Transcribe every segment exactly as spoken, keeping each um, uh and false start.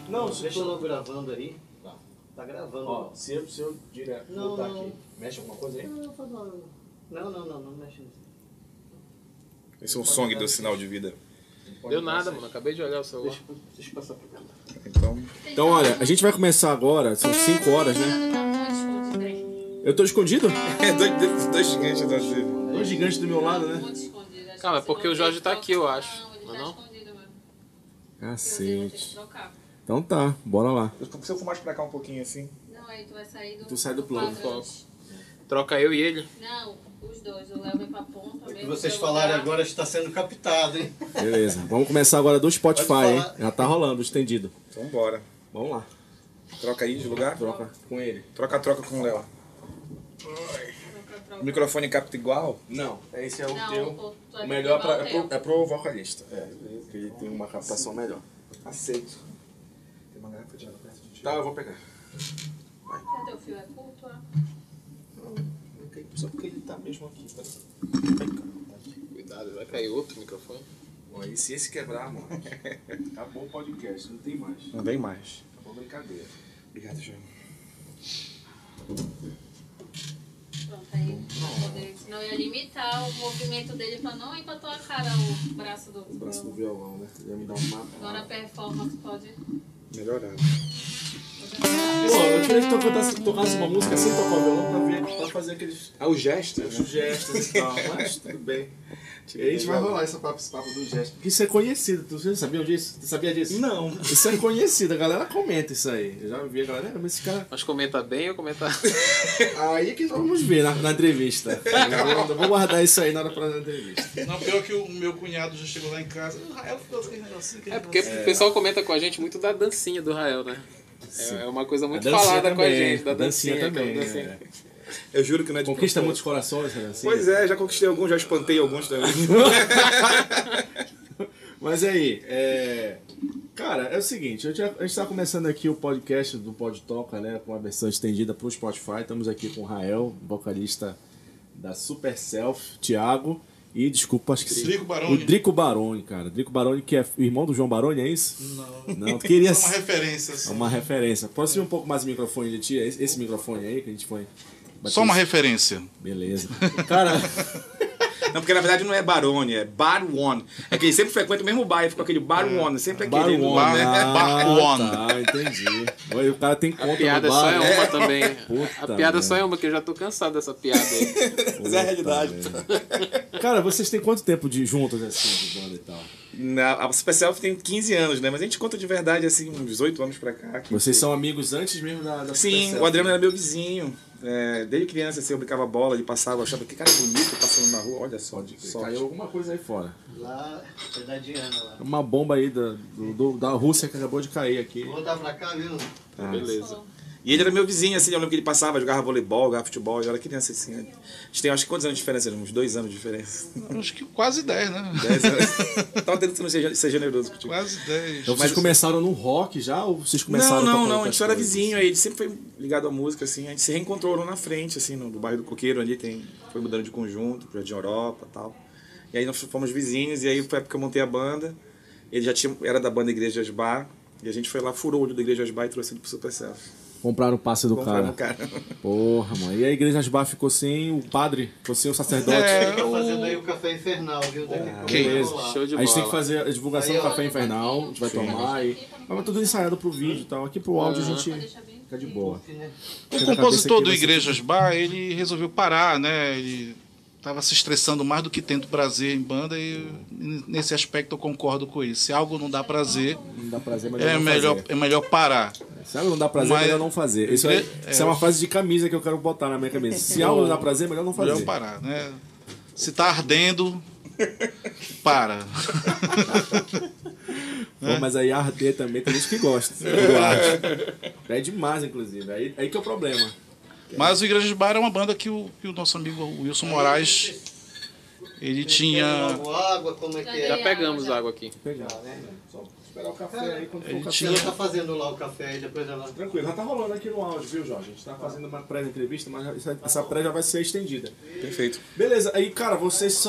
Não, deixa eu logo gravando aí. Tá, tá gravando. Ó, se eu, se eu direto não, botar não. aqui, mexe alguma coisa aí? Não, não, não, não, não, não, não mexe nisso. Esse é um som do sinal de vida. Deu nada, mano. Acabei de olhar o celular. Deixa, deixa eu passar pra cá. Então, Então, olha, a gente vai começar agora, são cinco horas, né? Eu tô escondido? é dois, dois, dois gigantes da dele. Dois gigantes do meu lado, né? Calma, é porque o Jorge tá aqui, eu acho. Não, não? Cacete. Então tá, bora lá. Se eu for mais pra cá um pouquinho assim. Não, aí tu vai sair do... Tu sai do plano. Troca eu e ele. Não, os dois. O Léo vem pra ponta. O que vocês falarem agora está sendo captado, hein? Beleza, vamos começar agora do Spotify, hein? Já tá rolando, estendido. Então bora. Vamos lá. Troca aí de lugar. Troca com ele. Troca, troca com o Léo. O microfone capta igual? Não, esse é o Não, teu. o- tu vai O melhor pra, ter que é, levar pro, é pro vocalista. É, porque ele tem uma captação melhor. Aceito. Tem uma garrafa de água perto de ti. Tá, eu vou pegar. Cadê o fio? É curto? Ah? Só porque ele tá mesmo aqui, tá? Cuidado, vai cair outro microfone. Bom, e se esse quebrar, mano, acabou o podcast, não tem mais. Não vem mais. Acabou a brincadeira. Obrigado, João. Pronto, aí pra poder... Senão ia limitar o movimento dele pra não ir pra tua cara o braço do... O braço do violão, né? Ele ia me dar uma... Agora a performance pode... Melhorado. Pô, eu queria que tu tocasse, tocasse uma música sem tocar o violão pra, ver, pra fazer aqueles Ah, o gesto? os gestos e tal, mas tudo bem. E a gente vai rolar esse papo, esse papo do gesto. Porque isso é conhecido, tu você sabia disso? Tu sabia disso? Não. Isso é conhecido, a galera comenta isso aí. Eu já vi a galera, mas esse cara... Mas comenta bem ou comenta... Aí que nós vamos ver na, na entrevista. Eu vou, vou guardar isso aí na hora pra na entrevista. Não, pior que o meu cunhado já chegou lá em casa. O Rael ficou aquele negocinho. aquele É porque negocinho. o pessoal comenta com a gente muito da dancinha do Rael, né? É, é uma coisa muito A dancinha falada com a também, gente, da a dancinha dancinha. também, aquela dancinha. é. Eu juro que não é de Conquista propósito. muitos corações, né? Assim. Pois é, já conquistei alguns, já espantei alguns também. Mas aí, é... cara, é o seguinte, eu já- a gente está começando aqui o podcast do Pod Toca, né, com a versão estendida para o Spotify. Estamos aqui com o Rael, vocalista da Super Self, Thiago e, desculpa, acho que Drico Baroni. o Drico Baroni, cara. Drico Baroni, que é irmão do João Baroni, é isso? Não. Não, tu queria... Só uma referência. É Assim. uma referência. Aproxima um pouco mais o microfone de ti, esse, esse microfone aí que a gente foi... bater Só uma isso. referência. Beleza. Cara... Não, porque na verdade não é Barone, é Bar One. É que ele sempre frequenta o mesmo bar, e fica aquele Bar One, sempre Bar aquele. One, bar- né? Bar Ah, One. Tá, entendi. Oi, o cara tem conta A piada no só bar, é né? uma também. Puta A piada merda. só é uma, que eu já tô cansado dessa piada aí. Mas é a realidade. Cara, vocês têm quanto tempo de juntos assim, de banda e tal? Na, a Super Self tem quinze anos, né? Mas a gente conta de verdade, assim, uns dezoito anos pra cá. que- Vocês são amigos antes mesmo da, da Sim, Super o Adriano Self, era meu vizinho. É, desde criança, assim, eu brincava bola, ele passava, eu achava que cara bonito passando na rua, olha só. né? sorte. Caiu alguma coisa aí fora. Lá é da Diana lá. Uma bomba aí da, do, do- da Rússia que acabou de cair aqui. Vou voltar pra cá, viu? Ah, Beleza. E ele era meu vizinho, assim, eu lembro que ele passava, jogava voleibol, jogava futebol, eu era criança, assim. A gente tem, acho que quantos anos de diferença? Uns dois anos de diferença. Acho que quase dez, né? Dez anos. Tava tentando ser, ser generoso contigo. Quase dez. Então vocês Mas- começaram no rock já ou vocês começaram Não, não, tocando não, a outras gente só era coisas? vizinho, aí ele sempre foi ligado à música, assim, a gente se reencontrou lá na frente, assim, no, no bairro do Coqueiro, ali tem, foi mudando de conjunto, pro Jardim Europa e tal. E aí nós fomos vizinhos, e aí foi a época que eu montei a banda, ele já tinha, era da banda Igreja Asbar, e a gente foi lá, furou o olho da Igreja Asbar e trouxe ele pro Super Self. Compraram o passe do Compramos cara. o cara. Porra, mano. E a igreja Asbar ficou sem o padre, ficou sem o sacerdote. É, Tá o- fazendo aí o café infernal, viu? Daqui a pouco Ok. eu vou lá. Show de A gente tem bola. que fazer a divulgação Aí, do ó. Café Infernal, a gente vai tomar e... Mas tudo ensaiado pro vídeo e tal. Aqui pro áudio a gente fica de boa. O compositor do Igrejas Bar, ele resolveu parar, né? Ele estava se estressando mais do que tendo prazer em banda e nesse aspecto eu concordo com isso. Se algo não dá prazer, Não dá prazer, melhor é não melhor, fazer. é melhor parar. Se algo não dá prazer, Mas- melhor não fazer. Isso é, É, isso é uma frase de camisa que eu quero botar na minha cabeça. Se algo não dá prazer, melhor não fazer. Melhor parar, né? Se tá ardendo, para. Pô, mas aí arder também tem gente que gosta. Eu acho. É demais, inclusive. Aí, aí que é o problema. Mas o Igrejas Bar é uma banda que o, que o nosso amigo Wilson Moraes, ele tinha... Logo água, como é que é? Já pegamos água aqui. Pegar, né? Só esperar o café aí quando for o Ele café. tinha- Ela tá fazendo lá o café e depois ela... Tranquilo, já tá rolando aqui no áudio, viu, Jorge? A gente tá fazendo uma pré-entrevista, mas essa, essa pré já vai ser estendida. Perfeito. Beleza, aí, cara, vocês são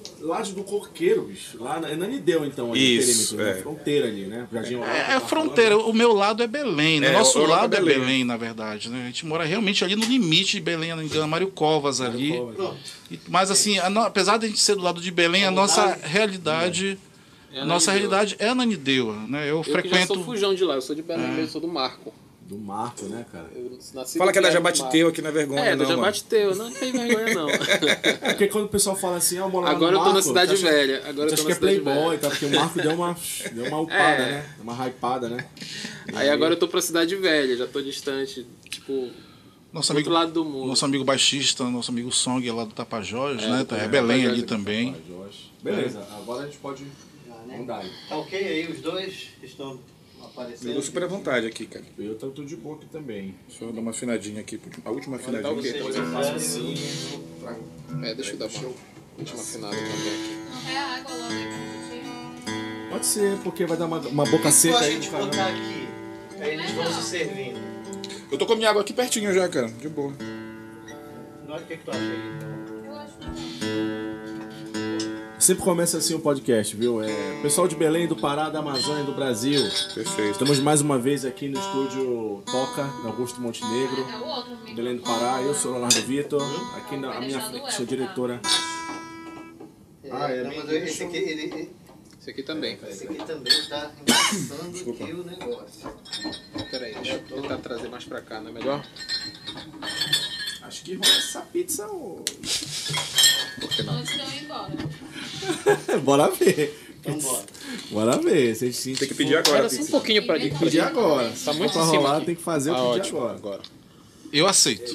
lá de do Coqueiro, bicho. Lá na, é Nanideu, então, ali, Isso, perímetro, é. na fronteira ali, né? Jardim Europa, É, tá é fronteira, falando. o meu lado é Belém, né? É, Nosso Europa lado é é Belém. Belém, na verdade, né? A gente mora realmente ali no limite de Belém, não engano, Mário Covas ali. Covas, né? E- Mas assim, a no- apesar de a gente ser do lado de Belém, a nossa realidade, É a nossa Ananindeua. realidade é Ananindeua, né? Eu, Eu que já frequento. sou fujão de lá, eu sou de Belém É. mesmo, sou do Marco. Do Marco, né, cara? Eu nasci Fala e que é da criado no Jabatiteu aqui na vergonha, Marco. É, não, da mano. Jabatiteu, não tem vergonha não. É porque quando o pessoal fala assim, ah, eu moro lá Agora no eu tô na Marco, cidade você acha- velha, agora você eu tô acha na que é cidade playboy, velha. tá? Porque o Marco deu uma, deu uma upada, É. né? Uma hypada, né? Aí agora eu tô pra cidade velha, já tô distante, tipo, Nosso do amigo, outro lado do mundo. nosso amigo baixista, nosso amigo Song lá do Tapajós, É, né? do Tá, é Tapajós Belém ali aqui. também. Vai, Jorge. Beleza, agora a gente pode Já, né? andar aí. Tá ok aí os dois que estão Eu aparecendo? dou super à vontade aqui, cara. Eu tô tudo de boa aqui também. Deixa eu dar uma afinadinha aqui. A última Tá afinadinha. ok, Vocês tá ok. preferem- assim. É, deixa eu dar uma última afinada também aqui. Não é a água logo aí pra gente. Pode ser, porque vai dar uma, uma boca Se seca a aí gente do caramba. botar aqui, aí eles vão se servindo. Eu tô com a minha água aqui pertinho já, cara. De boa. Não, o que, que tu acha aí? Então? Eu acho que não. Sempre começa assim o podcast, viu? É, pessoal de Belém, do Pará, da Amazônia, do Brasil. Perfeito. Estamos mais uma vez aqui no estúdio Toca, na Augusto Montenegro, É o outro microfone. Belém do Pará. Eu sou o Leonardo Vitor. Aqui na Vai à minha deixar do frente, a Elton, diretora. Ah, é, não, bem- mas esse aqui, ele, Esse aqui também. esse aqui também tá embaçando aqui o negócio. Pera aí, deixa eu tentar trazer mais pra cá, não é melhor? Acho que rola essa pizza hoje. Antes de eu ir embora. Bora ver. Então bora. Bora ver. Se a gente Tem que pedir agora. Era assim um pouquinho pra Tem que pedir agora. Tá muito pra em cima rolar, aqui. tem que fazer Ah, o pedir ótimo, agora. agora. Eu aceito.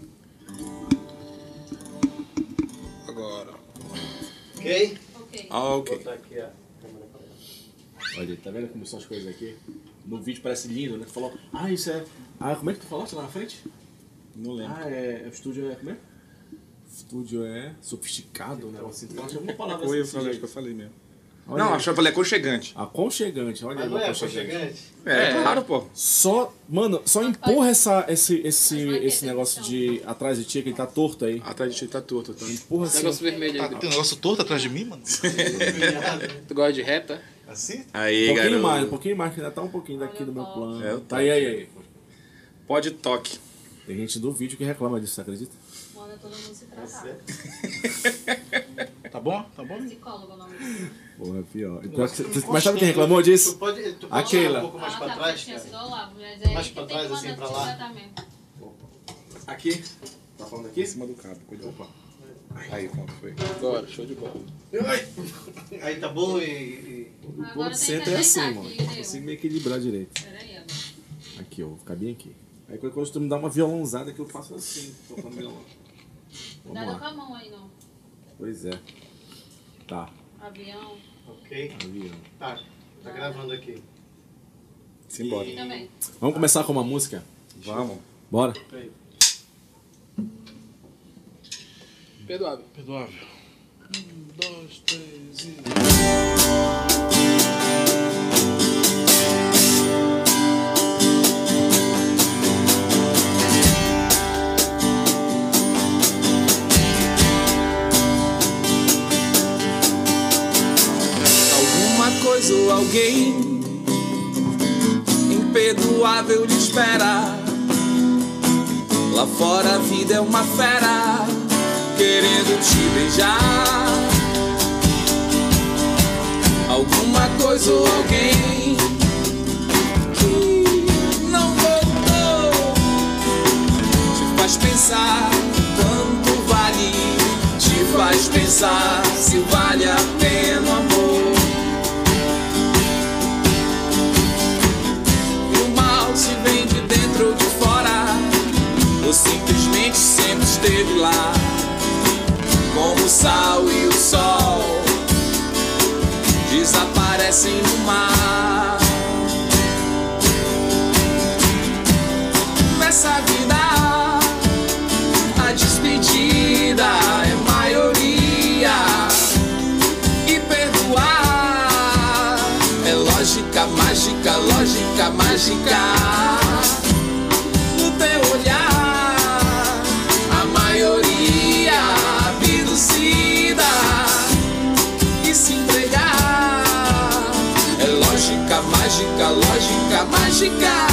Agora. Ok? Ok. Ah, Vou ok. botar aqui a câmera pra lá. Olha, tá vendo como são as coisas aqui? No vídeo parece lindo, né? Tu falou, ah, isso é. Ah, como é que tu falou lá na frente? Não lembro. Ah, é. O estúdio é. Como é? Estúdio é sofisticado, né? Assim, tu fala alguma palavra Foi, eu assim. falei, acho jeito. que eu falei mesmo. Olha Não, aí. acho que eu falei aconchegante. Aconchegante, olha Ah, aí, não é aconchegante. aconchegante? É, É. claro, pô. Só, mano, só empurra essa, esse, esse, Mas vai ter esse negócio de atrás de ti, que ele tá torto aí. Atrás de ti tá torto, tá? Empurra Esse assim. negócio vermelho Tá, aí. tem um negócio torto atrás de mim, mano? Tu gosta de reta? Assim? Aí, Um pouquinho garoto. mais, um pouquinho mais, que ainda tá um pouquinho daqui do meu plano. É, eu tá aí, aí, aí. Pode toque. Tem gente do vídeo que reclama disso, você acredita? Manda todo mundo se tratar. Tá bom? Tá bom? Psicólogo o nome disso. Porra, pior. Pior que você- Mas sabe quem reclamou Tu disso? pode, tu pode Aquela. chegar um pouco mais Ah, pra tá, trás, tinha cara? sido ao lado, mas aí Mais que pra tem trás, que assim, mandar pra pro lá. tratamento. Aqui? Tá falando aqui? Em cima do cabo, cuidado. Opa. Aí, pronto, foi. Agora, show de bola. Aí tá bom e... e- O Agora todo tem centro que é assim, ajeitar mano. aqui, Não consigo deu. me equilibrar direito. Peraí, agora. Aqui, ó, vou ficar bem aqui. Aí qualquer coisa tu me dá uma violãozada que eu faço assim, tocando violão. Vamos Cuidado com lá. a mão aí, não. Pois é. Tá, Avião. Ok. avião. Tá, tá gravando aqui. Simbora. Aqui também. Vamos começar com uma música? Vamos. Bora? Perdoável. Perdoável. Um, dois, três e. Alguma coisa ou alguém imperdoável lhe espera. Lá fora a vida é uma fera querendo te beijar. Alguma coisa ou alguém que não voltou te faz pensar quanto vale, te faz pensar se vale a pena o amor. E o mal se vem de dentro ou de fora, ou simplesmente sempre esteve lá, como o sal e o sol desaparecem no mar. Nessa vida a despedida é maioria, e perdoar é lógica mágica, lógica mágica. No teu olhar a maioria abduzida mágica.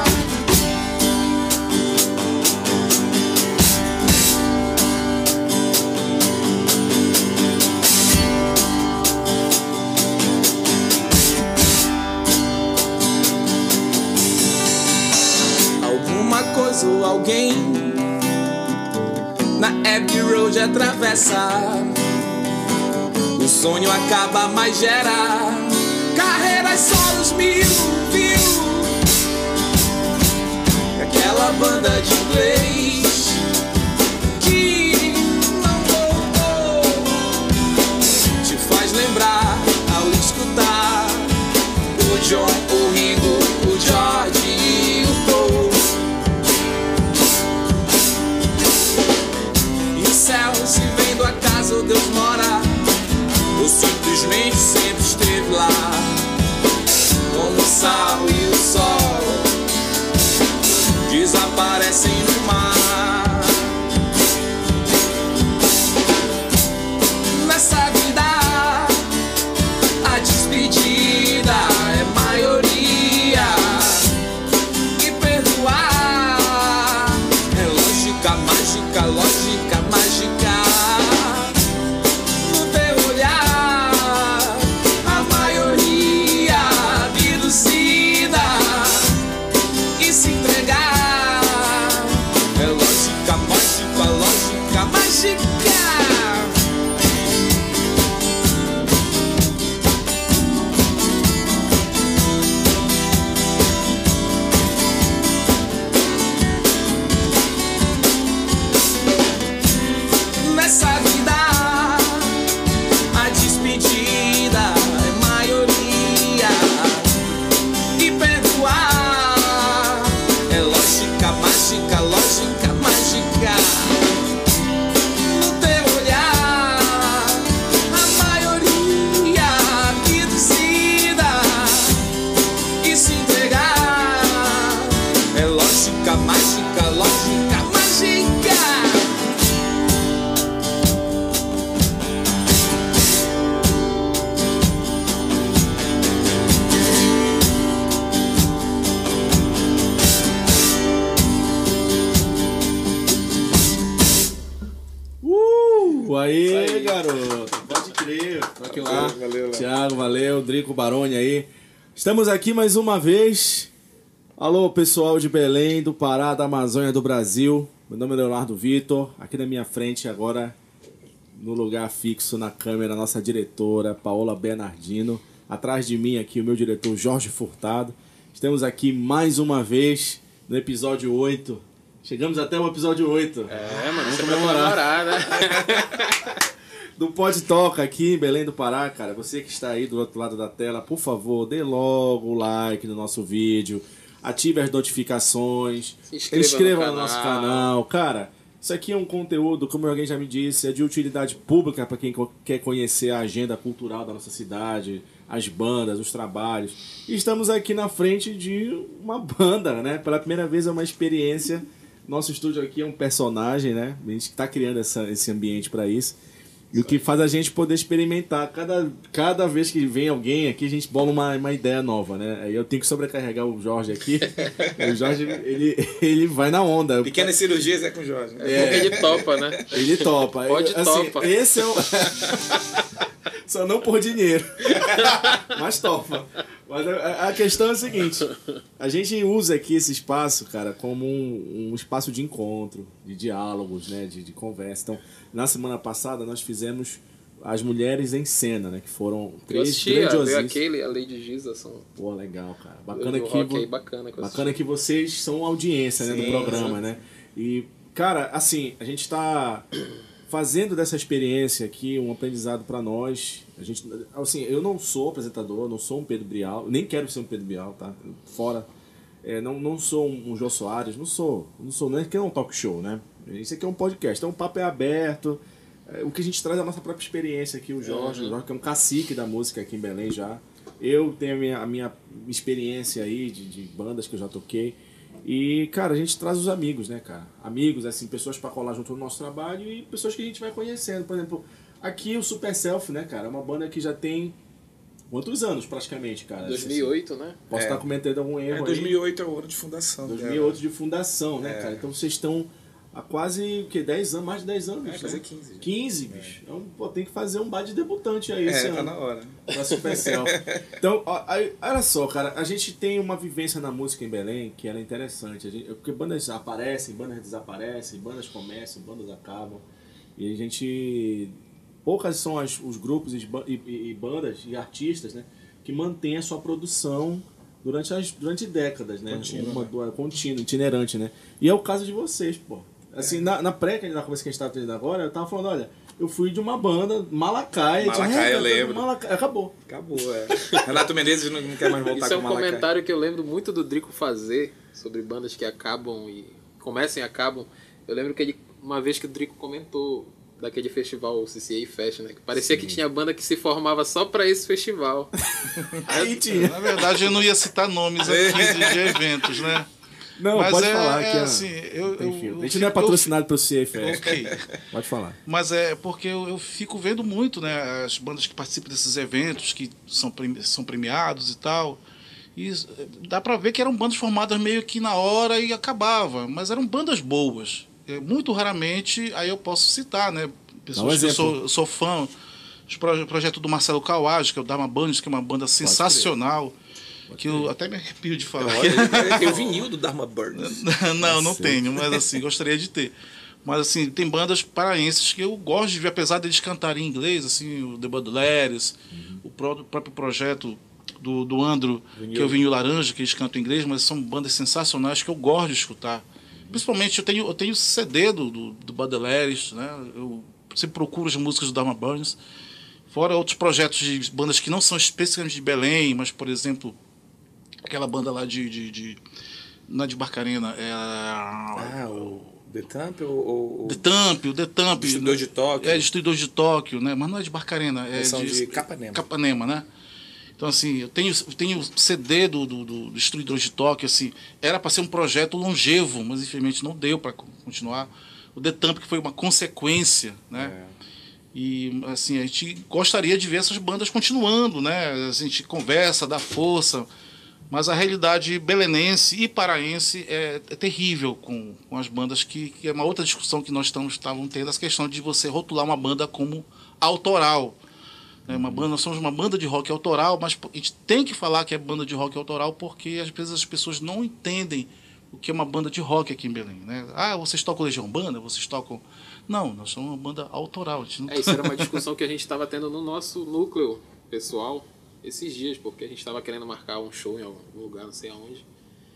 Alguma coisa ou alguém na Abbey Road atravessa. O sonho acaba, mas gera carreiras solos mil, viu? Aquela banda de inglês que não voltou te faz lembrar ao escutar o John, o Ringo, o George e o Paul. E o céu se vendo acaso Deus mora, ou simplesmente sempre esteve lá, como o sal e o sol desaparecem no mar. Nessa vida a despedida é maioria, e perdoar é lógica mágica, lógica mágica. Aí, garoto, pode crer. Toque lá. Valeu, Thiago, valeu. Drico Baroni aí. Estamos aqui mais uma vez. Alô, pessoal de Belém, do Pará, da Amazônia, do Brasil. Meu nome é Leonardo Vitor. Aqui na minha frente agora, no lugar fixo na câmera, nossa diretora, Paola Bernardino. Atrás de mim aqui, o meu diretor, Jorge Furtado. Estamos aqui mais uma vez no episódio oito. Chegamos até o episódio oito. É, mano, vamos você comemorar. vai comemorar, né? Do Pod Toca aqui em Belém do Pará, cara. Você que está aí do outro lado da tela, por favor, dê logo o like no nosso vídeo, ative as notificações, Se inscreva, inscreva no, no nosso canal. canal. Cara, isso aqui é um conteúdo, como alguém já me disse, é de utilidade pública para quem co- quer conhecer a agenda cultural da nossa cidade, as bandas, os trabalhos. E estamos aqui na frente de uma banda, né? Pela primeira vez é uma experiência. Nosso estúdio aqui é um personagem, né? A gente está criando essa, esse ambiente para isso. E o que faz a gente poder experimentar. Cada, cada vez que vem alguém aqui, a gente bola uma, uma ideia nova, né? Aí eu tenho que sobrecarregar o Jorge aqui. O Jorge, ele, ele vai na onda. Pequenas cirurgias é com o Jorge. Né? É. Ele topa, né? Ele topa. Pode assim, topa. Esse é o... Só não por dinheiro. Mas topa. Mas a, a questão é a seguinte. A gente usa aqui esse espaço, cara, como um, um espaço de encontro, de diálogos, né? De, de conversa. Então, na semana passada, nós fizemos As Mulheres em Cena, né? Que foram Eu três assisti, veio grandiosíssimas. aquele, a Lady Giza, são... Pô, legal, cara. Bacana do que, rock vo- aí, bacana que eu bacana que vocês são audiência, né, do Sim, programa, sim. né? E, cara, assim, a gente tá fazendo dessa experiência aqui um aprendizado pra nós. A gente, assim, eu não sou apresentador, não sou um Pedro Bial, nem quero ser um Pedro Bial, tá? Fora. É, não, não sou um Jô Soares, não sou, não sou, não é que é um talk show, né? Isso aqui é um podcast, então o papo é aberto. É, o que a gente traz é a nossa própria experiência aqui, o Jorge, Uhum. o Jorge que é um cacique da música aqui em Belém já. Eu tenho a minha, a minha experiência aí de, de bandas que eu já toquei. E, cara, a gente traz os amigos, né, cara? Amigos, assim, pessoas pra colar junto no nosso trabalho e pessoas que a gente vai conhecendo. Por exemplo, aqui o Super Self, né, cara? É uma banda que já tem quantos anos praticamente, cara? dois mil e oito, né? Posso É. estar cometendo algum erro É, aí? dois mil e oito é o ano de fundação. dois mil e oito de fundação, né, É. cara? Então vocês estão há quase, o quê? dez anos, mais de dez anos, É, né? fazer quinze já. quinze, bicho. Então, pô, tem que fazer um bar de debutante aí esse É, ano. tá na hora. Pra Supercell. Então, ó, aí, olha só, cara, a gente tem uma vivência na música em Belém que ela é interessante. A gente, porque bandas aparecem, bandas desaparecem, bandas começam, bandas acabam. E a gente... Poucas são as, os grupos e, e, e bandas e artistas, né, que mantêm a sua produção durante, as, durante décadas, né? Contínua, Uma, né? duas, contínua, itinerante, né? E é o caso de vocês, pô. Assim, na, na pré, na conversa que a gente estava tendo agora, eu tava falando, olha, eu fui de uma banda, Malacaia. Malacaia, eu lembro. Malacaia, acabou. Acabou, é. Renato Menezes não, não quer mais voltar Isso é com um o Malacaia. comentário que eu lembro muito do Drico fazer sobre bandas que acabam e começam e acabam. Eu lembro que ele, uma vez que o Drico comentou daquele festival C C A Fest, né? Que parecia Sim. que tinha banda que se formava só pra esse festival. Aí tinha. Na verdade, eu não ia citar nomes aqui de, de eventos, né? Não, Mas pode é, falar é que assim, eu, tem eu, filtro. eu A gente não é fico- patrocinado pelo C F F. Ok. Pode falar. Mas é porque eu, eu fico vendo muito, né, as bandas que participam desses eventos, que são, premi- são premiados e tal. E eh, dá pra ver que eram bandas formadas meio que na hora e acabava. Mas eram bandas boas. Eh, Muito raramente, aí eu posso citar, né? Pessoas que eu exemplo. sou, eu sou fã. Os proje- projeto do Marcelo Kawaj, que é o Dharma Bands, que é uma banda sensacional. Que eu até me arrepio de falar. Olha, tem o vinil do Dharma Burns. Não, não sei. tenho, mas assim, gostaria de ter. Mas assim, tem bandas paraenses que eu gosto de ver, apesar deles cantarem em inglês, assim, o The Baudelaires, o pró- próprio projeto do, do Andro, que é o Vinil Laranja, que eles cantam em inglês, mas são bandas sensacionais que eu gosto de escutar. Principalmente, eu tenho, eu tenho C D do, do, do Baudelaires, né? Eu sempre procuro as músicas do Dharma Burns. Fora outros projetos de bandas que não são especificamente de Belém, mas, por exemplo, aquela banda lá de... de, de não é de Barcarena, é a... Ah, o The Thump ou o The Thump, o The Thump. Destruidor de Tóquio? É, Destruidor de Tóquio, né? Mas não é de Barcarena, é Eles são de, de Capanema. Capanema, né? Então, assim, eu tenho, eu tenho C D do, do, do Destruidor de Tóquio, assim, era para ser um projeto longevo, mas infelizmente não deu para continuar. O The Thump, que foi uma consequência, né? É. E, assim, a gente gostaria de ver essas bandas continuando, né? A gente conversa, dá força, mas a realidade belenense e paraense é, é terrível com, com as bandas, que, que é uma outra discussão que nós estamos, estávamos tendo, essa questão de você rotular uma banda como autoral. É uma banda, nós somos uma banda de rock autoral, mas a gente tem que falar que é banda de rock autoral porque às vezes as pessoas não entendem o que é uma banda de rock aqui em Belém, né? Ah, vocês tocam Legião Banda? Vocês tocam... Não, nós somos uma banda autoral. A gente não... É, isso era uma discussão que a gente estava tendo no nosso núcleo pessoal esses dias, porque a gente estava querendo marcar um show em algum lugar, não sei aonde.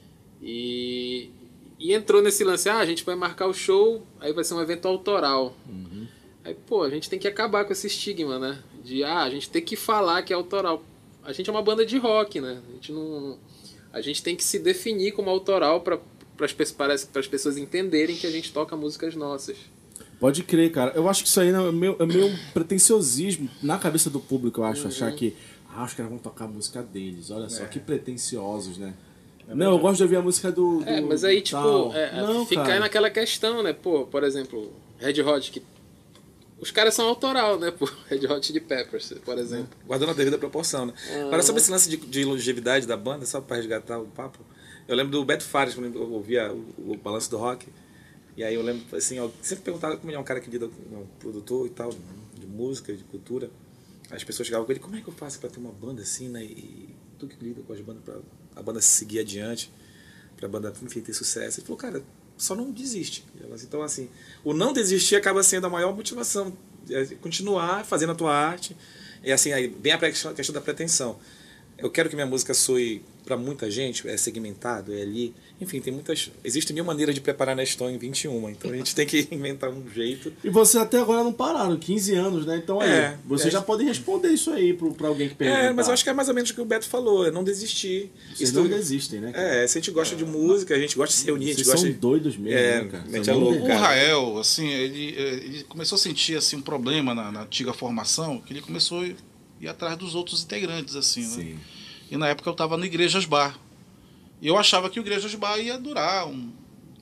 E, e entrou nesse lance, ah, a gente vai marcar o show, aí vai ser um evento autoral. Uhum. Aí, pô, a gente tem que acabar com esse estigma, né? De, ah, a gente tem que falar que é autoral. A gente é uma banda de rock, né? A gente não... A gente tem que se definir como autoral para as pessoas entenderem que a gente toca músicas nossas. Pode crer, cara. Eu acho que isso aí é meio, é meio pretenciosismo na cabeça do público, eu acho. Uhum. Achar que, ah, os caras vão tocar a música deles. Olha só, É. que pretenciosos, né? Não, eu gosto de ouvir a música do. do É, mas aí, tipo, tal. é, Não, ficar cara. naquela questão, né? Pô, por exemplo, Red Hot, que os caras são autoral, né? Pô, Red Hot Chili Peppers, por exemplo. Guardando a devida proporção, né? Agora, sobre esse lance de, de longevidade da banda, só para resgatar o papo, eu lembro do Beto Fares, quando eu ouvia o, o Balanço do Rock, e aí eu lembro, assim, eu sempre perguntava como ele é um cara que lida com um produtor e tal, de música, de cultura, as pessoas chegavam com ele, como é que eu faço para ter uma banda assim, né? E tu que lida com as bandas, para a banda seguir adiante, para a banda, enfim, ter sucesso. Ele falou, cara, só não desiste. Então, assim, o não desistir acaba sendo a maior motivação, é continuar fazendo a tua arte. E assim, aí bem a questão da pretensão. Eu quero que minha música soe para muita gente, é segmentado, é ali. Enfim, tem muitas. Existem mil maneiras de preparar Neston em vinte e uma, então a gente tem que inventar um jeito. E vocês até agora não pararam, quinze anos, né? Então aí, É, vocês é. já podem responder isso aí pro, pra alguém que perguntar. É, mas eu acho que é mais ou menos o que o Beto falou, é não desistir. Vocês Isso- não desistem, né? cara? É, se a gente gosta de música, a gente gosta de se reunir, a gente Vocês gosta são de. doidos mesmo, É, né, cara? mente São é louco, muito- O cara. Rael, assim, ele, ele começou a sentir assim, um problema na, na antiga formação, que ele começou a ir atrás dos outros integrantes, assim, né? Sim. E na época eu estava no Igrejas Bar. E eu achava que o Igrejas Bar ia durar um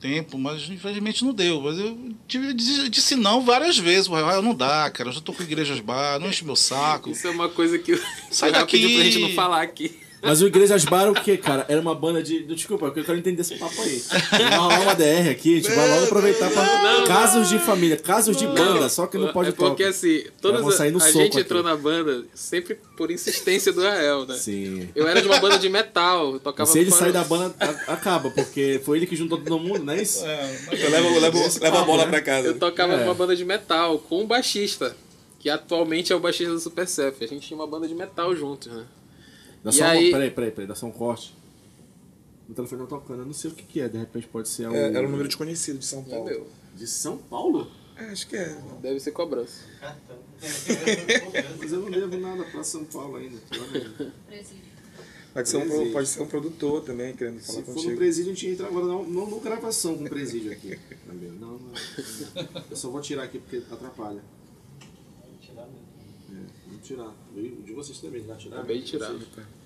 tempo, mas infelizmente não deu. Mas eu tive, disse não várias vezes. Ah, não dá, cara. Eu já tô com Igrejas Bar, não enche meu saco. Isso é uma coisa que Sai eu já daqui. pedi pra gente não falar aqui. Mas o Igrejas Bar era o quê, cara? Era uma banda de... Desculpa, eu quero entender esse papo aí. Vai rolar uma D R aqui, a gente vai logo aproveitar pra... Não, não. Casos de família, casos de banda, só que não pode É porque tocar. assim, todas vão sair no a, a soco gente aqui. entrou na banda sempre por insistência do Rael, né? Sim. Eu era de uma banda de metal, eu tocava Se ele fora- sair da banda, a- acaba, porque foi ele que juntou todo mundo, não é isso? Eu levo, eu levo, Esse levo a papo, bola né? pra casa. Eu tocava É. numa banda de metal com um baixista, que atualmente é o baixista do Super Self. A gente tinha uma banda de metal juntos, né? Dá E só aí- um... Peraí, peraí, peraí, dá só um corte. O telefone não tocando, eu não sei o que que é, de repente pode ser É, o... era um número desconhecido de São Paulo. Entendeu? De São Paulo? É, acho que é. Deve ser cobrança. Mas eu não devo nada pra São Paulo ainda. Presídio. Pode ser, um, Presídio. pode ser um produtor também querendo falar Se for no contigo. presídio, a gente entra agora, não, não no gravação com o presídio aqui. Também. Não, não, não. Eu só vou tirar aqui porque atrapalha. É, vamos tirar. Eu- De vocês também, já tiraram? Acabei de tirar.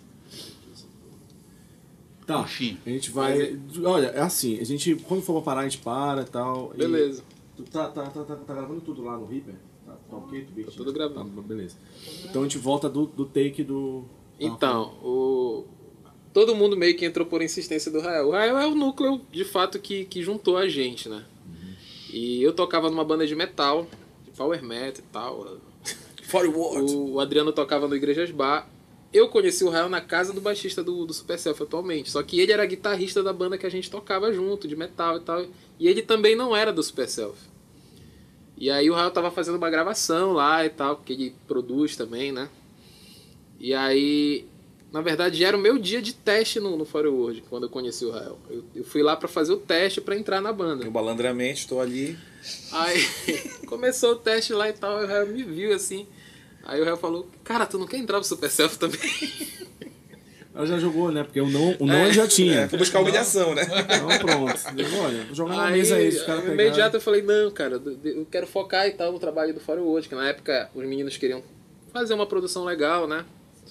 Tá, Enfim. a gente vai... Olha, é assim, a gente, quando for pra parar, a gente para e tal. e- Beleza. Tu tá, tá, tá, tá, tá gravando tudo lá no Reaper? Tá, tá ok? Tu, Tá tudo gravando. Tá, beleza. Então a gente volta do, do take do... Então, o... todo mundo meio que entrou por insistência do Rael. O Rael é o núcleo, de fato, que, que juntou a gente, né? E eu tocava numa banda de metal, de power metal e tal. quarenta watts. O Adriano tocava no Igrejas Bar. Eu conheci o Rael na casa do baixista do, do Super Self atualmente. Só que ele era guitarrista da banda que a gente tocava junto, de metal e tal. E ele também não era do Super Self. E aí o Rael tava fazendo uma gravação lá e tal, porque ele produz também, né? E aí, na verdade, era o meu dia de teste no, no Fireworld, quando eu conheci o Rael. Eu, eu fui lá pra fazer o teste pra entrar na banda. Eu balandramente estou ali. Aí começou o teste lá e tal, aí o Rael me viu assim. Aí o Rael falou, cara, tu não quer entrar pro Super Self também? Ela já jogou, né? Porque o não, o não É. ele já tinha. É, fui buscar humilhação, né? Então pronto. Eu, olha, vou jogar na Aí, mesa aí, se os caras aí, pegarem. imediato eu falei, não, cara, eu quero focar e tal no trabalho do Fireworld, que na época os meninos queriam fazer uma produção legal, né?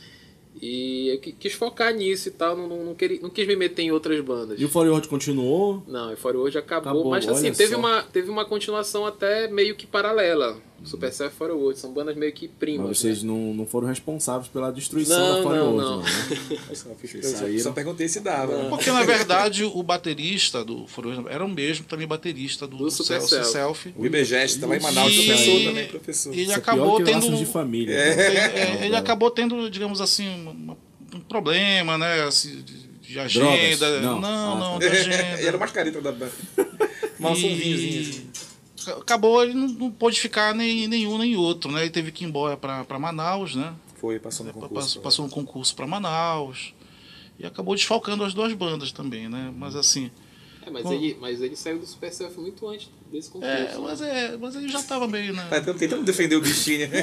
E eu qui- quis focar nisso e tal, não, não, não, queria, não quis me meter em outras bandas. E o Fireworld continuou? Não, o Fireworld acabou, Acabou, mas assim, olha teve só. uma, teve uma continuação até meio que paralela. Super Self e Fireworld, são bandas meio que primas. Mas vocês né? não, não foram responsáveis pela destruição Não, da não, Fireworld, não. não, né? Eu só, fiz- Vocês eu só- saíram. só perguntei se dava. né? Porque, na verdade, o baterista do Furores era o mesmo também baterista do, Do do Super Celso Self. Self. O Ibegest tá lá em Manaus, E- professor também, professor. E ele Isso é acabou pior que tendo. laços de família. Ele, é, ele Não, acabou tendo, digamos assim, uma- um problema, né? Assim, de, de agenda. Drogas? Não. Não, Ah, não, tá. de agenda. E era o mais careta da banda. Mas um vinhozinho assim. Acabou, ele não, não pôde ficar nem nenhum nem outro, né? Ele teve que ir embora para Manaus, né? Foi, passou no concurso. Passou, passou no concurso para Manaus. E acabou desfalcando as duas bandas também, né? Mas assim. É, mas, Bom. ele, mas ele saiu do Super Self muito antes desse concurso. É, mas, é, mas ele já estava meio, né? Tá tentando defender o bichinho. né?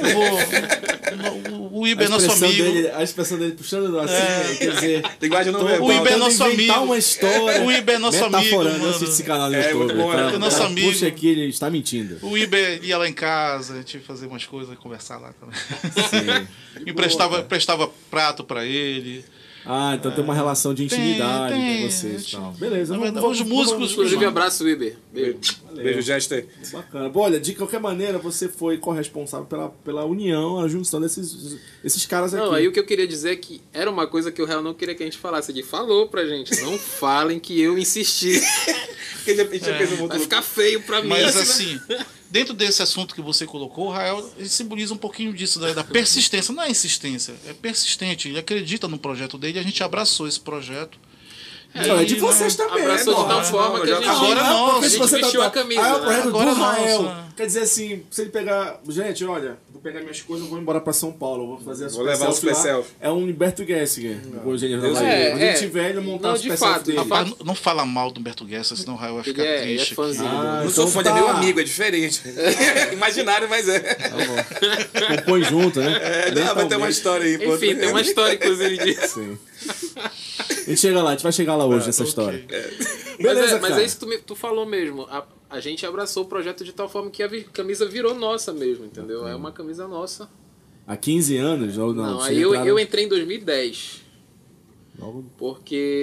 Eu vou, o, o A Iber é nosso expressão, amigo. dele, a expressão dele puxando assim, quer dizer... Linguagem não tô verbal. O Iber é tentando nosso inventar amigo. uma história. O Iber é nosso amigo, metaforando, eu mano. assisti esse canal no É, YouTube. muito bom, tá? né? É nosso Cara, amigo. Puxa aqui, ele está mentindo. O Iber ia lá em casa, a gente ia fazer umas coisas, conversar lá também. Sim. Emprestava, emprestava prato pra ele. Ah, então tem uma relação de Tem, intimidade tem. entre vocês e tal. Beleza. Na vamos- verdade, vamos- os músicos- Inclusive, abraço o Iber. Beijo. Beijo, Jester. Bacana. Bom, olha, de qualquer maneira, você foi corresponsável pela, pela união, a junção desses, desses caras aqui. Não, aí o que eu queria dizer é que era uma coisa que o Real não queria que a gente falasse. Ele falou pra gente, não falem que eu insisti. Porque ele já- ele já fez um Vai outro. ficar feio pra mim. Mas assim, dentro desse assunto que você colocou, o Rael ele simboliza um pouquinho disso, da, da persistência. Não é insistência, é persistente. Ele acredita no projeto dele, a gente abraçou esse projeto. Não, é de E, vocês né, também. Abraçou de porra. tal forma não, que a já- gente, Agora Não, nossa, porque a se gente você vestiu tá- a camisa. Ah, é o né? projeto Agora do nossa. Rael. Quer dizer assim, se ele pegar... Gente, olha, vou pegar minhas coisas e vou embora pra São Paulo. Vou fazer a Vou Super levar o Selfie Super lá. Selfie. É um Humberto Gessinger, o engenheiro da Deus Bahia. é, Quando ele é. tiver, ele montar Não, o de Super fato, Selfie dele. de fato. Rapaz, não fala mal do Humberto Guessa, senão o Rael vai ficar Ele é- ele é triste. aqui. fãzinho. Ah, Não sou então fã de tá. nenhum amigo, é diferente. Imaginário, mas é. Compõe junto, né? É, não, vai ter uma história aí, pô. Enfim, tem uma história, inclusive, disso. Sim. A gente chega lá, a gente vai chegar lá hoje nessa história. Mas, Beleza, é, mas cara. é isso que tu, me- tu falou mesmo. A, a gente abraçou o projeto de tal forma que a vi- camisa virou nossa mesmo, entendeu? É uma camisa nossa. Há quinze anos ou não? Não, Vocês aí eu, entraram eu entrei em dois mil e dez. logo- Porque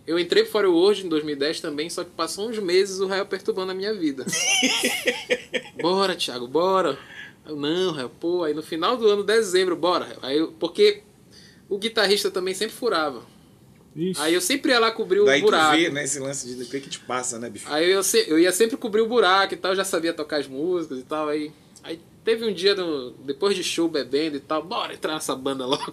Eu entrei pro Fore World em dois mil e dez também, só que passou uns meses o Rael perturbando a minha vida. Bora, Thiago, bora. Eu, não, Rael, pô, aí no final do ano, dezembro, bora, Rael. Aí eu, porque o guitarrista também sempre furava. Ixi. Aí eu sempre ia lá cobrir o Daí buraco. tu vê, né, esse lance de o que que te passa, né, bicho? Aí eu, se, eu ia sempre cobrir o buraco e tal, eu já sabia tocar as músicas e tal. Aí, aí teve um dia, no, depois de show, bebendo e tal, bora entrar nessa banda logo.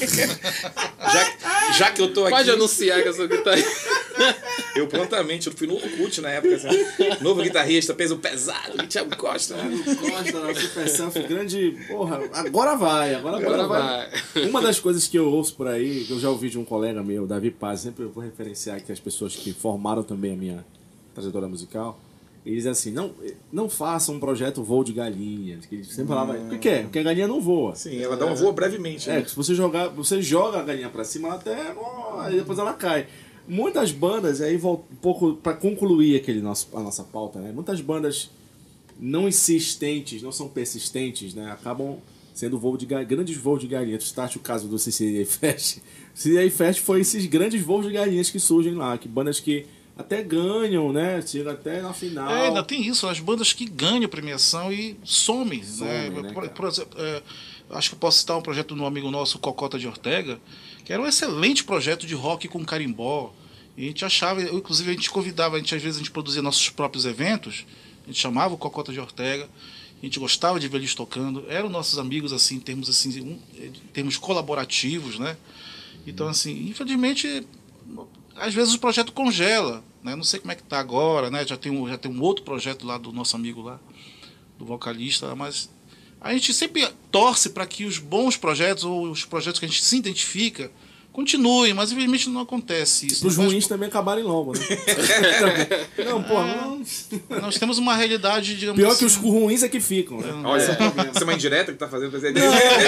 Já, já que eu tô aqui... Pode anunciar que eu sou guitarrista. Eu prontamente, eu fui no Orkut na época, assim, novo guitarrista, peso pesado, Thiago Costa. Né? Costa, na Super Selfie, grande. Porra, agora vai, agora, agora, Agora vai. vai. Uma das coisas que eu ouço por aí, que eu já ouvi de um colega meu, Davi Paz, sempre eu vou referenciar aqui as pessoas que formaram também a minha trajetória musical. Ele diz assim: não, não faça um projeto voo de galinha. Que ele sempre falava: o que, que é? Porque a galinha não voa. Sim, ela dá uma voa brevemente. É, Né? que se você jogar, você joga a galinha pra cima, ela até. ó, Aí depois ela cai. Muitas bandas, aí volta um pouco pra concluir aquele nosso, a nossa pauta, né? Muitas bandas não insistentes, não são persistentes, né? Acabam sendo voo de galinha, grandes voos de galinha. Tu citaste o caso do C C A Fest. O C C A Fest foi esses grandes voos de galinhas que surgem lá, que bandas que até ganham, né? Chegam até na final. É, ainda tem isso, as bandas que ganham premiação e somem. Somem, né? né, por, cara? por exemplo, é, acho que eu posso citar um projeto de um amigo nosso, Cocota de Ortega, que era um excelente projeto de rock com carimbó. E a gente achava, eu, inclusive a gente convidava, a gente, às vezes a gente produzia nossos próprios eventos, a gente chamava o Cocota de Ortega, a gente gostava de ver eles tocando, eram nossos amigos assim, em termos, assim, um, em termos colaborativos, né? Então, assim, infelizmente, às vezes o projeto congela, né? Não sei como é que está agora, né? Já tem, um, já tem um outro projeto lá do nosso amigo lá, do vocalista, mas a gente sempre torce para que os bons projetos, ou os projetos que a gente se identifica, continuem, mas infelizmente não acontece isso. Os Nós- ruins também acabarem logo, né? Não, pô, não... Nós temos uma realidade, digamos Pior assim... que os ruins é que ficam, né? Olha, Esse é o problema. isso é uma indireta que tá fazendo pra você.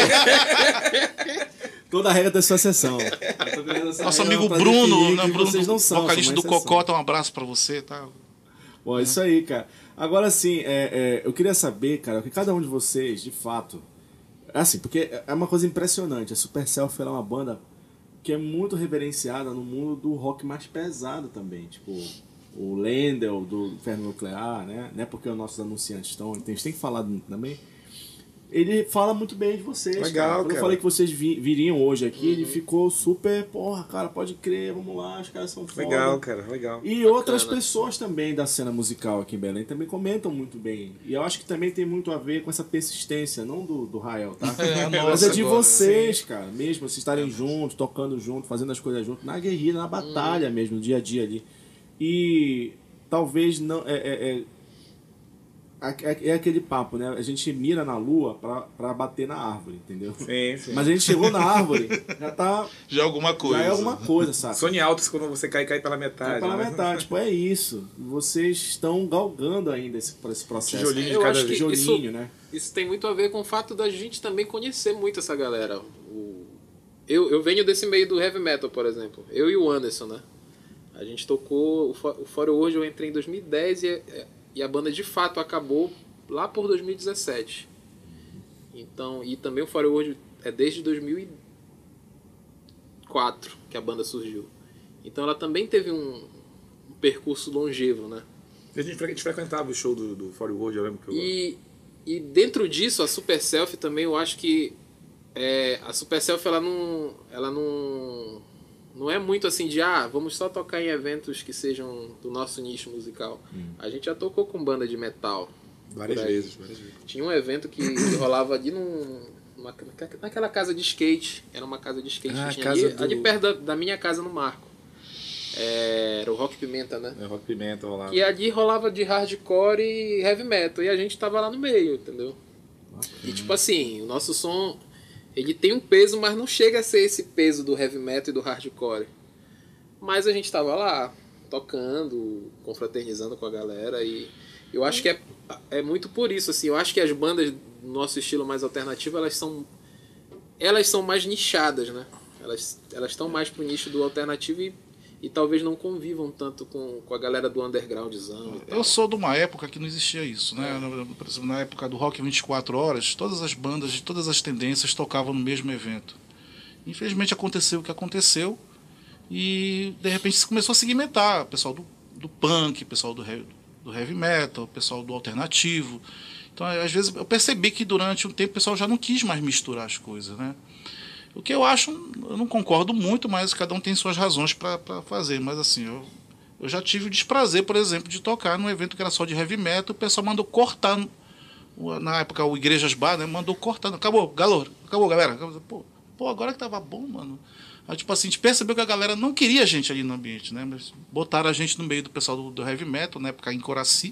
Toda regra tem sua exceção. Nosso É amigo pra Bruno, definir né, que Bruno vocês não são, vocalista são do uma exceção. Cocota, um abraço pra você, tá? Bom, isso aí, cara. Agora, assim, é, é, eu queria saber, cara, que cada um de vocês, de fato... Assim, porque é uma coisa impressionante. A Super Selfie ela é uma banda que é muito reverenciada no mundo do rock mais pesado também. Tipo, o Lendl, do Inferno Nuclear, né? Não é porque os nossos anunciantes estão... A gente tem que falar também... Ele fala muito bem de vocês. Legal, cara. Quando cara. eu falei que vocês vi- viriam hoje aqui, ele ficou super, porra, cara, pode crer, vamos lá, os caras são foda. Legal, cara, legal. E outras pessoas também da cena musical aqui em Belém também comentam muito bem. E eu acho que também tem muito a ver com essa persistência, não do, do Rael, tá? É, a Mas nossa é de agora, vocês, cara, mesmo, vocês estarem juntos, tocando junto, fazendo as coisas juntos, na guerrilha, na batalha mesmo, no dia a dia ali. E talvez não... É, é, é, é aquele papo, né? A gente mira na lua pra, pra bater na árvore, entendeu? Sim, sim. Mas a gente chegou na árvore, já tá... Já é alguma coisa. Já é alguma coisa, sabe? Sonhe altos quando você cai, cai pela metade. É pela né? metade, tipo, é isso. Vocês estão galgando ainda esse, esse processo. Tijolinho de Eu cada acho que vez. Tijolinho, isso, né? isso tem muito a ver com o fato da gente também conhecer muito essa galera. O- eu, eu venho desse meio do heavy metal, por exemplo. Eu e o Anderson, né? A gente tocou... O Fo- o Fore World eu entrei em dois mil e dez e, e a banda de fato acabou lá por dois mil e dezessete. Então, e também o Fore World é desde dois mil e quatro que a banda surgiu. Então ela também teve um, um percurso longevo, né? A gente, fre- a gente frequentava o show do, do Fore World, eu lembro que eu... E, e dentro disso, a Super Selfie também, eu acho que é, a Super Selfie, ela não, ela não, não é muito assim de, ah, vamos só tocar em eventos que sejam do nosso nicho musical. A gente já tocou com banda de metal. Várias por aí. vezes, várias vezes. Tinha um evento que, que rolava ali num, numa, naquela casa de skate. Era uma casa de skate Ah, que tinha casa ali, do- ali perto da, da minha casa no Marco. É, era o Rock Pimenta, né? É, Rock Pimenta rolava. E ali rolava de hardcore e heavy metal. E a gente tava lá no meio, entendeu? E tipo assim, o nosso som, ele tem um peso, mas não chega a ser esse peso do heavy metal e do hardcore. Mas a gente tava lá, tocando, confraternizando com a galera. E eu acho que é, é muito por isso, assim. Eu acho que as bandas do nosso estilo mais alternativo, elas são, elas são mais nichadas, né? Elas elas estão mais pro nicho do alternativo e e talvez não convivam tanto com, com a galera do undergroundzão e tal. Eu sou de uma época que não existia isso, né? Por exemplo, na época do Rock vinte e quatro horas, todas as bandas de todas as tendências tocavam no mesmo evento. Infelizmente aconteceu o que aconteceu E de repente se começou a segmentar, o pessoal do, do punk, o pessoal do heavy, do heavy metal, o pessoal do alternativo. Então, às vezes, eu percebi que durante um tempo o pessoal já não quis mais misturar as coisas, né? O que eu acho, eu não concordo muito, mas cada um tem suas razões para fazer. Mas assim, eu, eu já tive o desprazer, por exemplo, de tocar num evento que era só de heavy metal, o pessoal mandou cortar, na época o Igrejas Bar, né? Mandou cortar, acabou, galera, acabou, galera. Pô, pô, agora que tava bom, mano. Aí, tipo assim, a gente percebeu que a galera não queria a gente ali no ambiente, né? Mas botaram a gente no meio do pessoal do, do heavy metal, na época em Coraci.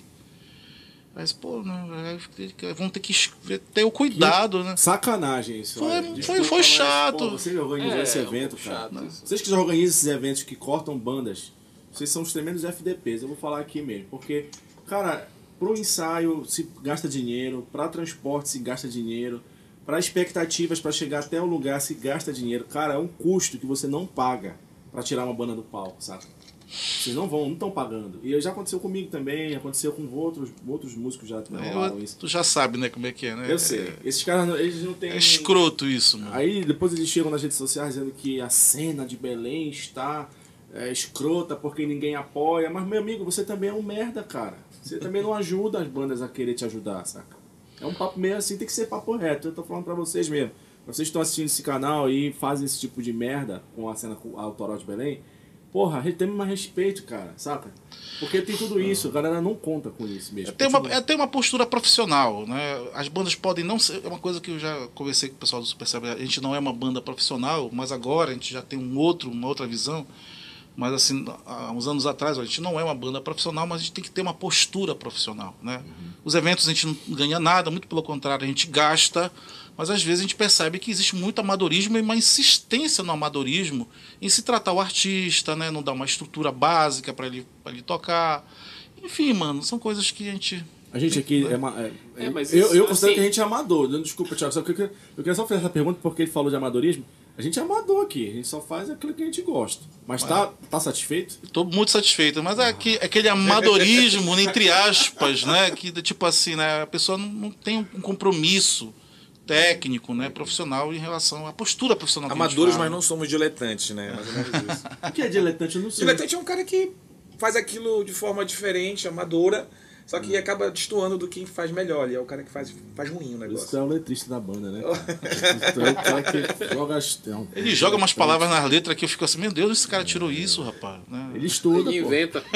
Mas, pô, né, vão ter que ter o cuidado, que né? Sacanagem isso. Foi, olha. foi, Desculpa, foi mas, chato. Pô, você organizou É, esse é um evento, pouco cara. chato isso. Vocês que já organizam esses eventos que cortam bandas, vocês são os tremendos F D Ps. Eu vou falar aqui mesmo. Porque, cara, pro ensaio se gasta dinheiro, pra transporte se gasta dinheiro, pra expectativas pra chegar até o lugar se gasta dinheiro. Cara, é um custo que você não paga pra tirar uma banda do palco, sabe? Vocês não vão, não estão pagando. E já aconteceu comigo também, aconteceu com outros, outros músicos já rolaram isso. Tu já sabe, né, como é que é, né? Eu sei. Esses caras, não- eles não têm... É escroto isso, mano. Aí depois eles chegam nas redes sociais dizendo que a cena de Belém está é, escrota porque ninguém apoia. Mas, meu amigo, você também é um merda, cara. Você também não ajuda as bandas a querer te ajudar, saca? É um papo meio assim, tem que ser papo reto. Eu tô falando pra vocês mesmo. Vocês estão assistindo esse canal e fazem esse tipo de merda com a cena autoral de Belém. Porra, tem mais respeito, cara, saca? Porque tem tudo isso, a galera não conta com isso mesmo. É ter, uma, é ter uma postura profissional, né? As bandas podem não ser... É uma coisa que eu já conversei com o pessoal do Super Saber. A gente não é uma banda profissional, mas agora a gente já tem um outro, uma outra visão. Mas assim, há uns anos atrás, a gente não é uma banda profissional, mas a gente tem que ter uma postura profissional, né? Uhum. Os eventos a gente não ganha nada, muito pelo contrário, a gente gasta, mas às vezes a gente percebe que existe muito amadorismo e uma insistência no amadorismo em se tratar o artista, né? Não dar uma estrutura básica para ele, pra ele tocar. Enfim, mano, são coisas que a gente... A gente aqui é, ma- é, É, mas eu, isso, eu considero assim- que a gente é amador. Desculpa, Thiago, só que eu queria, eu queria só fazer essa pergunta porque ele falou de amadorismo. A gente é amador aqui, a gente só faz aquilo que a gente gosta. Mas tá, tá satisfeito? Estou muito satisfeito, mas é aquele, aquele amadorismo, entre aspas, né? Que tipo assim, né? A pessoa não, não tem um compromisso técnico, né? Profissional em relação à postura profissional. que a gente Amadores, fala. mas não somos diletantes, né? Mais ou menos isso. O que é diletante? Eu não sei. Diletante é um cara que faz aquilo de forma diferente, amadora, só que acaba destoando do que faz melhor. Ele é o cara que faz, faz ruim o Isso negócio. é o letrista da banda, né? Isso é o cara que joga as... não, Ele joga umas palavras nas letras que eu fico assim, meu Deus, esse cara tirou isso, rapaz. Né? Ele estuda, Ele pô. inventa.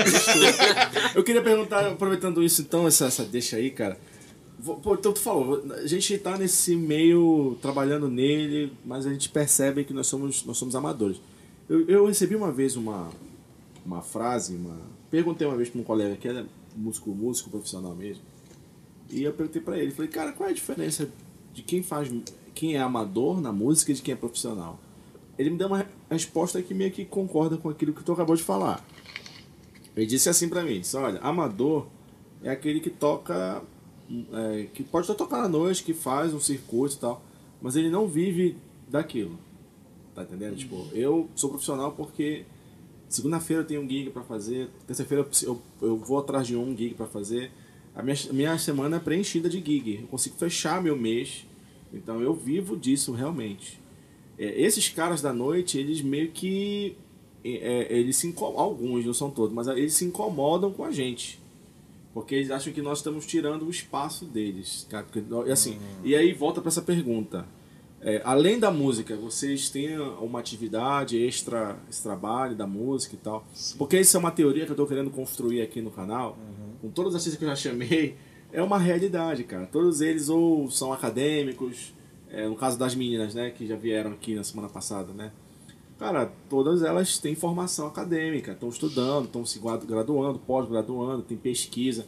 Eu queria perguntar, aproveitando isso então, essa, essa deixa aí, cara. Vou- Pô, então tu falou, a gente tá nesse meio, trabalhando nele, mas a gente percebe que nós somos, nós somos amadores. Eu, eu recebi uma vez uma, uma frase, uma... perguntei uma vez para um colega que era músico, músico profissional mesmo, e eu perguntei para ele, falei, cara, qual é a diferença de quem faz, quem é amador na música e de quem é profissional? Ele me deu uma resposta que meio que concorda com aquilo que tu acabou de falar. Ele disse assim pra mim, disse, olha, amador é aquele que toca, é, que pode até tocar na noite, que faz um circuito e tal, mas ele não vive daquilo, tá entendendo? Tipo, eu sou profissional porque segunda-feira eu tenho um gig pra fazer, terça-feira eu, eu vou atrás de um gig pra fazer, a minha, minha semana é preenchida de gig, eu consigo fechar meu mês, então eu vivo disso realmente. É, esses caras da noite, eles meio que é, eles se incomodam, alguns, não são todos, mas eles se incomodam com a gente. Porque eles acham que nós estamos tirando o espaço deles. Cara, porque, e, assim, uhum. E aí volta para essa pergunta. É, além da música, vocês têm uma atividade extra, esse trabalho da música e tal? Sim. Porque isso é uma teoria que eu estou querendo construir aqui no canal. Uhum. Com todos os artistas que eu já chamei, é uma realidade, cara. Todos eles ou são acadêmicos, é, no caso das meninas, né, que já vieram aqui na semana passada, né? Cara, todas elas têm formação acadêmica, estão estudando, estão se graduando, pós-graduando, tem pesquisa.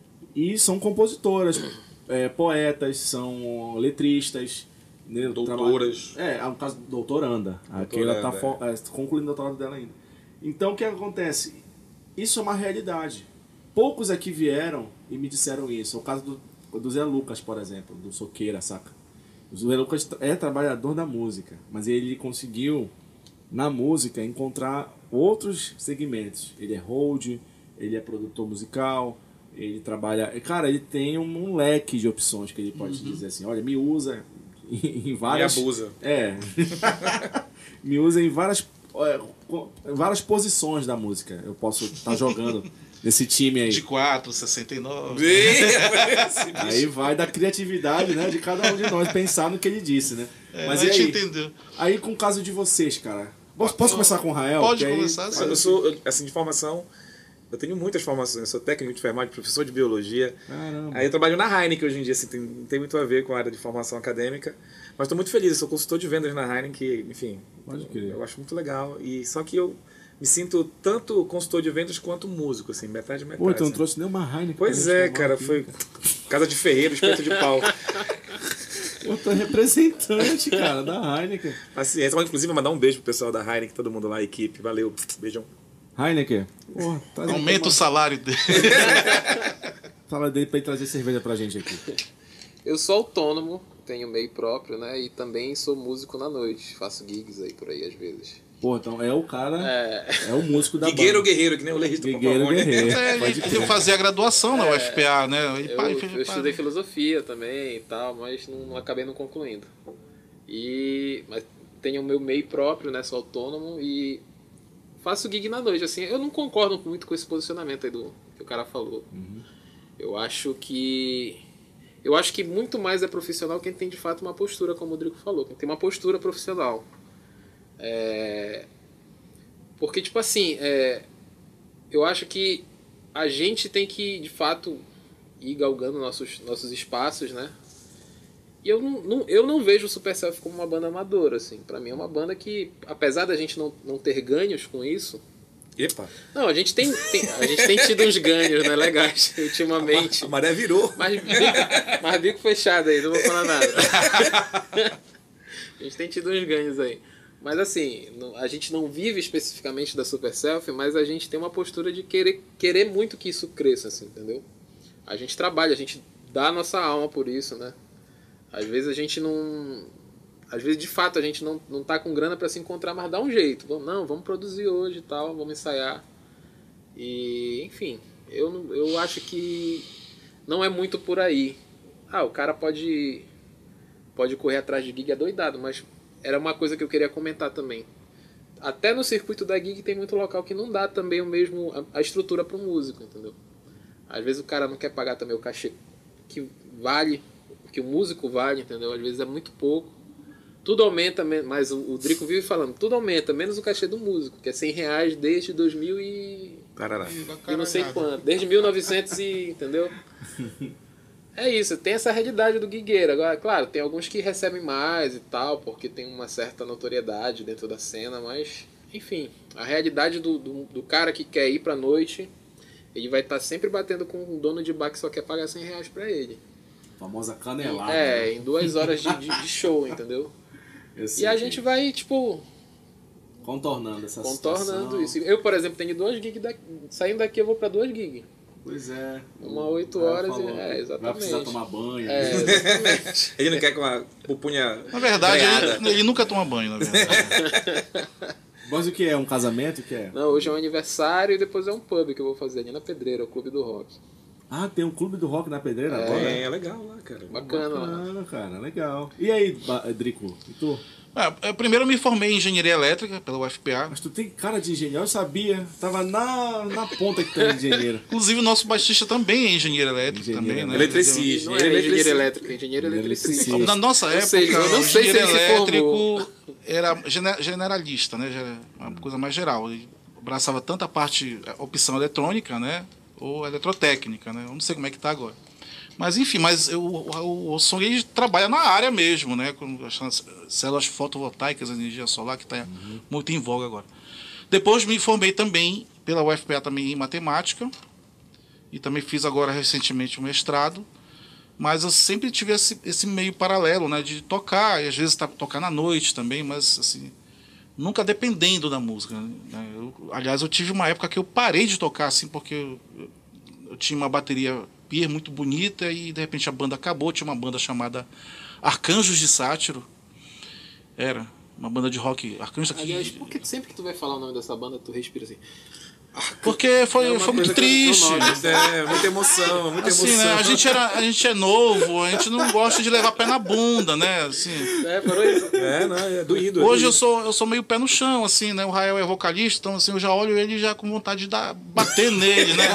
E são compositoras, é, poetas, são letristas, né, doutoras. Trabalho, é, no caso, doutoranda. Aquela está é. é, concluindo o doutorado dela ainda. Então, o que acontece? Isso é uma realidade. Poucos aqui vieram e me disseram isso. O caso do, do Zé Lucas, por exemplo, do Soqueira, saca? O Zé Lucas é trabalhador da música, mas ele conseguiu, na música, encontrar outros segmentos. Ele é hold, ele é produtor musical, ele trabalha... Cara, ele tem um leque de opções que ele pode uhum. dizer assim, olha, me usa em várias... Me abusa. É. Me usa em várias é, com várias posições da música. Eu posso estar jogando nesse time aí. De quatro, sessenta e nove. Aí vai da criatividade, né, de cada um de nós pensar no que ele disse, né? É, Mas a e gente aí? entendeu. Aí com o caso de vocês, cara. Posso, posso começar com o Rael? Pode Que aí- começar, sim. Eu sou, eu, assim, de formação, eu tenho muitas formações. Eu sou técnico de enfermagem, professor de biologia. Caramba. Aí eu trabalho na Heineken hoje em dia, assim, tem, não tem muito a ver com a área de formação acadêmica. Mas estou muito feliz, eu sou consultor de vendas na Heineken, que, enfim, Pode crer. eu acho muito legal. E, só que eu me sinto tanto consultor de vendas quanto músico, assim, metade, metade. Pô, então não assim. trouxe nenhuma Heineken. pra Pois gente é, agora cara, aqui, foi cara. casa de ferreiro, espeto de pau. Eu tô representante, cara, da Heineken. Paciência. Mas, inclusive, mandar um beijo pro pessoal da Heineken, todo mundo lá, a equipe. Valeu, beijão. Heineken. Porra, traz Aumenta o uma... salário dele. Fala dele pra ele trazer cerveja pra gente aqui. Eu sou autônomo, tenho meio próprio, né? E também sou músico na noite. Faço gigs aí por aí às vezes. Pô, então é o cara, É, é o músico da Guigueiro ou banda. guerreiro, que nem o Lerista Guigueiro Papamone. guerreiro. É, Pode ele crer. fazia a graduação na U F P A, né? E eu, pá, e eu fez- estudei filosofia também e tal, mas não, não acabei não concluindo. E mas tenho o meu meio próprio, né? Sou autônomo e faço gig na noite. Assim, eu não concordo muito com esse posicionamento aí do que o cara falou. Eu acho que eu acho que muito mais é profissional quem tem de fato uma postura, como o Drico falou, quem tem uma postura profissional. É... Porque, tipo assim, é... eu acho que a gente tem que, de fato, ir galgando nossos, nossos espaços, né? E eu não, não, eu não vejo o Superself como uma banda amadora, assim. Pra mim é uma banda que, apesar da gente não, não ter ganhos com isso... Epa, Não, a gente tem, tem- a gente tem tido uns ganhos, né, legais, ultimamente. a maré virou. Mas bico, mas bico fechado aí, não vou falar nada. A gente tem tido uns ganhos aí. Mas assim, não- a gente não vive especificamente da Super Selfie, mas a gente tem uma postura de querer, querer muito que isso cresça, assim, entendeu? A gente trabalha, a gente dá a nossa alma por isso, né? Às vezes a gente não... Às vezes, de fato, a gente não, não tá com grana para se encontrar, mas dá um jeito. Vamos, não, vamos produzir hoje e tal, vamos ensaiar. E, enfim, eu, não- eu acho que não é muito por aí. Ah, o cara pode, pode correr atrás de gig adoidado, mas era uma coisa que eu queria comentar também. Até no circuito da gig tem muito local que não dá também o mesmo, a, a estrutura para o músico, entendeu? Às vezes o cara não quer pagar também o cachê que vale, que o músico vale, entendeu? Às vezes é muito pouco. Tudo aumenta, men- mas o, o Drico vive falando, tudo aumenta, menos o cachê do músico, que é cem reais desde dois mil e... Tarará. e não sei quanto, desde mil e novecentos e... entendeu? É isso, tem essa realidade do gigueiro. Agora, claro, tem alguns que recebem mais e tal, porque tem uma certa notoriedade dentro da cena, mas, enfim, a realidade do, do, do cara que quer ir pra noite, ele vai estar sempre batendo com um dono de bar que só quer pagar cem reais pra ele. Famosa canelada. É, né? em duas horas de, de, de show, entendeu? Eu sei E a que- gente vai, tipo, contornando essa contornando situação. isso. Eu, por exemplo, tenho duas gigs, da... saindo daqui eu vou pra duas gigs. Pois é. Uma O oito Rael horas e- falou é, que Vai exatamente. precisar tomar banho. É, exatamente. Ele não quer com a pupunha Na verdade, ganhada. ele, ele nunca toma banho, na verdade. Mas o que é? Um casamento? O que é? Não, hoje é um aniversário e depois é um pub que eu vou fazer ali na Pedreira, o Clube do Rock. Ah, tem um clube do rock na Pedreira agora? É, é legal lá, cara. Bacana lá. Bacana, cara. Legal. E aí, Ba- Drico? E tu? É, primeiro eu me formei em engenharia elétrica pela U F P A. Mas tu tem cara de engenheiro, eu sabia. Tava na, na ponta que tu era engenheiro. Inclusive o nosso baixista também é engenheiro elétrico Engenheiro, também, né? Eletricista. Não é engenheiro elétrico, é engenheiro eletricista. Eletricista. Na nossa Ou época, seja, eu não o sei se engenheiro ele se formou. elétrico era gene- generalista, né? Já era uma coisa mais geral. Ele abraçava tanto a parte, a opção eletrônica, né? Ou eletrotécnica, né? Eu não sei como é que tá agora. Mas enfim, mas eu, o, o som ele trabalha na área mesmo, né? Com as células fotovoltaicas, energia solar, que está muito em voga agora. Depois me formei também pela U F P A também em matemática. E também fiz agora recentemente o mestrado. Mas eu sempre tive esse, esse meio paralelo, né? De tocar, e às vezes tá, tocar na noite também, mas assim, nunca dependendo da música. Né? Eu, aliás, eu tive uma época que eu parei de tocar, assim, porque eu, eu, eu tinha uma bateria Pier muito bonita e de repente a banda acabou. Tinha uma banda chamada Arcanjos de Sátiro. Era uma banda de rock, Arcanjos aqui. Aliás, por que sempre que tu vai falar o nome dessa banda, tu respira assim? Porque foi, É uma foi muito coisa que triste. não nós, É, muita emoção, muita Assim, emoção. né? A gente, era, a gente é novo, a gente não gosta de levar pé na bunda, né? Assim, É, parou isso. É, não, é doído. é hoje eu doído. sou, eu sou meio pé no chão, assim, né? O Rael é vocalista, então assim, eu já olho ele já com vontade de dar, bater nele, né?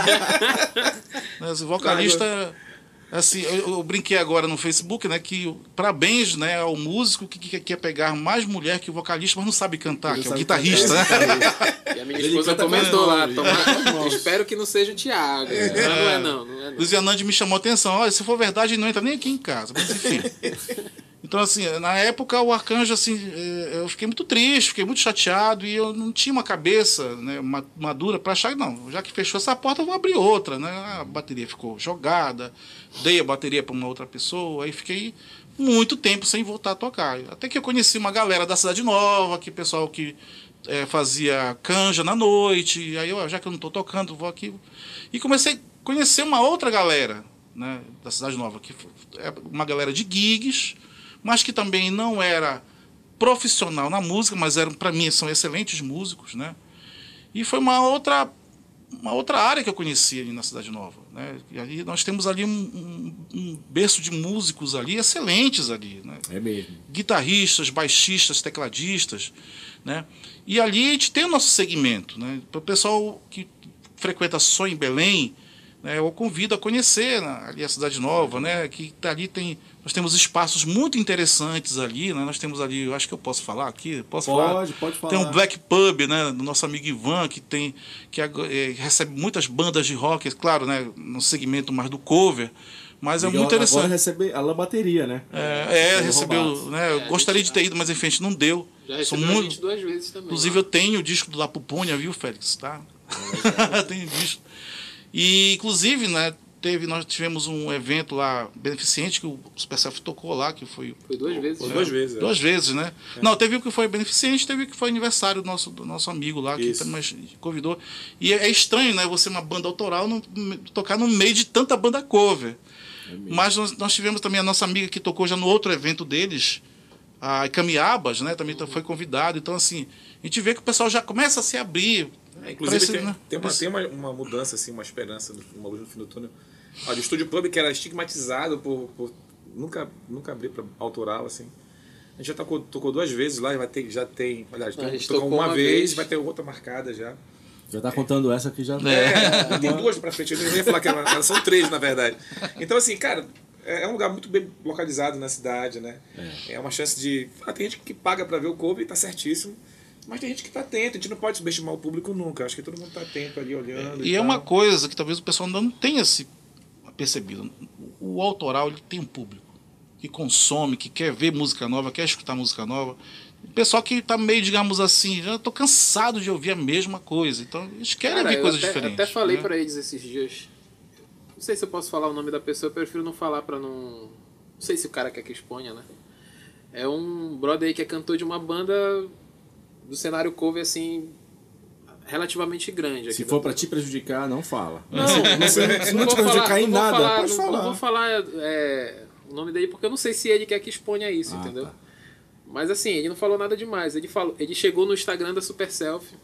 Esse vocalista, assim, eu, eu brinquei agora no Facebook, né? Que parabéns, né, ao músico que, que quer pegar mais mulher que o vocalista, mas não sabe cantar, Ele que é o sabe guitarrista, né? E a minha Ele esposa canta com as comentou lá, mãos, toma- espero que não seja o Thiago. Não é não, não é não. Luiz Anandi me chamou a atenção. Olha, se for verdade, ele não entra nem aqui em casa. Mas enfim. Então, assim, na época, o Arcanjo, assim, eh, eu fiquei muito triste, fiquei muito chateado e eu não tinha uma cabeça, né, ma- madura para achar, não, já que fechou essa porta, eu vou abrir outra, né? A bateria ficou jogada, dei a bateria para uma outra pessoa, aí fiquei muito tempo sem voltar a tocar. Até que eu conheci uma galera da Cidade Nova, que pessoal que eh, fazia canja na noite, aí eu, já que eu não estou tocando, vou aqui. E comecei a conhecer uma outra galera, né, da Cidade Nova, que é uma galera de gigs, mas que também não era profissional na música, mas eram, para mim, são excelentes músicos, né? E foi uma outra, uma outra área que eu conheci ali na Cidade Nova, né? E ali nós temos ali um, um, um berço de músicos ali excelentes ali, né? É mesmo. Guitarristas, baixistas, tecladistas, né? E ali a gente tem o nosso segmento, né? Para o pessoal que frequenta só em Belém, né, eu convido a conhecer, né, ali a Cidade Nova, né? Que ali tem, nós temos espaços muito interessantes ali, né? Nós temos ali, eu acho que eu posso falar aqui, posso falar? Pode, pode falar. Tem um Black Pub, né, do nosso amigo Ivan, que tem que é, recebe muitas bandas de rock, claro, né, no segmento mais do cover, mas é Miguel muito interessante. Agora recebe a bateria, né? É, é Sendo recebeu, roubado. né? Eu É, gostaria a gente de ter ido, mas enfim, a gente não deu. Já Sou recebeu a muito- gente duas vezes também. Inclusive eu tenho o disco do La Pupunha, viu, Félix? Tá? tenho disco. E inclusive, né, teve, nós tivemos um evento lá beneficente que o Supercell tocou lá, que foi Foi duas vezes. Foi já. duas vezes. é. duas vezes, né? Não, teve o que foi beneficente, teve o que foi aniversário do nosso, do nosso amigo lá, que Isso. também convidou. E é, é estranho, né? Você, uma banda autoral, não, tocar no meio de tanta banda cover. Mas nós, nós tivemos também a nossa amiga que tocou já no outro evento deles, a Camiabas, né? Também foi convidado. Então, assim, a gente vê que o pessoal já começa a se abrir. É, inclusive Parece, tem, né? tem, uma, tem uma, uma mudança, assim, uma esperança, uma luz no fim do túnel. Olha, o Estúdio Pub, que era estigmatizado por, por nunca, nunca abrir para autoral, assim. A gente já tocou, tocou duas vezes lá, vai ter, já tem. Aliás, A tem, gente tocou tocou uma, uma vez, vez. vai ter outra marcada já. Já tá contando essa que já... É, tem duas pra frente, eu não ia falar que era- elas são três, na verdade. Então, assim, cara, é um lugar muito bem localizado na cidade, né? É, uma chance de. Ah, tem gente que paga pra ver o cover e tá certíssimo. Mas tem gente que tá atento, a gente não pode subestimar o público nunca. Acho que todo mundo tá atento ali, olhando. E E é tal. uma coisa que talvez o pessoal ainda não tenha se percebido. O autoral, ele tem um público que consome, que quer ver música nova, quer escutar música nova. O pessoal que está meio, digamos assim, já estou cansado de ouvir a mesma coisa. Então, eles querem Cara, ver eu coisas até, diferentes. até falei né? pra eles esses dias. Não sei se eu posso falar o nome da pessoa, eu prefiro não falar pra não. Não sei se o cara quer que exponha, né? É um brother aí que é cantor de uma banda do cenário cover, assim, relativamente grande. aqui Se da- for pra te prejudicar, não fala. Não, se, se, se não te vou prejudicar falar, em não vou nada, falar, pode não, falar. Não vou falar é, o nome dele porque eu não sei se ele quer que exponha isso, Ah, entendeu? tá. Mas assim, ele não falou nada demais. Ele, falou, ele chegou no Instagram da Super Selfie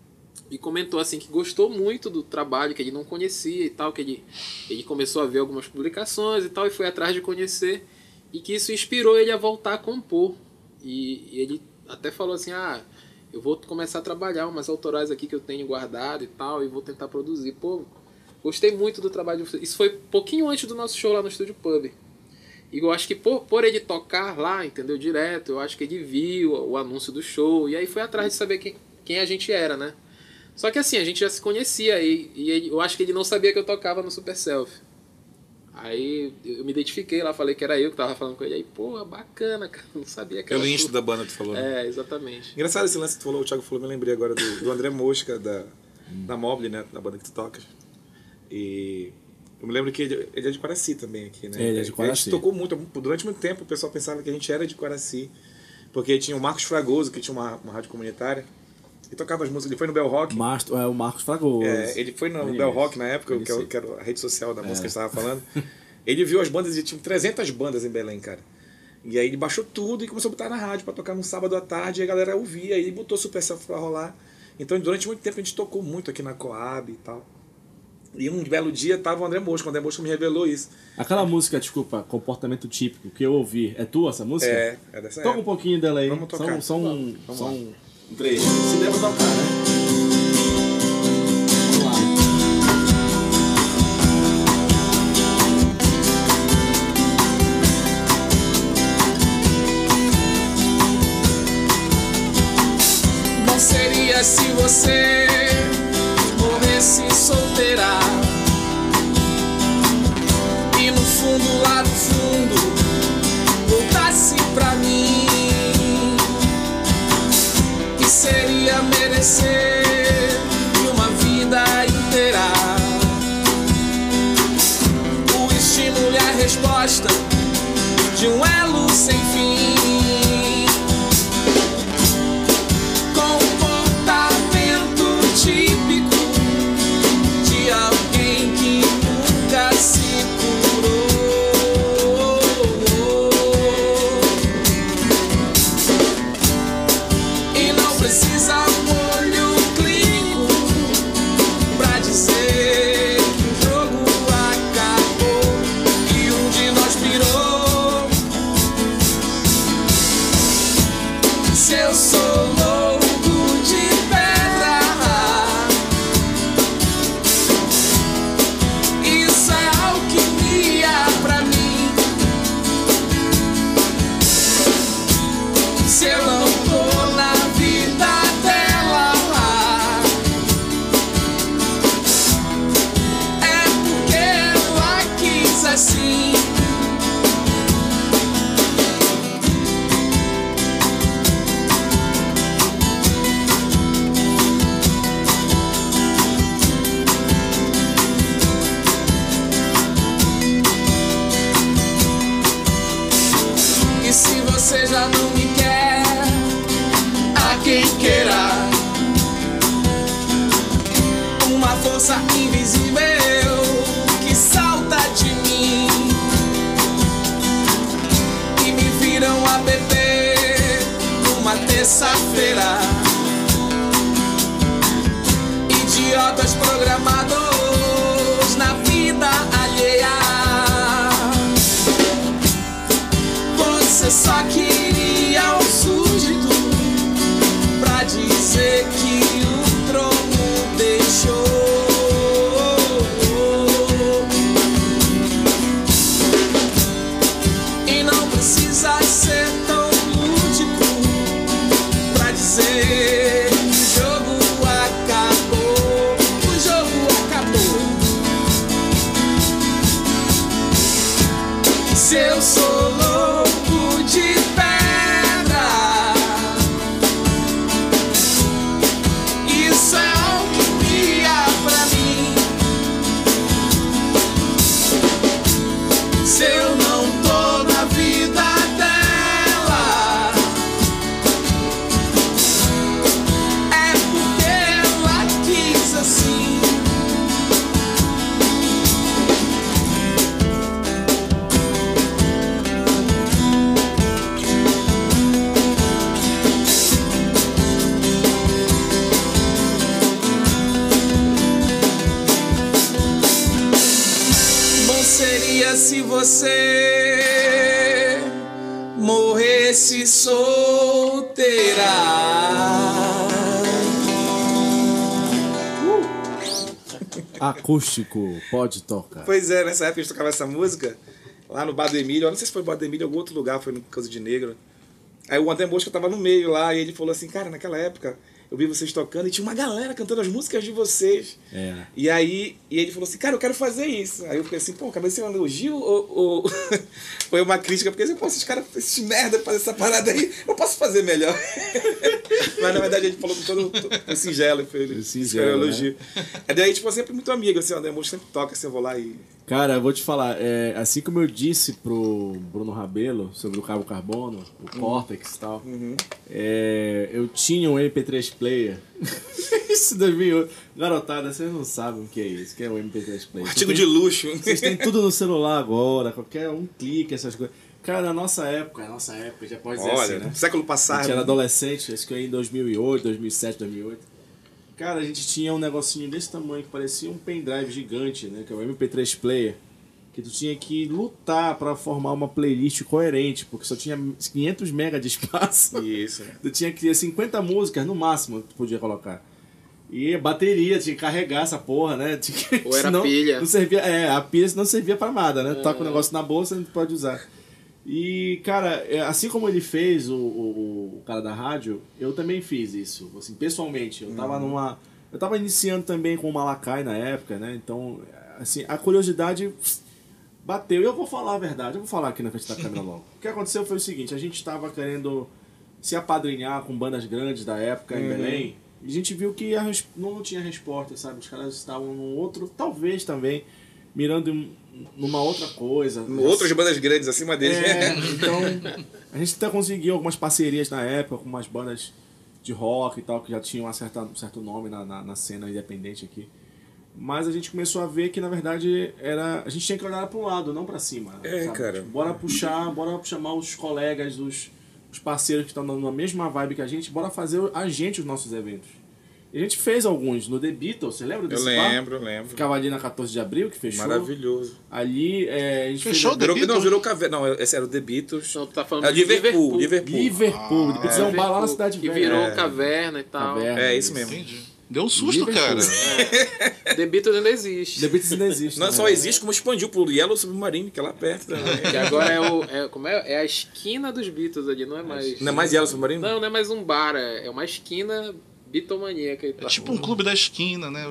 e comentou assim que gostou muito do trabalho, que ele não conhecia e tal, que ele, ele começou a ver algumas publicações e tal, e foi atrás de conhecer, e que isso inspirou ele a voltar a compor. E, e ele até falou assim, ah, eu vou começar a trabalhar umas autorais aqui que eu tenho guardado e tal, e vou tentar produzir. Pô, gostei muito do trabalho de vocês. Isso foi pouquinho antes do nosso show lá no Estúdio Pub. E eu acho que por, por ele tocar lá, entendeu, direto, eu acho que ele viu o, o anúncio do show, e aí foi atrás de saber quem, quem a gente era, né? Só que assim, a gente já se conhecia, e, e ele, eu acho que ele não sabia que eu tocava no Super Selfie. Aí eu me identifiquei lá, falei que era eu que tava falando com ele, aí, pô, bacana, cara, não sabia que É o era lynch tu. da banda, tu falou. Né? É, exatamente. Engraçado esse lance que tu falou, o Thiago falou, me lembrei agora do, do André Mosca, da, da Mobile, né? Da banda que tu tocas. E eu me lembro que ele, ele é de Quaraci também aqui, né? Ele é de A Quaraci. gente tocou muito, durante muito tempo o pessoal pensava que a gente era de Quaraci, porque tinha o Marcos Fragoso, que tinha uma, uma rádio comunitária, e tocava as músicas. Ele foi no Bell Rock. Mastro, é o Marcos Fragoso. É, ele foi no Conheço. Bell Rock na época, que, Conheci. eu, que era a rede social da música que a gente estava falando. Ele viu as bandas e tinha trezentas bandas em Belém, cara. E aí ele baixou tudo e começou a botar na rádio para tocar no sábado à tarde, e a galera ouvia, e botou Super Selfie pra rolar. Então, durante muito tempo, a gente tocou muito aqui na Coab e tal. E um belo dia tava o André Mosco, o André Mosco me revelou isso. Aquela música, desculpa, Comportamento Típico, que eu ouvi, é tua essa música? É, é dessa Toca época. um pouquinho dela aí. Vamos tocar. Só, só um, Vamos só lá. um, um trecho. Se deve tocar, né? Vamos lá. Não seria se você morresse solteira e no fundo, lá no fundo, voltasse pra mim. E seria merecer de uma vida inteira o estímulo e a resposta de um elo sem fim. Típico de alguém que nunca se curou. E não precisa um olho clínico pra dizer que o jogo acabou e um de nós pirou. Se eu sou louco de se eu não tô na vida dela, é porque ela quis assim. E se você já não me quer, a quem queira, uma força invisível que salta de mim e me viram a beber numa terça-feira. Idiotas programados na vida alheia. Você só queria um súdito pra dizer que o trono deixou. E não precisa ser tão lúdico pra dizer que o jogo acabou. O jogo acabou. Se eu sou louco de pedra, isso é alquimia pra mim. Se eu não tô na vida dela, é porque ela quis assim. Seria se você morresse solteira. Acústico, pode tocar. Pois é, nessa época a gente tocava essa música lá no Bar do Emílio. Eu não sei se foi no Bar do Emílio ou algum outro lugar, foi no Casa de Negro. Aí o André Mosca tava no meio lá e ele falou assim, cara, naquela época eu vi vocês tocando e tinha uma galera cantando as músicas de vocês. É. E aí e ele falou assim, cara, eu quero fazer isso. Aí eu fiquei assim, pô, acabei de ser um elogio ou, ou... foi uma crítica? Porque assim, pô, esses caras, esses merda fazem essa parada aí, eu posso fazer melhor. Mas na verdade a gente falou com todo, todo singelo, foi singelo, um elogio. Né? Aí daí a gente foi sempre muito amigo, assim, o André Mosca sempre toca, assim, eu vou lá e... Cara, eu vou te falar, é, assim como eu disse pro Bruno Rabelo sobre o Cabo Carbono, o Uhum. Cortex e tal, uhum. é, eu tinha um M P três player. Isso dois mil e oito. Garotada, vocês não sabem o que é isso, que é o M P três player. Artigo de luxo. Vocês têm tudo no celular agora, qualquer um clique, essas coisas. Cara, na nossa época, na nossa época, já pode dizer Olha, assim, né? século A passado. gente era adolescente, acho que em dois mil e oito, dois mil e sete, dois mil e oito. Cara, a gente tinha um negocinho desse tamanho que parecia um pendrive gigante, né? Que é o M P três Player. Que tu tinha que lutar pra formar uma playlist coerente, porque só tinha quinhentos megas de espaço. Isso. Tu tinha que ter cinquenta músicas no máximo que tu podia colocar. E bateria, tinha que carregar essa porra, né? Tinha que, Ou era senão pilha. Não servia, é, a pilha não servia pra nada, né? Tu tá com o negócio na bolsa, não pode usar. E, cara, assim como ele fez, o, o, o cara da rádio, eu também fiz isso, assim, pessoalmente. Eu tava Uhum. numa... Eu tava iniciando também com o Malakai na época, né? Então, assim, a curiosidade bateu. E eu vou falar a verdade, eu vou falar aqui na frente da câmera logo. O que aconteceu foi o seguinte, a gente tava querendo se apadrinhar com bandas grandes da época em Uhum. Belém. E a gente viu que a res- não tinha resposta, sabe? Os caras estavam num outro, talvez também, mirando em- numa outra coisa. Outras bandas grandes acima deles. É, então, a gente até conseguiu algumas parcerias na época com umas bandas de rock e tal, que já tinham uma certa, um certo nome na, na, na cena independente aqui. Mas a gente começou a ver que, na verdade, era a gente tinha que olhar para um lado, não para cima. É, sabe? cara. Tipo, bora puxar, bora chamar os colegas, os, os parceiros que estão na mesma vibe que a gente, bora fazer a gente os nossos eventos. E a gente fez alguns no The Beatles, você lembra Eu desse bar? lembro, lembro. Ficava ali na quatorze de abril, que fechou. Maravilhoso. Ali, é, a gente Fechou fez... The Virou, não, Beatles? virou caverna. Não, esse era o The Beatles. Então tu tá falando É de Liverpool, Liverpool. Liverpool. The Beatles é um bar lá na cidade que velha. virou É. caverna e tal. Caverna. É, isso mesmo. Entendi. Deu um susto, Liverpool. cara. The Beatles ainda existe. The Beatles ainda existe. Não né? só existe, como expandiu pro Yellow Submarine, que é lá perto também. Que agora é o. É, como é? É a esquina dos Beatles ali, não é mais. Não é mais Yellow Submarine? Não, não é mais um bar, é é uma esquina bitomaníaca e É tal. tipo um clube da esquina, né?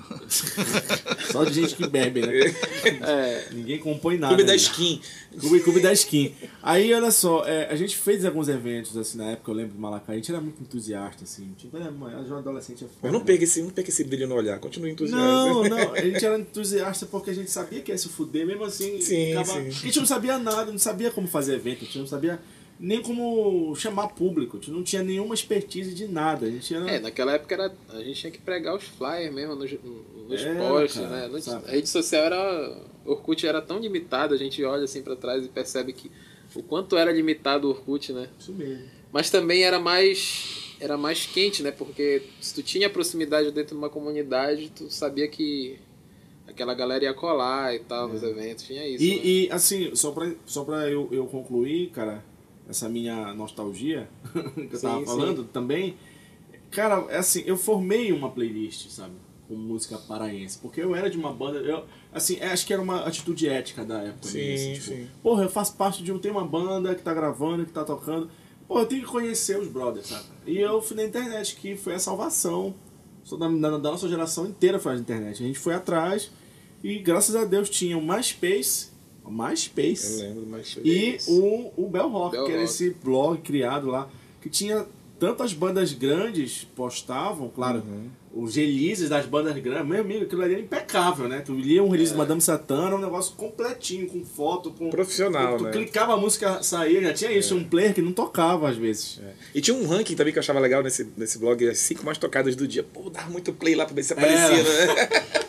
Só de gente que bebe, né? É. Ninguém compõe nada. Clube da né? Skin. Clube, Clube da Skin. Aí, olha só, é, a gente fez alguns eventos, assim, na época, eu lembro do Malakai, a gente era muito entusiasta, assim. Tipo, era, mãe, a jovem adolescente é foda. Mas não né? perca esse, não perca esse brilho no olhar, continue entusiasta. Não, não, a gente era entusiasta porque a gente sabia que ia se fuder, mesmo assim. Sim, ficava... sim. A gente não sabia nada, não sabia como fazer evento, a gente não sabia nem como chamar público, a gente não tinha nenhuma expertise de nada. A gente era... É, naquela época era, a gente tinha que pregar os flyers mesmo nos, nos É, posts, cara, né? Não tinha- sabe? a rede social era. Orkut era tão limitado, a gente olha assim pra trás e percebe que o quanto era limitado o Orkut, né? Isso mesmo. Mas também era mais era mais quente, né? Porque se tu tinha proximidade dentro de uma comunidade, tu sabia que aquela galera ia colar e tal nos eventos, tinha isso. né? E, e, assim, só pra, só pra eu, eu concluir, cara, essa minha nostalgia que eu Sim, tava sim. falando também, cara, é assim, eu formei uma playlist, sabe, com música paraense, porque eu era de uma banda, eu, assim, é, acho que era uma atitude ética da época. Sim, minha, assim, tipo, sim. porra, eu faço parte de um, tem uma banda que tá gravando, que tá tocando, porra, eu tenho que conhecer os brothers, sabe? E eu fui na internet, que foi a salvação, só da, da, da nossa geração inteira foi a internet, a gente foi atrás e graças a Deus tinha o MySpace, o Eu MySpace lembro, mas... e o, o Bell Rock, Bell que era Rock. esse blog criado lá, que tinha tantas bandas grandes postavam, claro, os releases das bandas grandes, meu amigo, aquilo ali era impecável, né? Tu lia um release É. de Madame Satana, um negócio completinho, com foto, com... Profissional, tu né? clicava a música, saía, já tinha isso, um player que não tocava às vezes. É. E tinha um ranking também que eu achava legal nesse, nesse blog, as cinco mais tocadas do dia. Pô, dava muito play lá pra ver se aparecia, né?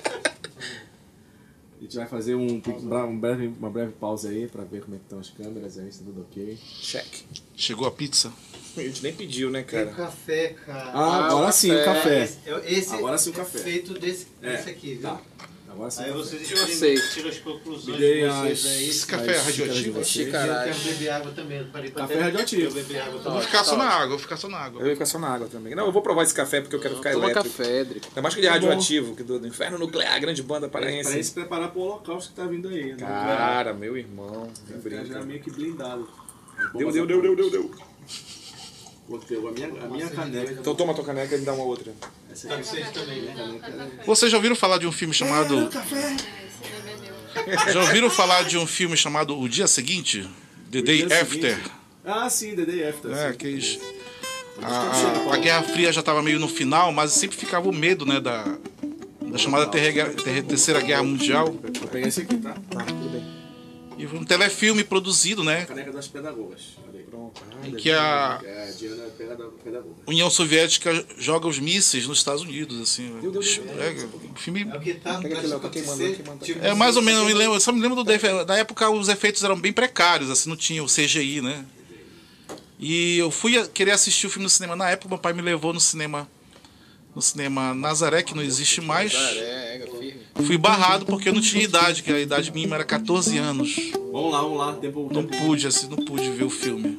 A gente vai fazer um, um breve, uma breve pausa aí pra ver como é que estão as câmeras aí, se tá tudo ok. Check. Chegou a pizza. A gente nem pediu, né, Tem cara? café, cara. Ah, Ah, agora o sim, o café. Esse, esse Agora sim o é café. feito desse, É, desse aqui, viu? Tá, agora sim. Aí o café. vocês Eu tiram, sei. tiram as conclusões Me dê de vocês as- aí. Esse café é as xícaras de radioativo? vocês. E eu Caralho. quero beber água também. Eu parei pra Café até- radioativo. Eu beber água Eu vou também. ficar só tá na ótimo. água, vou ficar só na Eu água. ia ficar só na água também. Não, eu vou provar esse café porque eu quero ficar Toma elétrico. café, Drico. Ainda mais que ele é Tá bom. radioativo, que do, do Inferno Nuclear, grande banda Para ele se paraense. preparar pro holocausto que tá vindo aí. né? Cara, meu irmão. Vai Não ficar já brinca. meio que blindado. Deu, deu, deu, deu, deu, deu. Botei a minha, a minha caneca. Então toma tua caneca e me dá uma outra. Essa Tá aqui vocês também, né? Vocês já ouviram falar de um filme chamado. café. Já ouviram falar de um filme chamado O Dia Seguinte? The Day Dia After? Seguinte. Ah, sim, The Day After. É, sim. aqueles. A, a, a Guerra Fria já estava meio no final, mas sempre ficava o medo, né, da, da chamada terre- ter- Terceira Guerra Mundial. Vou pegar esse aqui, tá? Tá, tudo bem. E foi um telefilme produzido, né, Caneca das pedagogas. Olha aí. Pronto. em que a É, a Diana é peda- pedagoga. União Soviética joga os mísseis nos Estados Unidos, assim. Deus, Deus, Deus. É, o filme É o que tá Pega pra aquele lá, tá queimando, tá acontecer. queimando. Tipo, é mais ou menos, eu, me lembro, eu só me lembro do defe- da época os efeitos eram bem precários, assim, não tinha o C G I, né? E eu fui a- querer assistir o filme no cinema na época, meu pai me levou no cinema no cinema Nazaré, que não existe mais. Nazaré, é, firme. Fui barrado porque eu não tinha idade, que a idade mínima era catorze anos. Vamos lá, vamos lá. Tempo, Não tempo. pude, assim, não pude ver o filme.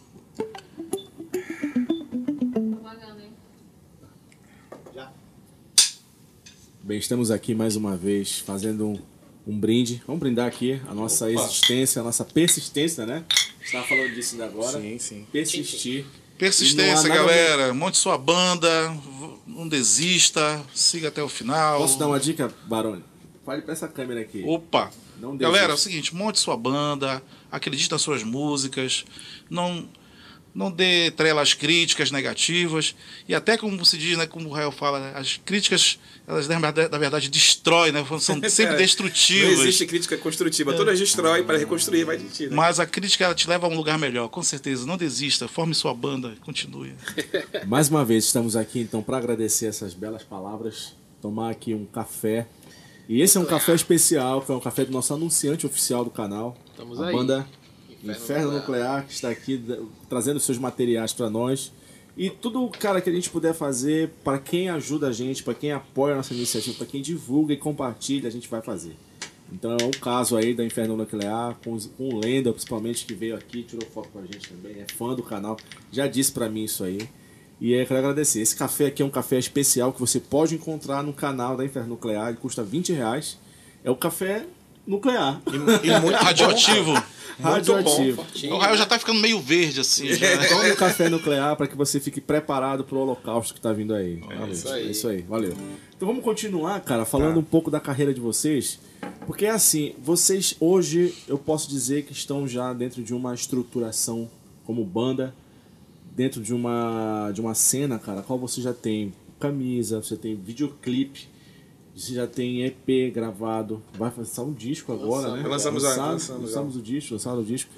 Bem, estamos aqui mais uma vez fazendo um, um brinde. Vamos brindar aqui a nossa Opa. existência, a nossa persistência, né? A gente estava falando disso ainda agora. Sim, sim. Persistir. Persistência, E não há nada galera. Monte sua banda, não desista, siga até o final. Posso dar uma dica, Barone? Fale pra essa câmera aqui. Opa! Não Galera, é o desista. seguinte, monte sua banda, acredite nas suas músicas, não, não dê trela às críticas negativas, e até como se diz, né, como o Rael fala, né, as críticas, elas na verdade, na verdade destroem, né, são sempre Não destrutivas. existe crítica construtiva. Todas destrói para reconstruir, vai de ti, né? Mas a crítica ela te leva a um lugar melhor, com certeza. Não desista, forme sua banda, continue. Mais uma vez, estamos aqui então para agradecer essas belas palavras, tomar aqui um café. E esse é um café especial, que é um café do nosso anunciante oficial do canal. Estamos a aí. banda Inferno Inferno Nuclear. Nuclear, que está aqui da- trazendo seus materiais para nós. E tudo, cara, que a gente puder fazer, para quem ajuda a gente, para quem apoia a nossa iniciativa, para quem divulga e compartilha, a gente vai fazer. Então é um caso aí da Inferno Nuclear, com, os- com o Lenda, principalmente, que veio aqui, tirou foto com a gente também, é fã do canal, já disse para mim isso aí. E eu quero agradecer. Esse café aqui é um café especial que você pode encontrar no canal da Inferno Nuclear, ele custa vinte reais. É o café nuclear. E muito Radioativo. Radioativo. O Rael já tá ficando meio verde, assim. Já. Tome o café nuclear para que você fique preparado para o holocausto que tá vindo aí. Valeu. isso aí. É isso aí, valeu. Então vamos continuar, cara, falando um pouco da carreira de vocês. Porque é assim, vocês hoje eu posso dizer que estão já dentro de uma estruturação como banda, dentro de uma, de uma cena, cara, a qual você já tem camisa, você tem videoclipe, você já tem E P gravado, vai lançar um disco agora, né? Lançamos já, Lançado, lançamos já. lançamos o disco, lançaram o disco.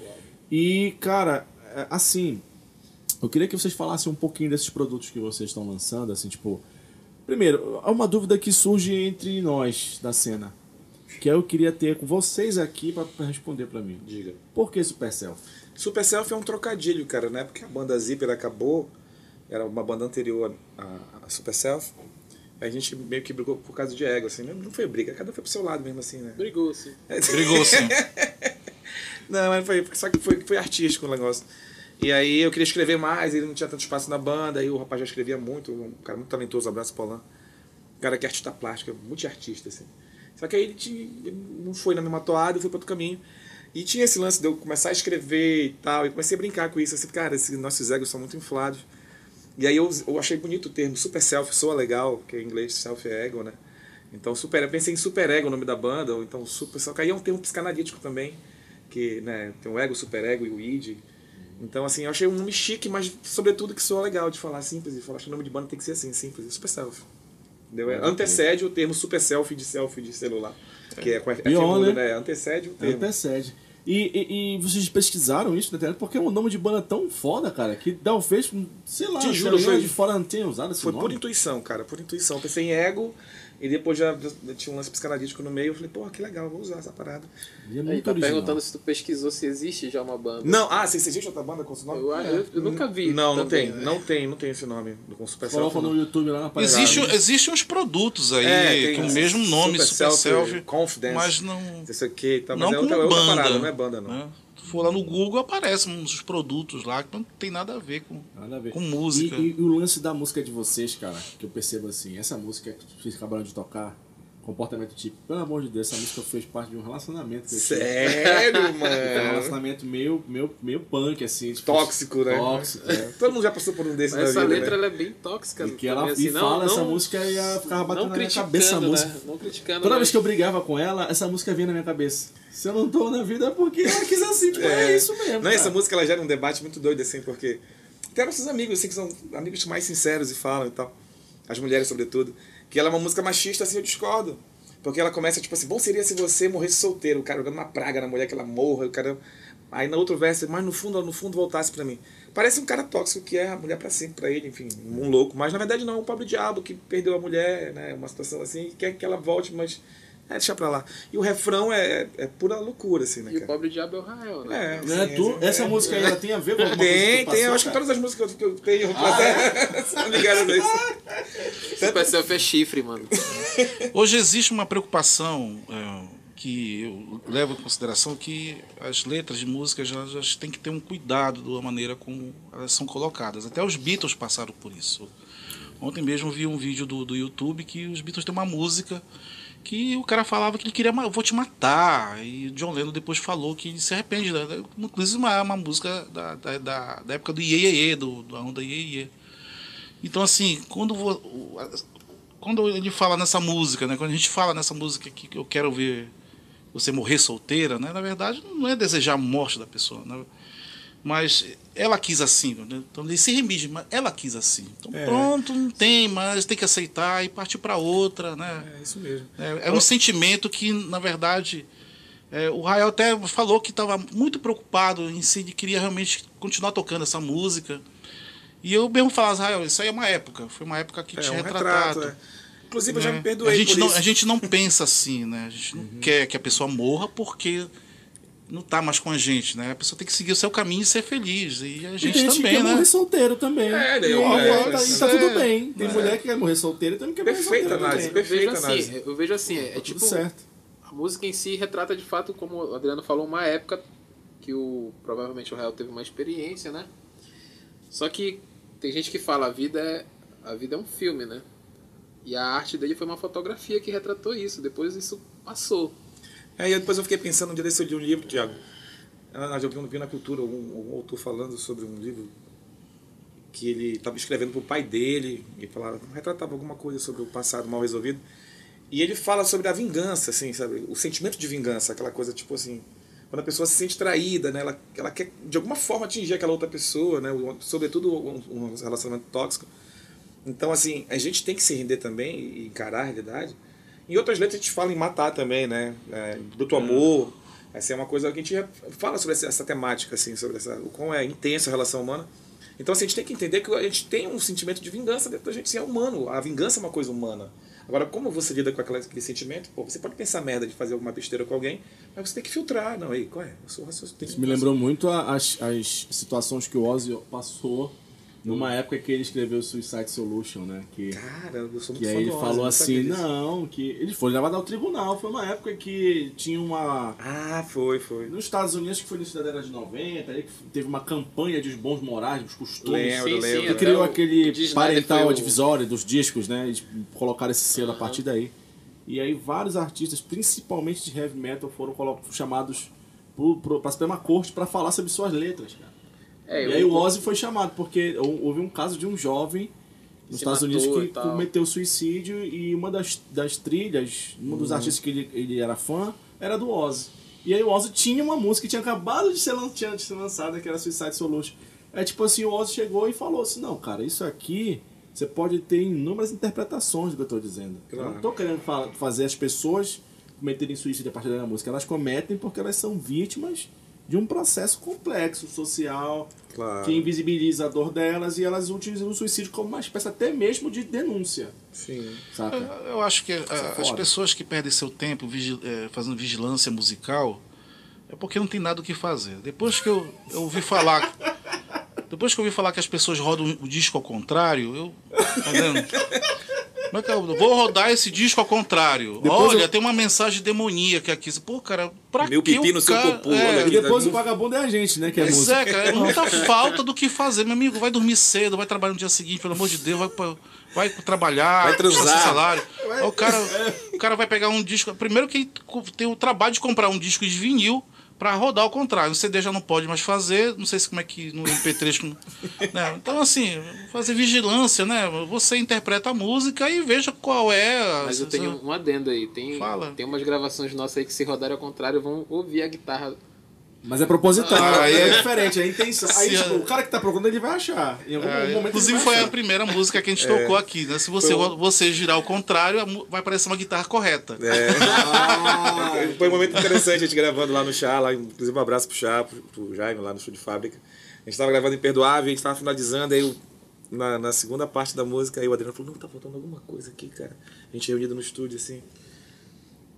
E, cara, é, assim, eu queria que vocês falassem um pouquinho desses produtos que vocês estão lançando, assim, tipo... Primeiro, há uma dúvida que surge entre nós da cena, que eu queria ter com vocês aqui para responder para mim. Diga. Por que Super Self? Super Self é um trocadilho, cara, né? Porque a banda Zipper acabou, era uma banda anterior a, a Super Self. A gente meio que brigou por causa de ego, assim. Não foi briga, cada um foi pro seu lado mesmo, assim, né? Brigou, sim. Brigou, sim. Não, mas foi, só que foi, foi artístico o negócio. E aí eu queria escrever mais, ele não tinha tanto espaço na banda, aí o rapaz já escrevia muito, um cara muito talentoso, abraço Paulão. Um cara que é artista plástico, multi-artista, assim. Só que aí ele, tinha, ele não foi na mesma toada, foi para outro caminho. E tinha esse lance de eu começar a escrever e tal, e comecei a brincar com isso, assim, cara, esses nossos egos são muito inflados. E aí eu, eu achei bonito o termo super self, soa legal, que em inglês self é ego, né? Então super, eu pensei em super ego o nome da banda, ou então super, só que aí é um termo psicanalítico também, que, né, tem o ego, o super ego e o id. Então assim, eu achei um nome chique, mas sobretudo que soa legal de falar simples, e falar que o nome de banda tem que ser assim, simples, super self. Entendeu? É, antecede o termo super selfie de selfie de celular, que é com F Pior, mudo, né? né? Antecede o termo. Antecede. E, e, e vocês pesquisaram isso na internet? Porque é um nome de banda tão foda, cara, que talvez, sei lá, Te juro, se foi- de fora não tenha usado esse Foi nome. por intuição, cara, por intuição. Pensei em ego e depois já, já tinha um lance psicanalítico no meio. Eu falei, porra, que legal, vou usar essa parada. E é Aí muito tá original. perguntando se tu pesquisou se existe já uma banda. Não, ah, se existe outra banda com esse nome? Eu, eu, eu nunca vi. Não, não também, tem, né? não tem, não tem esse nome com Super Self. Coloca no não. YouTube lá na página. Existe, Existem uns produtos aí É, tem com o esse mesmo nome, Super, Self, Confidence, mas não, não sei o que, tá, mas não é outra, como outra banda. parada, não é banda, não. né? Se for lá no Google, aparecem uns produtos lá que não tem nada a ver com, Nada a ver. com música. E, e o lance da música de vocês, cara, que eu percebo assim, essa música que vocês acabaram de tocar, comportamento tipo, pelo amor de Deus, essa música fez parte de um relacionamento que eu tive. Sério, Foi um mano? relacionamento meio, meio, meio punk, assim. Tipo, Tóxico, né? Tóxico, é. Todo mundo já passou por um desses Mas na essa vida, letra né? ela é bem tóxica. E que ela também, assim, e não- fala essa não- música e ela ficava batendo Não na minha criticando, cabeça essa música. né? Não criticando, Toda mas- vez que eu brigava com ela, essa música vinha na minha cabeça. Se eu não tô na vida é porque ela quis assim, tipo, é, isso mesmo. Não, cara. essa música ela gera um debate muito doido, assim, porque tem nossos amigos, assim, que são amigos mais sinceros e falam e tal, as mulheres sobretudo, que ela é uma música machista, assim, eu discordo. Porque ela começa, tipo assim, bom seria se você morresse solteiro, o cara jogando uma praga na mulher, que ela morra, o cara... Aí no outro verso, mas no fundo, no fundo voltasse pra mim. Parece um cara tóxico que é a mulher pra sempre, pra ele, enfim, um louco. Mas na verdade não, é um pobre diabo que perdeu a mulher, né, uma situação assim, e quer que ela volte, mas É, deixa pra lá. E o refrão é, é pura loucura, assim, né, E o cara? pobre diabo é o Rael, né? É, Não é sim, tu? é, Essa é, música aí ela tem a ver com alguma coisa Tem, que tu tem. Eu passou, acho que cara? todas as músicas que eu tenho Ah, é? são ligadas a isso. Super Selfie é chifre, mano. Hoje existe uma preocupação é, que eu levo em consideração que as letras de músicas já, já têm que ter um cuidado da maneira como elas são colocadas. Até os Beatles passaram por isso. Ontem mesmo vi um vídeo do, do YouTube que os Beatles têm uma música que o cara falava que ele queria, eu vou te matar. E John Lennon depois falou que ele se arrepende. Né? Inclusive uma, uma música da, da, da, da época do Iê Iê Iê, do, da onda Iê Iê. Então assim, quando, vou, quando ele fala nessa música, né? Quando a gente fala nessa música que eu quero ver você morrer solteira, né? Na verdade não é desejar a morte da pessoa, né? Mas ela quis assim, né? Então ele se remige, mas ela quis assim. Então É. pronto, não tem, mas tem que aceitar e partir para outra, né? É isso mesmo. É, é um sentimento que, na verdade, é, o Rael até falou que estava muito preocupado em si, de queria realmente continuar tocando essa música. E eu mesmo falava, Rael, isso aí é uma época, foi uma época que É tinha um retratado. retrato. É. Inclusive, eu já né? me perdoei a gente por não, isso. A gente não pensa assim, né? A gente não Uhum. quer que a pessoa morra porque não está mais com a gente, né? A pessoa tem que seguir o seu caminho e ser feliz. E a E gente tem gente que também, quer né? morrer solteiro também. É, e, daí, aí, ó, é, é, tá, e isso tá é. tudo bem. Tem É. mulher que quer morrer solteira e também quer morrer Perfeita solteira análise, também. perfeita. Eu vejo assim, análise. eu vejo assim, é Tá tipo, tudo certo. a música em si retrata de fato, como o Adriano falou, uma época que o provavelmente o Rael teve uma experiência, né? Só que tem gente que fala a vida é a vida é um filme, né? E a arte dele foi uma fotografia que retratou isso. Depois isso passou. Aí depois eu fiquei pensando, um dia desse eu li um livro, Thiago. Eu vi, vi na cultura algum, algum autor falando sobre um livro que ele estava escrevendo para o pai dele, e falava, retratava alguma coisa sobre o passado mal resolvido. E ele fala sobre a vingança, assim, sabe? O sentimento de vingança, aquela coisa tipo assim, quando a pessoa se sente traída, né? Ela, ela quer de alguma forma atingir aquela outra pessoa, né? Sobretudo um, um relacionamento tóxico. Então, assim, a gente tem que se render também e encarar a realidade. Em outras letras a gente fala em matar também, né? É, bruto amor. Essa é uma coisa que a gente fala sobre essa, essa temática, assim, sobre essa, o quão é intensa a relação humana. Então, assim, a gente tem que entender que a gente tem um sentimento de vingança dentro da gente, assim, é humano. A vingança é uma coisa humana. Agora, como você lida com aquele, aquele sentimento, pô, você pode pensar merda de fazer alguma besteira com alguém, mas você tem que filtrar. Não, aí, qual é? Eu sou raciocínio. Isso me lembrou muito a- as, as situações que o Ozzy passou numa época que ele escreveu Suicide Solution, né? Que, Cara, eu sou muito que fã aí do ele Ozzy, falou não assim, sabia disso. não, que ele foi levado ao tribunal. Foi uma época que tinha uma... Ah, foi, foi. Nos Estados Unidos, que foi no início da década de noventa, aí que teve uma campanha dos bons morais, dos costumes. Lembro, Sim, lembro. sim, Que até criou o- aquele o Disney parental foi o- advisório dos discos, né? Eles colocaram esse selo a partir daí. E aí vários artistas, principalmente de heavy metal, foram colo- chamados para a Suprema Corte para falar sobre suas letras, cara. É, E aí o Ozzy foi chamado, porque houve um caso de um jovem nos Se Estados matou Unidos e que tal. cometeu suicídio e uma das, das trilhas, um dos artistas que ele, ele era fã, era do Ozzy. E aí o Ozzy tinha uma música que tinha acabado de ser, lan- tinha de ser lançada, que era Suicide Solution. É tipo assim, o Ozzy chegou e falou assim, não, cara, isso aqui você pode ter inúmeras interpretações do que eu estou dizendo. Eu Claro. não estou querendo fa- fazer as pessoas cometerem suicídio a partir da música. Elas cometem porque elas são vítimas de um processo complexo, social, Claro. que invisibiliza a dor delas e elas utilizam o suicídio como uma espécie até mesmo de denúncia, Sim. saca? Eu, eu acho que ah, é as foda. pessoas que perdem seu tempo vigi- eh, fazendo vigilância musical é porque não tem nada o que fazer. Depois que eu, eu ouvi falar. Depois que eu ouvi falar que as pessoas rodam o disco ao contrário, eu. Tá vendo? Como é que eu vou rodar esse disco ao contrário? Depois Olha, eu- tem uma mensagem demoníaca aqui. Pô, cara, pra Meu que pipi o no seu cara- popô, é, olha E aqui. depois o vagabundo é a gente, né? Que é Pois música. é, cara, é muita falta do que fazer. Meu amigo, vai dormir cedo, vai trabalhar no dia seguinte, pelo amor de Deus, vai, pra- vai trabalhar, Vai transar. puxar seu salário. Aí O cara, o cara vai pegar um disco. Primeiro que tem o trabalho de comprar um disco de vinil pra rodar ao contrário. O C D já não pode mais fazer, não sei se como é que no M P três. Né? Então, assim, fazer vigilância, né? Você interpreta a música e veja qual é. a- Mas eu tenho um adendo aí. Tem, Fala. tem umas gravações nossas aí que se rodarem ao contrário vão ouvir a guitarra. Mas é proposital, Ah, aí é. é diferente, é intenção. Aí Se tipo, a- o cara que tá procurando, ele vai achar. Em algum É, momento inclusive ele vai foi a achar. primeira música que a gente tocou aqui, né? Se você, Foi um- você girar ao contrário, a mu- vai aparecer uma guitarra correta. É. Foi um momento interessante a gente gravando lá no Chá, lá, inclusive um abraço pro Chá, pro, pro Jaime, lá no Estúdio Fábrica. A gente tava gravando Imperdoável, a gente tava finalizando, aí eu, na, na segunda parte da música, aí o Adriano falou, não, tá faltando alguma coisa aqui, cara. A gente reunido no estúdio, assim.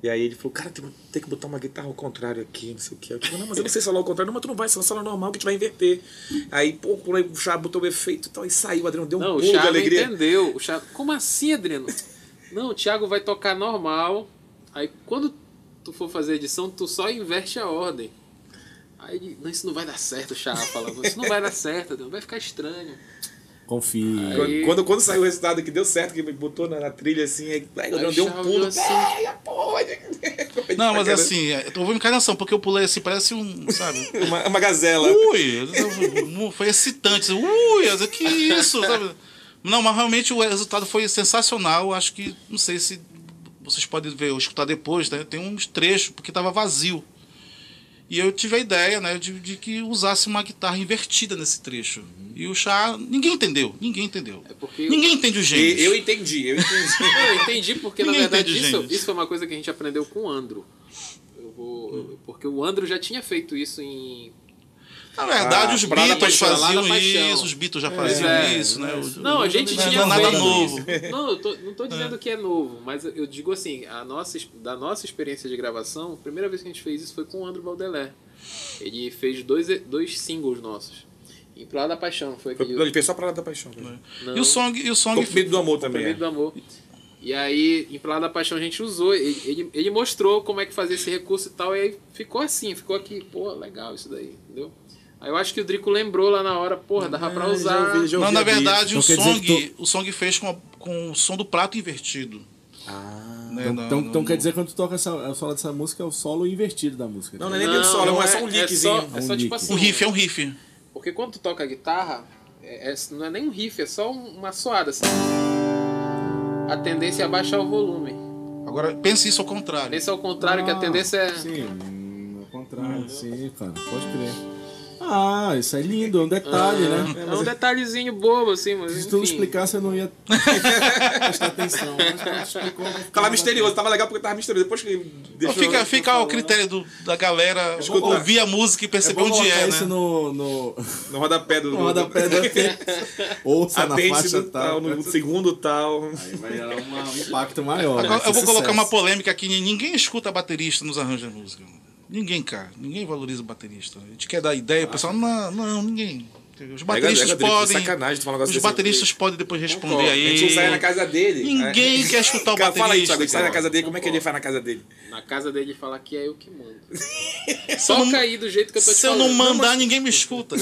E aí ele falou, cara, tem, tem que botar uma guitarra ao contrário aqui, não sei o que. Eu falei, não, mas eu não sei solar ao contrário. Não, mas tu não vai, só solar normal que a gente vai inverter. Aí, pô, o Chá botou o efeito e tal, e saiu. O Adriano deu um Não, o pulo de Thiago alegria. entendeu. O Thiago, como assim, Adriano? Não, o Thiago vai tocar normal. Aí quando tu for fazer a edição, tu só inverte a ordem. Aí ele, não, isso não vai dar certo, o Chá falando. Isso não vai dar certo, Adriano, vai ficar estranho. Confia. Aí- Quando, quando saiu o resultado que deu certo, que botou na, na trilha assim, aí, aí o Adriano o deu um Chá pulo. olhou assim. Pega, porra! Não, mas assim, é, eu vou encarnação, porque eu pulei assim, parece um, sabe? Uma, uma gazela. Ui, foi excitante. Ui, que isso, sabe? Não, mas realmente o resultado foi sensacional. Acho que, não sei se vocês podem ver ou escutar depois, né? Tem uns trechos, porque estava vazio. E eu tive a ideia, né, de, de que usasse uma guitarra invertida nesse trecho. E o Chá, ninguém entendeu, ninguém entendeu. É porque Ninguém entende o E, gênio. eu entendi, eu entendi. Eu entendi porque, na Ninguém verdade, entende isso, gênios. isso foi uma coisa que a gente aprendeu com o Andro. Eu vou, eu- porque o Andro já tinha feito isso em... Na verdade, Ah, os Prada Beatles Paixão, lá faziam na Paixão. isso, os Beatles já faziam É, isso, né? O- Não, a gente não é tinha nada feito. novo. Não, eu tô, não tô dizendo que é novo, mas eu digo assim, a nossa, da nossa experiência de gravação, a primeira vez que a gente fez isso foi com o Andro Valdelé. Ele fez dois, dois singles nossos. Em Prada da Paixão, foi Foi- aquele... Ele fez só pra lá da paixão. Não, E o song, e o song Comprimido do amor também. Comprimido é. do Amor. E aí, em Prada da Paixão, a gente usou, ele, ele, ele mostrou como é que fazia esse recurso e tal, e aí ficou assim, ficou aqui, pô, legal isso daí, entendeu? Aí eu acho que o Drico lembrou lá na hora, porra, dava pra Ah, já usar. ouvi, já Não, ouvi na a beat. verdade, Então o quer dizer song, que o song fez com, a- com o som do prato invertido. Ah. Né? Então, Não- então, não- então quer dizer que quando tu toca essa, o solo dessa música é o solo invertido da música. Não, tá? não é nem bem solo, é só um lickzinho. É só, é só Um tipo lick. assim. Um riff é um riff. Porque quando tu toca a guitarra, é- é- não é nem um riff, é só um- uma soada assim. A tendência é abaixar o volume. Agora, pense isso ao contrário. Nesse ao contrário, que a tendência é. Sim, hum, ao contrário, sim, cara, pode crer. Ah, isso é lindo, é um detalhe, né? É um detalhezinho bobo, assim, mas. Se tu não enfim. explicasse, eu não ia prestar atenção. Mas quando tu explicou, eu vou ficar Tava misterioso, tava legal porque tava misterioso. Depois que ele deixou... Fica, fica ao critério do, da galera Escuta. ouvir a música e É perceber bom onde colocar é, isso né? no, no, No rodapé do... no rodapé do ouça na Atente faixa do tal, tal. no segundo tal. Aí vai gerar uma- um impacto maior. né? Agora, eu vou Esse colocar uma sucesso. polêmica aqui. Ninguém escuta baterista nos arranjos da música. Ninguém, cara. Ninguém valoriza o baterista. A gente quer dar ideia, o pessoal, não, não, ninguém. Os bateristas Pega- pega, podem. sacanagem tu falar um negócio Os desse. bateristas podem depois responder Concordo. aí. A gente não sai na casa dele. Ninguém É. quer escutar o Cara, fala aí, baterista. Thiago, a gente sai na cara. casa dele, como é que ele faz na casa dele? Na casa dele falar que é eu que mando. Se eu Só não- cair do jeito que eu tô te Se eu falando. não mandar, ninguém me escuta.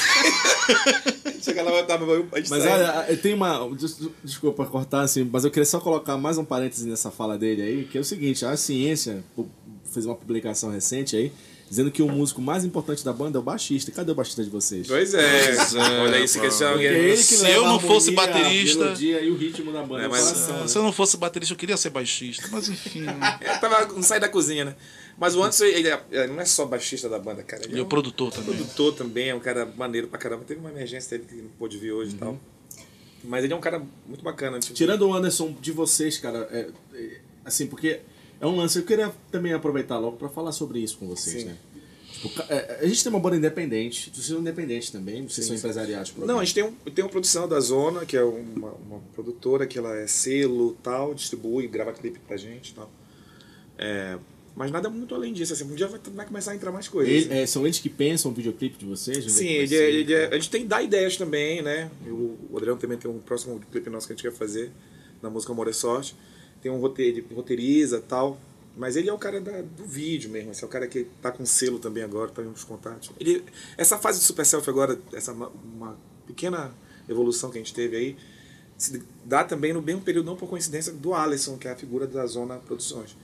Chega lá, tá, a gente Mas sai. olha, eu tenho uma. des- Desculpa cortar assim, mas eu queria só colocar mais um parêntese nessa fala dele aí, que é o seguinte: a ciência pu- fez uma publicação recente aí, dizendo que o músico mais importante da banda é o baixista. Cadê o baixista de vocês? Pois é. Pois é, Olha aí, se pô. questão. Porque é ele que Se leva eu a não fosse harmonia, baterista- a melodia e o ritmo da banda. É, no mas- coração. Se eu não fosse baterista, eu queria ser baixista. Mas enfim. Eu tava, não sai da cozinha, né? Mas o Anderson, ele, é- ele não é só baixista da banda, cara. Ele E é o um produtor também. produtor também, é um cara maneiro pra caramba. Teve uma emergência dele que não pôde vir hoje e tal. Mas ele é um cara muito bacana. Tipo, Tirando o Anderson de vocês, cara, é- é- assim, porque é um lance. Eu queria também aproveitar logo pra falar sobre isso com vocês, Sim. né? Tipo, ca- é, a gente tem uma banda independente, vocês são independentes também, vocês Sim, são sim. empresariados. por Não, a alguém. gente tem, um, tem uma produção da Zona, que é uma, uma produtora, que ela é selo tal, distribui, grava clipe pra gente e tal. É, mas nada muito além disso, assim, um dia vai, vai começar a entrar mais coisas. Ele- assim. é, são eles que pensam o videoclipe de vocês? Onde é Sim, que vai ele ser? é, ele é- a gente tem que dar ideias também, né? O, o Adriano também tem um próximo clipe nosso que a gente quer fazer, na música Amor é Sorte. Tem um roteiro, ele roteiriza e tal. Mas ele é o cara da- do vídeo mesmo, esse é o cara que tá com selo também agora, tá nos contatos. Ele, essa fase do Super Selfie agora, essa ma- uma pequena evolução que a gente teve aí, se dá também no mesmo período, não por coincidência, do Alisson, que é a figura da Zona Produções.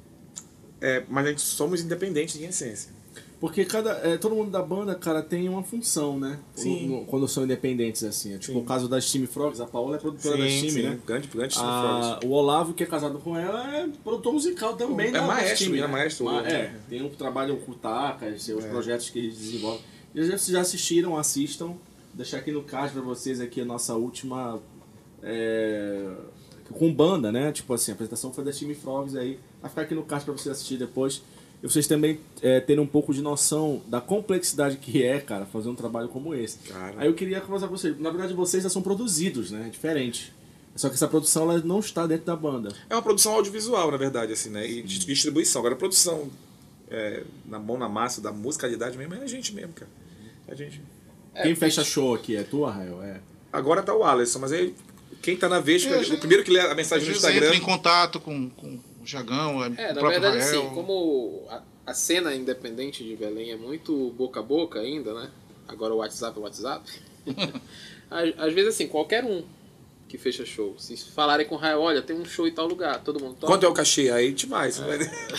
É, mas a gente somos independentes em essência. Porque cada, é, todo mundo da banda, cara, tem uma função, né? Sim. No- no- quando são independentes, assim. É tipo Sim. o caso da Steam Frogs, a Paola é produtora da Steam, né? grande, grande Steam A- Frogs. o Olavo, que é casado com ela, é produtor musical também. É da- da maestro, Steam, ele é né? maestro, Ma- né? É, tem um trabalho com o Tacas, os É. projetos que eles desenvolvem. E já, já assistiram, assistam. Vou deixar aqui no card pra vocês aqui a nossa última... é, com banda, né? Tipo assim, a apresentação foi da Steam Frogs aí. Vai ficar aqui no card pra vocês assistirem depois. E vocês também é, terem um pouco de noção da complexidade que é, cara, fazer um trabalho como esse. Cara. Aí eu queria conversar com vocês. Na verdade, vocês já são produzidos, né? É diferente. Só que essa produção ela não está dentro da banda. É uma produção audiovisual, na verdade, assim, né? E de distribuição. Agora, a produção é, na mão na massa, da musicalidade mesmo, é a gente mesmo, cara. É a gente. Quem fecha show aqui é tu, Rael? É. Agora tá o Alisson, mas aí quem tá na vez, É, o primeiro que lê a mensagem no Às vezes Instagram. entra em contato com, com o Jagão, É, o na próprio verdade, Rael. assim, como a, a cena independente de Belém é muito boca a boca ainda, né? Agora o WhatsApp é o WhatsApp. às, às vezes, assim, qualquer um que fecha show, se falarem com o Rael, olha, tem um show em tal lugar, todo mundo topa. Quanto é o cachê? Aí te vai. Você vai...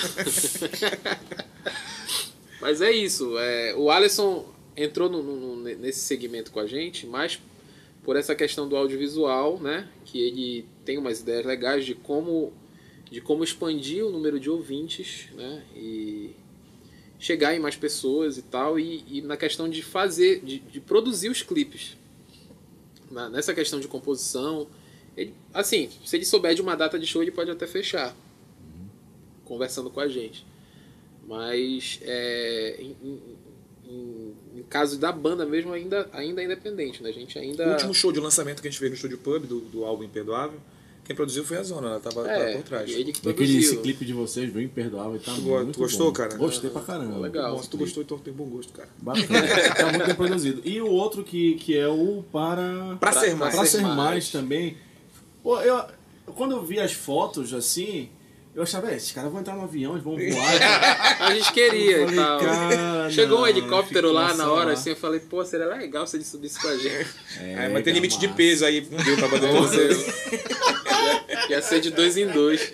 Mas é isso. É, o Alisson entrou no, no, no, nesse segmento com a gente, mas por essa questão do audiovisual, né? Que ele tem umas ideias legais de como, de como expandir o número de ouvintes, né? E chegar em mais pessoas e tal. E, e na questão de fazer, de, de produzir os clipes. Na, nessa questão de composição, ele, assim, se ele souber de uma data de show, ele pode até fechar, conversando com a gente. Mas é, em, em, em, em caso da banda mesmo, ainda, ainda é independente, né? A gente ainda... O último show de lançamento que a gente fez no Estúdio Pub, do, do álbum Imperdoável, quem produziu foi a Zona, ela tava, É, tava por trás. ele que Aquele produziu. esse clipe de vocês, bem imperdoável, tá Tu, muito tu gostou, bom. cara? Gostei pra caramba. Legal. Bom, se tu gostou, então tem bom gosto, cara. Bacana. Tá muito bem produzido. E o outro que, que é o Para... Pra Ser Mais. Pra Ser Ser Mais, Mais também. Pô, eu, quando eu vi as fotos, assim, eu achava, é, esses caras vão entrar no avião, eles vão voar. A gente queria Eu e falei, tal. cara, Chegou um não, helicóptero fica lá na só hora, lá. assim, eu falei, pô, seria legal se ele subisse com a gente. É, mas tem que limite de massa. peso aí, não deu pra bater Não você. deu. Ia ser de dois em dois.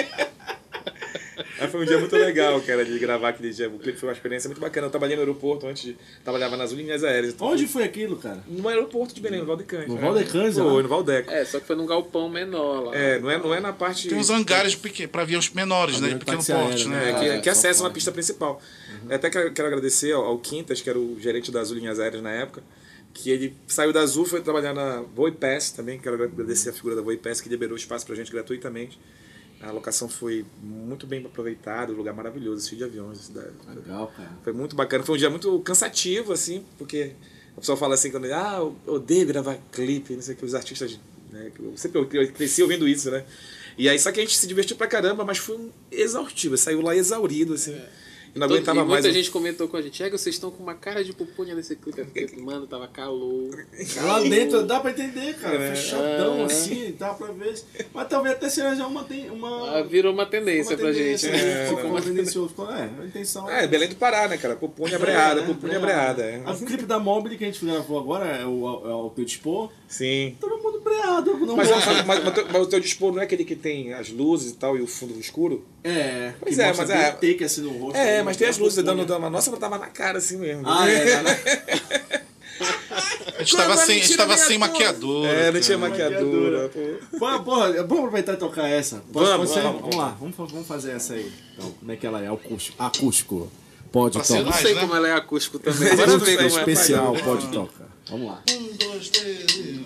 Mas foi um dia muito legal, cara, de gravar aquele dia. O clipe foi uma experiência muito bacana. Eu trabalhei no aeroporto antes, de, trabalhava nas linhas aéreas. Onde foi aquilo, cara? No aeroporto de Belém, no Valdecante. No né? Valdecante, Foi, lá? no Valdeco. É, só que foi num galpão menor lá. É, não é, não é na parte... Tem uns hangares para aviões menores, né? De Avião pequeno táxi porte, aéreo, né? né? É, que, Ah, que só acessa uma pode. pista principal. Até quero, quero agradecer ao, ao Quintas, que era o gerente das linhas aéreas na época, que ele saiu da Azul, foi trabalhar na Voipass também. Quero agradecer a figura da Voipass, que liberou espaço pra gente gratuitamente. A locação foi muito bem aproveitada, um lugar maravilhoso, cheio de aviões. Cidade. Legal, cara. Foi muito bacana. Foi um dia muito cansativo, assim, porque a pessoa fala assim, quando ah, eu odeio gravar clipe, não sei o que, os artistas... Né, eu sempre eu cresci ouvindo isso, né? E aí, só que a gente se divertiu pra caramba, mas foi um exaustivo. Saiu lá exaurido, assim. E não Todo- aguentava e muita mais. gente comentou com a gente, Chega, vocês estão com uma cara de pupunha nesse clipe, porque, mano, tava calor. Lá dentro dá pra entender, cara. É. Fechadão, É. assim, dá pra ver. Mas talvez até seja já uma... ten- uma... Ah, virou uma tendência uma pra gente. tendência, né? né? Ficou Ficou uma uma tendencioso. Ficou, é, a intenção É, Belém do Pará, né, cara? Pupunha breada, né? pupunha breada. É. O clipe da Mobile que a gente gravou agora é o, é o Teu Dispor. Sim. Todo mundo breado. Não Mas, gosta. mas, mas, mas, teu- mas o teu dispor não é aquele que tem as luzes e tal e o fundo escuro? É, Pois que é, mostra mas bem é- o take assim no rosto. É, né? mas tem as Uma luzes dando, pupunha. dando. A nossa não tava na cara assim mesmo. Ah, é, dá na- A gente tava Quando a sem, a gente mentira tava vem à sem tona. maquiador. É, não tinha cara. maquiadora. Pô. Pô, porra, vamos aproveitar e tocar essa. Pode, Vamos, pode ser? vamos, Vamos lá, vamos, fa- vamos fazer essa aí. Então, como é que ela é? Acústico. Acústico. Pode Pra ser Eu não tocar. mais, sei né? como ela é acústico também. Bora ver como é. Especial, pode tocar. Vamos lá. Um, dois, três.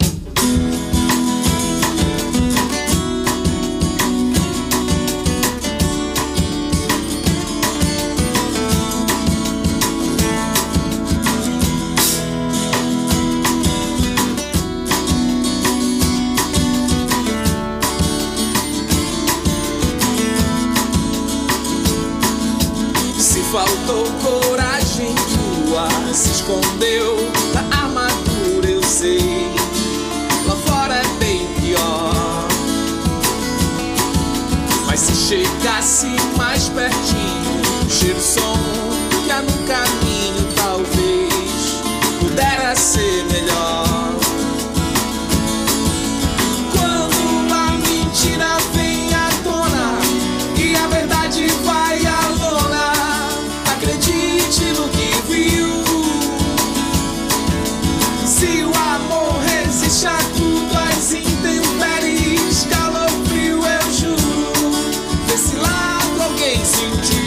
Se faltou coragem tua, se escondeu na armadura, eu sei. Lá fora é bem pior. Mas se chegasse mais pertinho, cheiro som que há no caminho, talvez pudera ser melhor. Quando a mentira vem à tona e a verdade vai à lona, acredite no que viu. Se o amor resiste a tudo, as intempéries, calor frio, eu juro, desse lado alguém sentiu.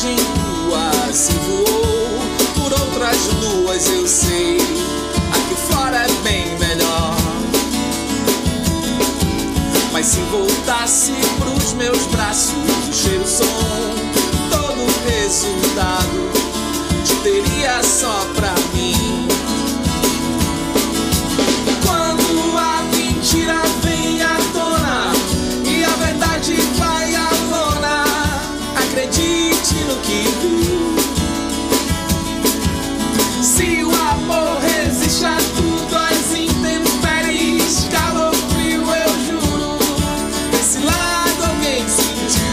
viagem tua se voou por outras luas, eu sei. Aqui fora é bem melhor. Mas se voltasse pros meus braços, o cheiro, o som, todo o resultado te teria só pra mim. Quando a mentira vem à tona e a verdade vai à lona, acredite no que viu. Se o amor resiste a tudo, as intempéries, calor, frio, eu juro, desse lado alguém sentiu.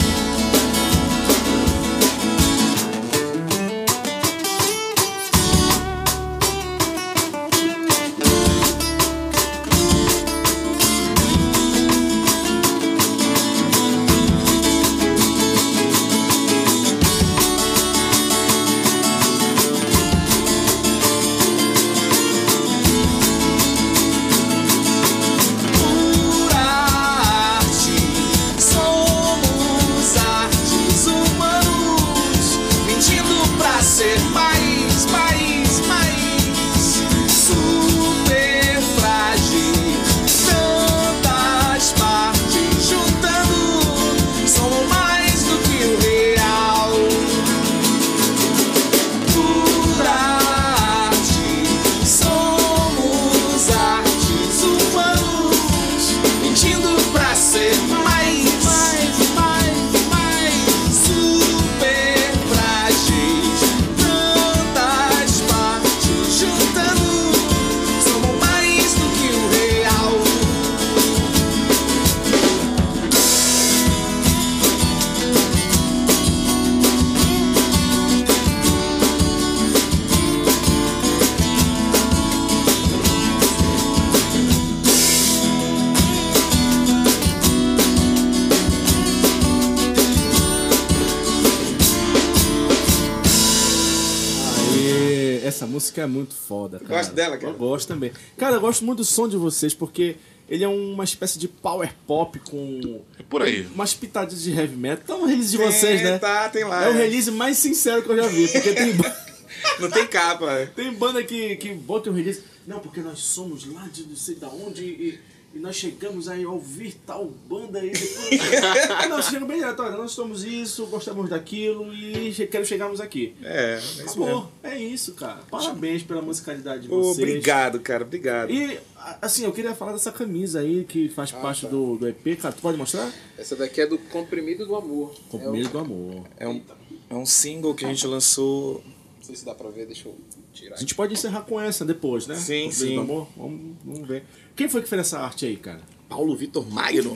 Essa música é muito foda, cara. Gosto dela, cara. Eu gosto também. Cara, eu gosto muito do som de vocês, porque ele é uma espécie de power pop com... É por aí. Umas pitadinhas de heavy metal. Então o release de Tem, vocês, né? Tá, tem lá. É o é. release mais sincero que eu já vi, porque tem... Não tem capa. Tem banda que, que bota o release... Não, porque nós somos lá de não sei da onde e, e nós chegamos aí a ouvir tal banda aí. Depois... não, chega bem direto. Olha, nós somos isso, gostamos daquilo e che- quero chegarmos aqui. É, é isso Acabou. mesmo. É isso, cara. Parabéns pela musicalidade de Pô, vocês. obrigado, cara. Obrigado. E, a- assim, eu queria falar dessa camisa aí que faz parte do, do E P. Cara, tu pode mostrar? Essa daqui é do Comprimido do Amor. Comprimido É do Amor. É um, é um single que a gente lançou. o... Não sei se dá pra ver, deixa eu tirar A gente pode encerrar com essa depois, né? Sim, Comprimido sim. do Amor? Vamos, vamos ver. Quem foi que fez essa arte aí, cara? Paulo Vitor Magno.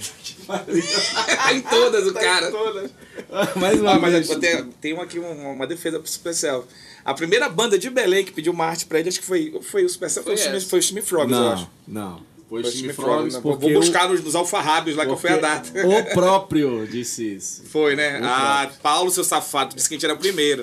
Em todas, o cara. Mais uma Ah, mas vez. eu tenho, tenho aqui uma, uma defesa pro Supercell. A primeira banda de Belém que pediu uma arte pra ele, acho que foi, foi o Supercell, foi, Foi o Time- essa. foi o Time Frogs, eu Não, acho. não. Foi Foi o o Time Time Frogs, Frogs, né? porque Vou buscar o, nos, nos alfarrábios lá qual foi a data. o próprio disse isso. Foi, né? Ah, Paulo, seu safado, disse que a gente era o primeiro.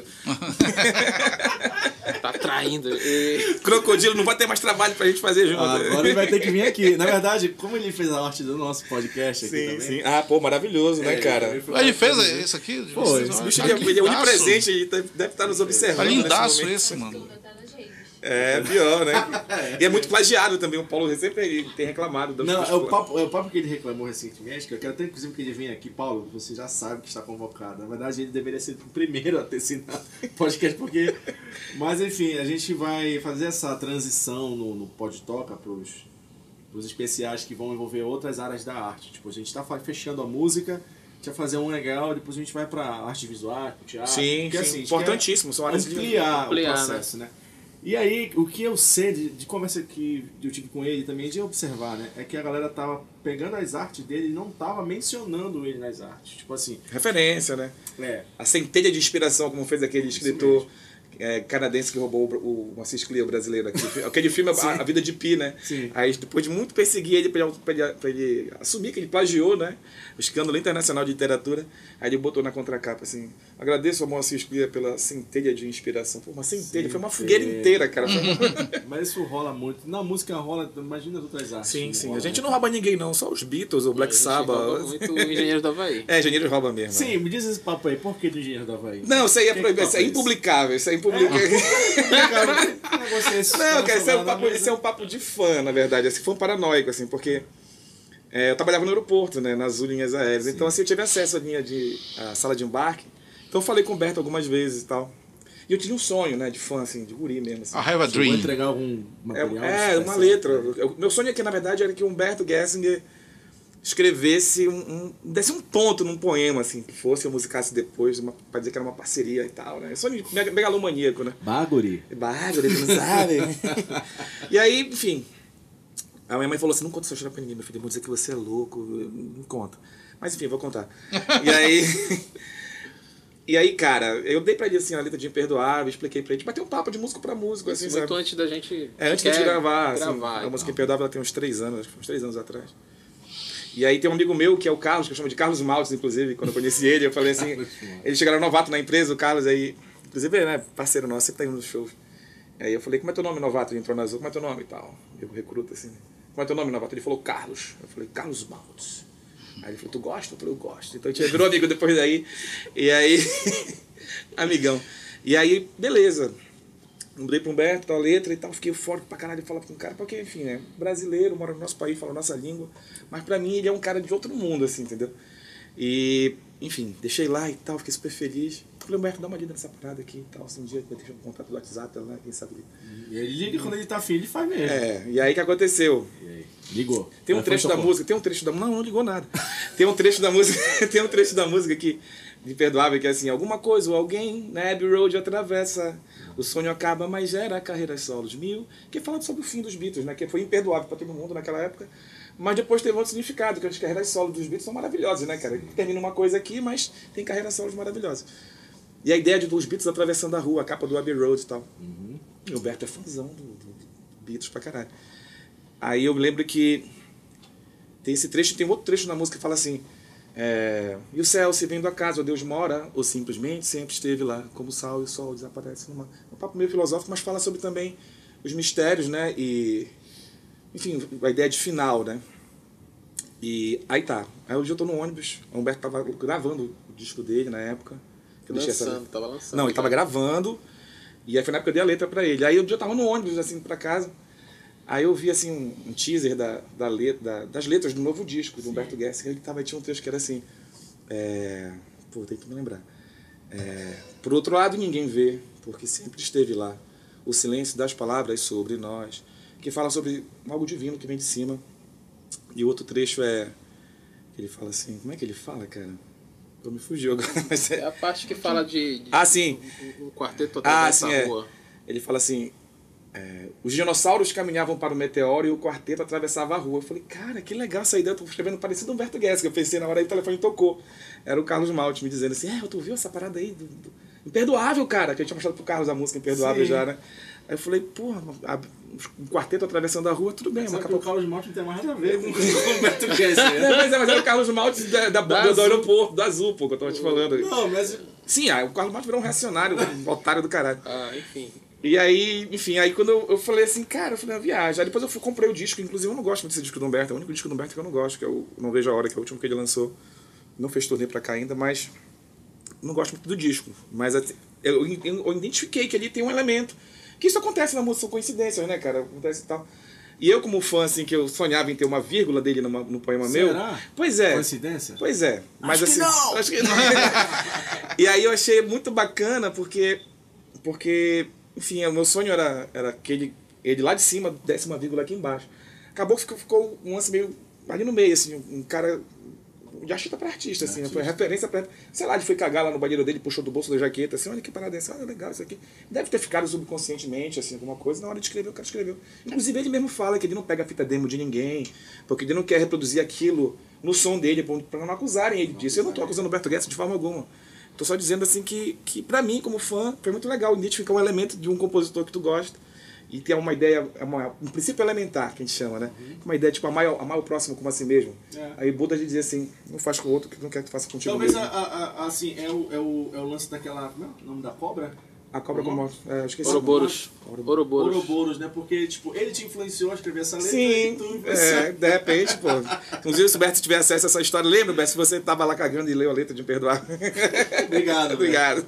Tá traindo. E... Crocodilo não vai ter mais trabalho pra gente fazer junto. Ah, agora ele vai ter que vir aqui. Na verdade, como ele fez a arte do nosso podcast aqui Sim, também. sim. Ah, pô, maravilhoso, né, É, cara? ele foi- Ele fez isso aqui? Foi, Esse esse Bicho, tá ele é, ele é lindaço. onipresente, ele tá- deve estar nos observando. Tá nesse lindaço momento. esse, mano. Tudo tá nas redes. É, pior, né? E é muito plagiado também. O Paulo sempre tem reclamado. dos- Não, dos- é o, papo, é o papo que ele reclamou recentemente, que eu quero até inclusive que ele venha aqui. Paulo, você já sabe que está convocado. Na verdade, ele deveria ser o primeiro a ter assinado o podcast, porque... Mas, enfim, a gente vai fazer essa transição no, no Pod Toca para os especiais que vão envolver outras áreas da arte. Tipo, a gente está fechando a música, a gente vai fazer um legal, depois a gente vai para arte visual, pro teatro. Sim, porque, sim, assim, a gente importantíssimo. São quer áreas de... ampliar, Ampliar, o processo, né? E aí, o que eu sei de, de conversa que eu tive com ele também, de observar, né? É que a galera tava pegando as artes dele e não tava mencionando ele nas artes. Tipo assim, Referência, né? é. A centelha de inspiração, como fez aquele escritor. é, canadense que roubou o, o Assis Clear brasileiro aqui. Aquele filme, a, a Vida de Pi, né? Sim. Aí depois de muito perseguir ele pra ele, pra ele, pra ele assumir que ele plagiou, né? O escândalo internacional de literatura. Aí ele botou na contracapa assim: agradeço ao Assis Clear pela centelha de inspiração. Pô, uma centelha, foi uma fogueira inteira, cara. Foi uma... Mas isso rola muito. Na música rola, imagina as outras artes. Sim, sim. Rola, A gente né? não rouba ninguém, não. Só os Beatles, o Black A gente Sabbath. rouba muito o Engenheiro do Havaí. É, Engenheiros rouba mesmo. Sim, me diz esse papo aí. Por que do Engenheiro do Havaí? Não, isso aí é Quem proibido, que isso é toca impublicável, isso é impublicável. Que negócio é esse? Não, cara, isso é, um papo, Mas, isso é um papo de fã, na verdade, assim, fã paranoico, assim, porque é, eu trabalhava no aeroporto, né, nas Azul Linhas Aéreas, então assim, eu tive acesso à linha de, à sala de embarque, então eu falei com o Berto algumas vezes e tal, e eu tinha um sonho, né, de fã, assim, de guri mesmo, assim. I have a Você vai dream. entregar algum material? É, é uma letra. Eu- meu sonho aqui, na verdade, era que o Humberto Gessinger escrevesse um, um desse um ponto num poema, assim, que fosse, eu musicasse depois, uma, pra dizer que era uma parceria e tal, né? Sonho mega- megalomaníaco, né? Baguri. Bárbaro, ele não sabe. E aí, enfim, a minha mãe falou assim: não conta essa história pra ninguém, meu filho, vou dizer que você é louco, não conta. Mas enfim, vou contar. E aí, e aí, cara, eu dei pra ele assim a letra de Imperdoável, expliquei pra ele, bateu um papo de músico pra músico, assim, Muito sabe? antes da gente. É, antes de quer gravar, assim, gravar a e música tal. Imperdoável ela tem uns três anos, acho que uns três anos atrás. E aí tem um amigo meu, que é o Carlos, que eu chamo de Carlos Maltes, inclusive, quando eu conheci ele, eu falei assim, eles chegaram novato na empresa, o Carlos, aí, inclusive, né, parceiro nosso, sempre tá indo nos shows. Aí eu falei: como é teu nome, novato? Ele entrou na Azul: como é teu nome e tal? Eu recruto assim: como é teu nome, novato? Ele falou: Carlos. Eu falei: Carlos Maltes. Aí ele falou: tu gosta? Eu falei: eu gosto. Então a gente virou amigo depois daí. E aí, amigão. E aí, beleza. Mudei pro Humberto, a letra e tal, fiquei forte pra caralho de falar com o cara, porque, enfim, né, brasileiro, mora no nosso país, fala a nossa língua, mas pra mim ele é um cara de outro mundo, assim, entendeu? E, enfim, deixei lá e tal, fiquei super feliz. Falei: Humberto, dá uma lida nessa parada aqui e tal, se um dia vai ter um contato do WhatsApp, lá, quem sabe. E ele liga quando ele tá afim, ele faz mesmo. É, e aí o que aconteceu? E aí? Ligou. Tem um Aí trecho foi da tocou. música, tem um trecho da não, não ligou nada. Tem um trecho da música, tem um trecho da música que Imperdoável, que é assim: alguma coisa ou alguém na Abbey Road atravessa, o sonho acaba, mas gera carreiras solos mil, que fala sobre o fim dos Beatles, né, que foi imperdoável para todo mundo naquela época, mas depois teve outro significado, que as carreiras solos dos Beatles são maravilhosas, né, cara? Termina uma coisa aqui, mas tem carreiras solos maravilhosas. E a ideia de dos Beatles atravessando a rua, a capa do Abbey Road e tal. Uhum. E o Alberto é fãzão do, do, do Beatles pra caralho. Aí eu lembro que tem esse trecho, tem outro trecho na música que fala assim: é, e o céu se vendo a casa onde Deus mora, ou simplesmente sempre esteve lá, como o sal e o sol desaparecem numa... É um papo meio filosófico, mas fala sobre também os mistérios, né, e enfim, a ideia de final, né. E aí tá, aí um dia eu tô no ônibus, o Humberto tava gravando o disco dele na época, que eu deixei essa... Lançando, tava lançando. Não, ele tava gravando, e aí foi na época que eu dei a letra pra ele. Aí um dia eu tava no ônibus, assim, pra casa, aí eu vi, assim, um, um teaser da, da letra, da, das letras do novo disco, do Humberto Gessinger, ele tava, tinha um texto que era assim, é... pô, tem que me lembrar. É... Por outro lado, ninguém vê, porque sempre esteve lá, o silêncio das palavras sobre nós, que fala sobre algo divino que vem de cima. E o outro trecho é, ele fala assim, como é que ele fala, cara? Eu me fugiu agora, mas É é... a parte que fala de, de Ah, sim. um, um quarteto Ah, atravessa sim, a é. rua. Ele fala assim, é, os dinossauros caminhavam para o meteoro e o quarteto atravessava a rua. Eu falei: cara, que legal essa ideia, eu tô escrevendo parecido com o Humberto Gessinger. Eu pensei na hora aí, o telefone tocou. Era o Carlos Maltes me dizendo assim: é, tu viu essa parada aí? Do, do... Imperdoável, cara, que a gente tinha mostrado pro Carlos a música Imperdoável. Sim. Já, né? Aí eu falei: porra, um quarteto atravessando a rua, tudo bem. Mas mas o Carlos Maltes não tem mais nada a ver com o Humberto Gessinger. Não, mas, é, mas era o Carlos Maltes da, da, Da do, Azul. do aeroporto, do Azul, pô, que eu tava te falando. Não, mas... Sim, aí o Carlos Maltes virou um reacionário, um otário do caralho. Ah, enfim. E aí, enfim, aí quando eu, eu falei assim, cara, eu falei: uma viagem. Aí depois eu fui, comprei o disco, inclusive eu não gosto muito desse disco do Humberto, é o único disco do Humberto que eu não gosto, que eu Não Vejo a Hora, que é o último que ele lançou. Não fez turnê pra cá ainda, mas não gosto muito do disco. Mas assim, eu, eu, eu identifiquei que ali tem um elemento, que isso acontece na música, são coincidências, né, cara? Acontece e tal. E eu, como fã, assim, que eu sonhava em ter uma vírgula dele numa, no poema meu. Será? Pois é. Coincidência? Pois é. Mas, Acho que assim, não! Acho que não! E aí eu achei muito bacana, porque, porque enfim, o meu sonho era, era que ele, ele lá de cima desse uma vírgula aqui embaixo. Acabou que ficou, ficou um lance meio ali no meio, assim, um cara de artista pra artista, assim, Artista. foi referência pra... Sei lá, ele foi cagar lá no banheiro dele, puxou do bolso da jaqueta, assim, olha que parada essa, olha, legal isso aqui. Deve ter ficado subconscientemente, assim, alguma coisa, na hora de escrever, o cara escreveu. Inclusive, ele mesmo fala que ele não pega a fita demo de ninguém, porque ele não quer reproduzir aquilo no som dele, pra não acusarem ele disso. Eu não tô acusando o Humberto Gessinger de forma alguma. Tô só dizendo assim que, que pra mim, como fã, foi muito legal identificar um elemento de um compositor que tu gosta e ter uma ideia, uma, um princípio elementar, que a gente chama, né? Uhum. Uma ideia, tipo, amar, amar o próximo como a si mesmo. É. Aí Buda de dizer assim, não faz com o outro que não quer que tu faça contigo Talvez, mesmo. a, a, a, assim, é o, é, o, é o lance daquela... Como é o nome da cobra? A cobra como... É, esqueci. Ouroboros. Ouroboros. Ouroboros, né? Porque, tipo, ele te influenciou a escrever essa letra. Sim, e tu é, de repente, pô. Inclusive, se o Beto tiver acesso a essa história, lembra, Beto, se você tava lá cagando e leu a letra de Me Perdoar. Obrigado. Obrigado.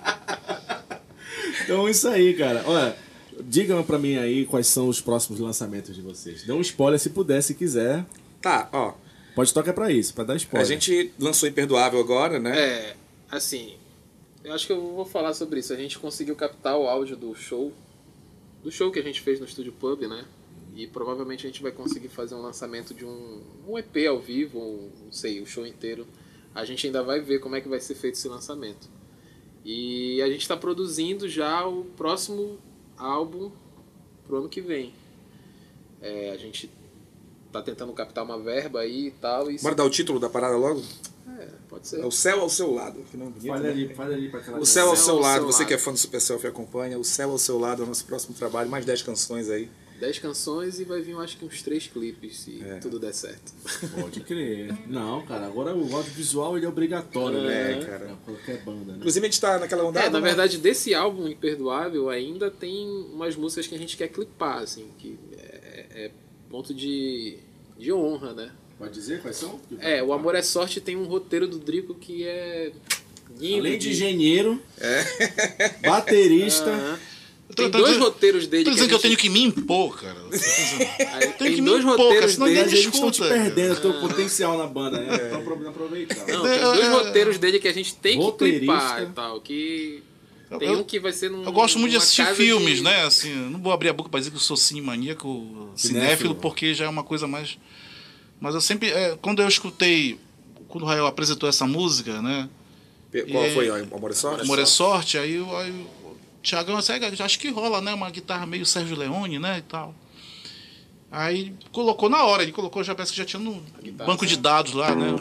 Então, isso aí, cara. Olha, digam pra mim aí quais são os próximos lançamentos de vocês. Dê um spoiler se puder, se quiser. Tá, ó. Pode tocar pra isso, pra dar spoiler. A gente lançou Imperdoável agora, né? É, assim... Eu acho que eu vou falar sobre isso. A gente conseguiu captar o áudio do show, do show que a gente fez no Estúdio Pub, né? E provavelmente a gente vai conseguir fazer um lançamento de um, um E P ao vivo, ou, não sei, o show inteiro. A gente ainda vai ver como é que vai ser feito esse lançamento. E a gente está produzindo já o próximo álbum pro ano que vem. É, a gente tá tentando captar uma verba aí e tal. E Bora dar o título da parada logo? É, pode ser. É O Céu ao Seu Lado. Que não é bonito, Fale né? ali, fale ali pra aquela... O Céu ao Seu Lado, Seu você Lado. que é fã do Super Selfie acompanha. O Céu ao Seu Lado é o nosso próximo trabalho. Mais dez canções aí. dez canções e vai vir, eu acho que uns três clipes, se É. tudo der certo. Pode crer. Não, cara, agora o audiovisual ele é obrigatório, né? É, cara. Pra qualquer banda, né? Inclusive a gente tá naquela onda. É, na verdade, desse álbum Imperdoável ainda tem umas músicas que a gente quer clipar, assim, que é, é ponto de, de honra, né? Pode dizer quais são? É, o Amor é Sorte tem um roteiro do Drico que é lindo. Além de engenheiro, baterista... Aham. Eu Tem tô- tô dois dizendo- roteiros dele Tô dizendo que eu a tenho gente- que me impor, cara. Aí tenho tem que me dois impor, roteiros cara, senão dele. Mas eles estão te escuta. perdendo o teu potencial na banda, né? Estão pra aproveitar. Não, tem dois roteiros dele que a gente tem que Roteirista. clipar e tal, que... Tem Eu- um que vai ser num, Eu gosto muito de numa assistir casa filmes, de- né? Assim, eu não vou abrir a boca pra dizer que eu sou cinemaníaco, cinéfilo, Cinéfilo. porque já é uma coisa mais... Mas eu sempre... é, quando eu escutei... Quando o Rael apresentou essa música, né? Qual E- foi? O Amor é Sorte? Amor é Sorte, aí, eu- aí o Thiagão, assim, "Ah, acho que rola, né? Uma guitarra meio Sérgio Leone, né? E tal. Aí colocou na hora, ele colocou, já parece que já tinha no guitarra, banco de dados lá, né?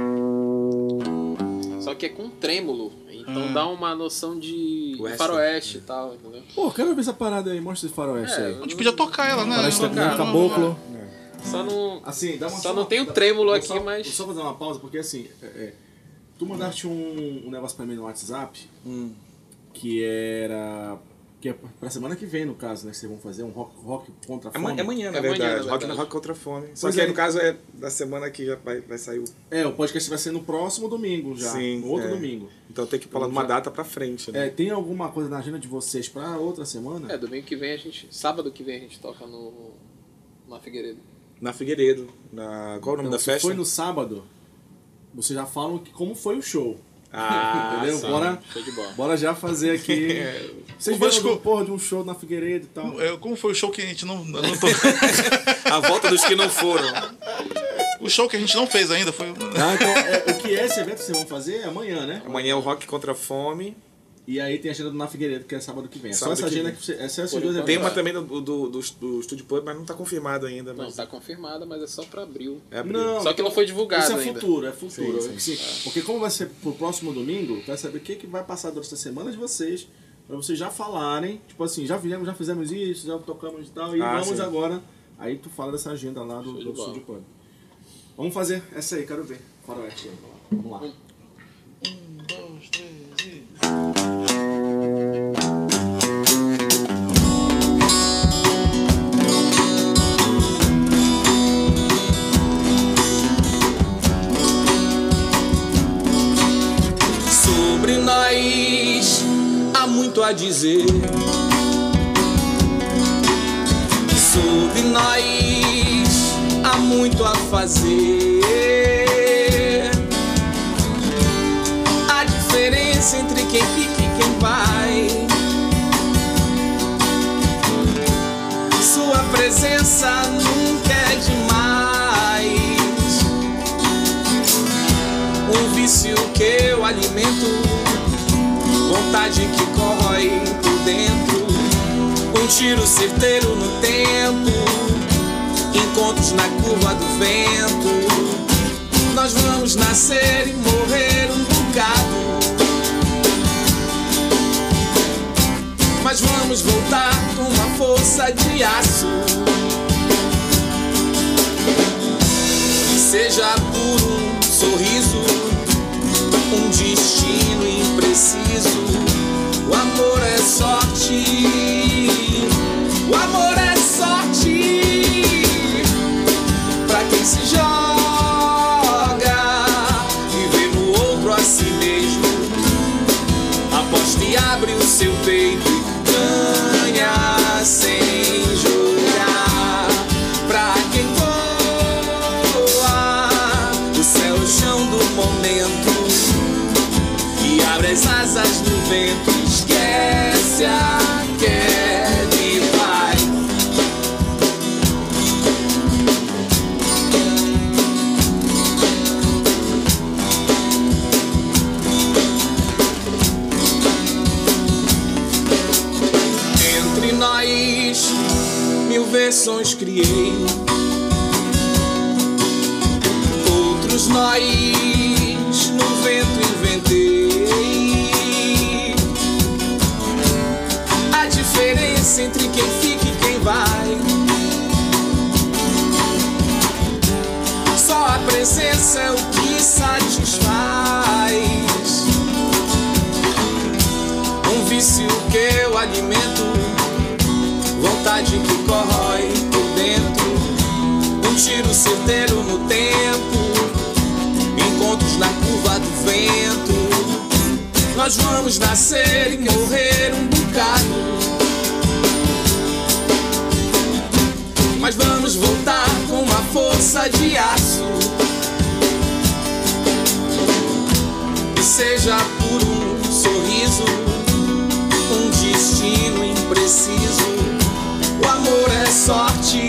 Só que é com trêmulo, então Ah. dá uma noção de Western. faroeste e tal, entendeu? Pô, quero ver essa parada aí, mostra esse faroeste É, aí. A gente podia tocar ela, né? Faroeste Não- também, caboclo. Só não... Assim, dá uma Só só- não tem o dá- trêmulo vou aqui, só, mas- Vou só fazer uma pausa, porque assim, é, é, tu mandaste um, um negócio pra mim no WhatsApp, Hum. que era... Que é pra semana que vem, no caso, né? Que vocês vão fazer um rock, rock contra a É fome. amanhã, é amanhã, na É amanhã, verdade. na Rock no verdade. Rock contra a Fome. Só Pois que aí, é. no caso, é da semana que já vai, vai sair o... É, o podcast vai ser no próximo domingo já. Sim, no outro é. domingo. Então tem que pular Então numa já- data pra frente, né? É, tem alguma coisa na agenda de vocês pra outra semana? É, domingo que vem a gente... Sábado que vem a gente toca no... Na Figueiredo. Na Figueiredo. Na... Qual é o nome Então, da se festa? foi no sábado, vocês já falam que, como foi o show. Ah, Entendeu? sim. Bora, Show de bola. bora já fazer aqui. Vocês Mas viram co- do porra de um show na Figueiredo e tal. É, como foi o show que a gente não, eu não tô... A volta dos que não foram. O show que a gente não fez ainda foi... Ah, então, é, o que é esse evento que vocês vão fazer? É amanhã, né? Amanhã é o Rock contra a Fome. E aí tem a agenda do Na Figueiredo, que é sábado que vem. É só Sábado essa que agenda vem. que você. É só esses Por dois enquanto, Tem eventos. uma também do, do, do, do Estúdio Pub, mas não tá confirmado ainda. Não, Mas tá confirmada, mas é só pra abril. é abril. Não, Só que não foi divulgado Isso é ainda. futuro, é futuro. Sim, Sim, Porque como vai ser pro próximo domingo, vai saber o que, que vai passar durante essa semana de vocês, pra vocês já falarem, tipo assim, já fizemos, já fizemos isso, já tocamos e tal, e Ah, vamos sim. agora. Aí tu fala dessa agenda lá do, Show de do bola. Estúdio Pub. Vamos fazer essa aí, quero ver. Faroeste aí. Vamos lá. Um, dois, três e... Sobre nós há muito a dizer. Sobre nós há muito a fazer. A diferença entre quem fica e quem vai. Sua presença nunca é demais. Um vício que eu alimento, vontade que corrói por dentro, um tiro certeiro no tempo, encontros na curva do vento. Nós vamos nascer e morrer um bocado, Nós vamos voltar com uma força de aço. Seja por um sorriso, um destino impreciso. O amor é sorte, o amor é sorte. Pra quem se joga e vê no outro a si mesmo, aposta e abre o seu peito e ganha sem jogar. Pra quem o chão do momento e abre as asas no vento, esquece a queda e vai. Entre nós mil versões criei, nós no vento inventei a diferença entre quem fica e quem vai. Só a presença é o que satisfaz. Um vício que eu alimento, vontade que corrói por dentro, um tiro certeiro no tempo, encontros na curva do vento. Nós vamos nascer e morrer um bocado, mas vamos voltar com uma força de aço. E seja por um sorriso, um destino impreciso. O amor é sorte,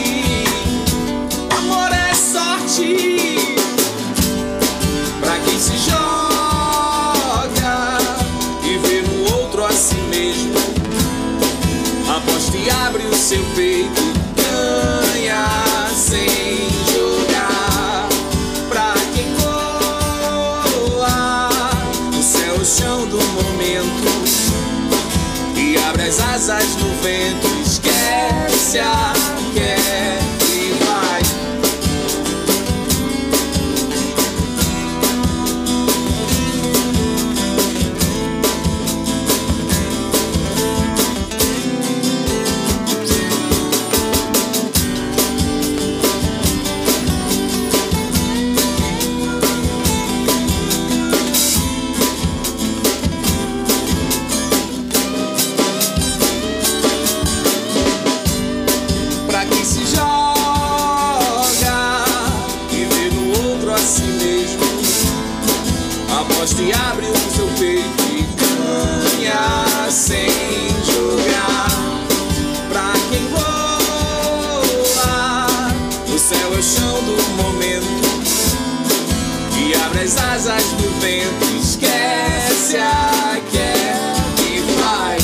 o amor é sorte. Pra quem se joga e vê no outro a si mesmo, aposta e abre o seu peito e ganha sem jogar. Pra quem voa, o céu é o chão do momento e abre as asas no vento, esquece a queda e vai. E abre o seu peito e ganha sem jogar. Pra quem voa, o céu é o chão do momento e abre as asas do vento, esquece a queda e vai.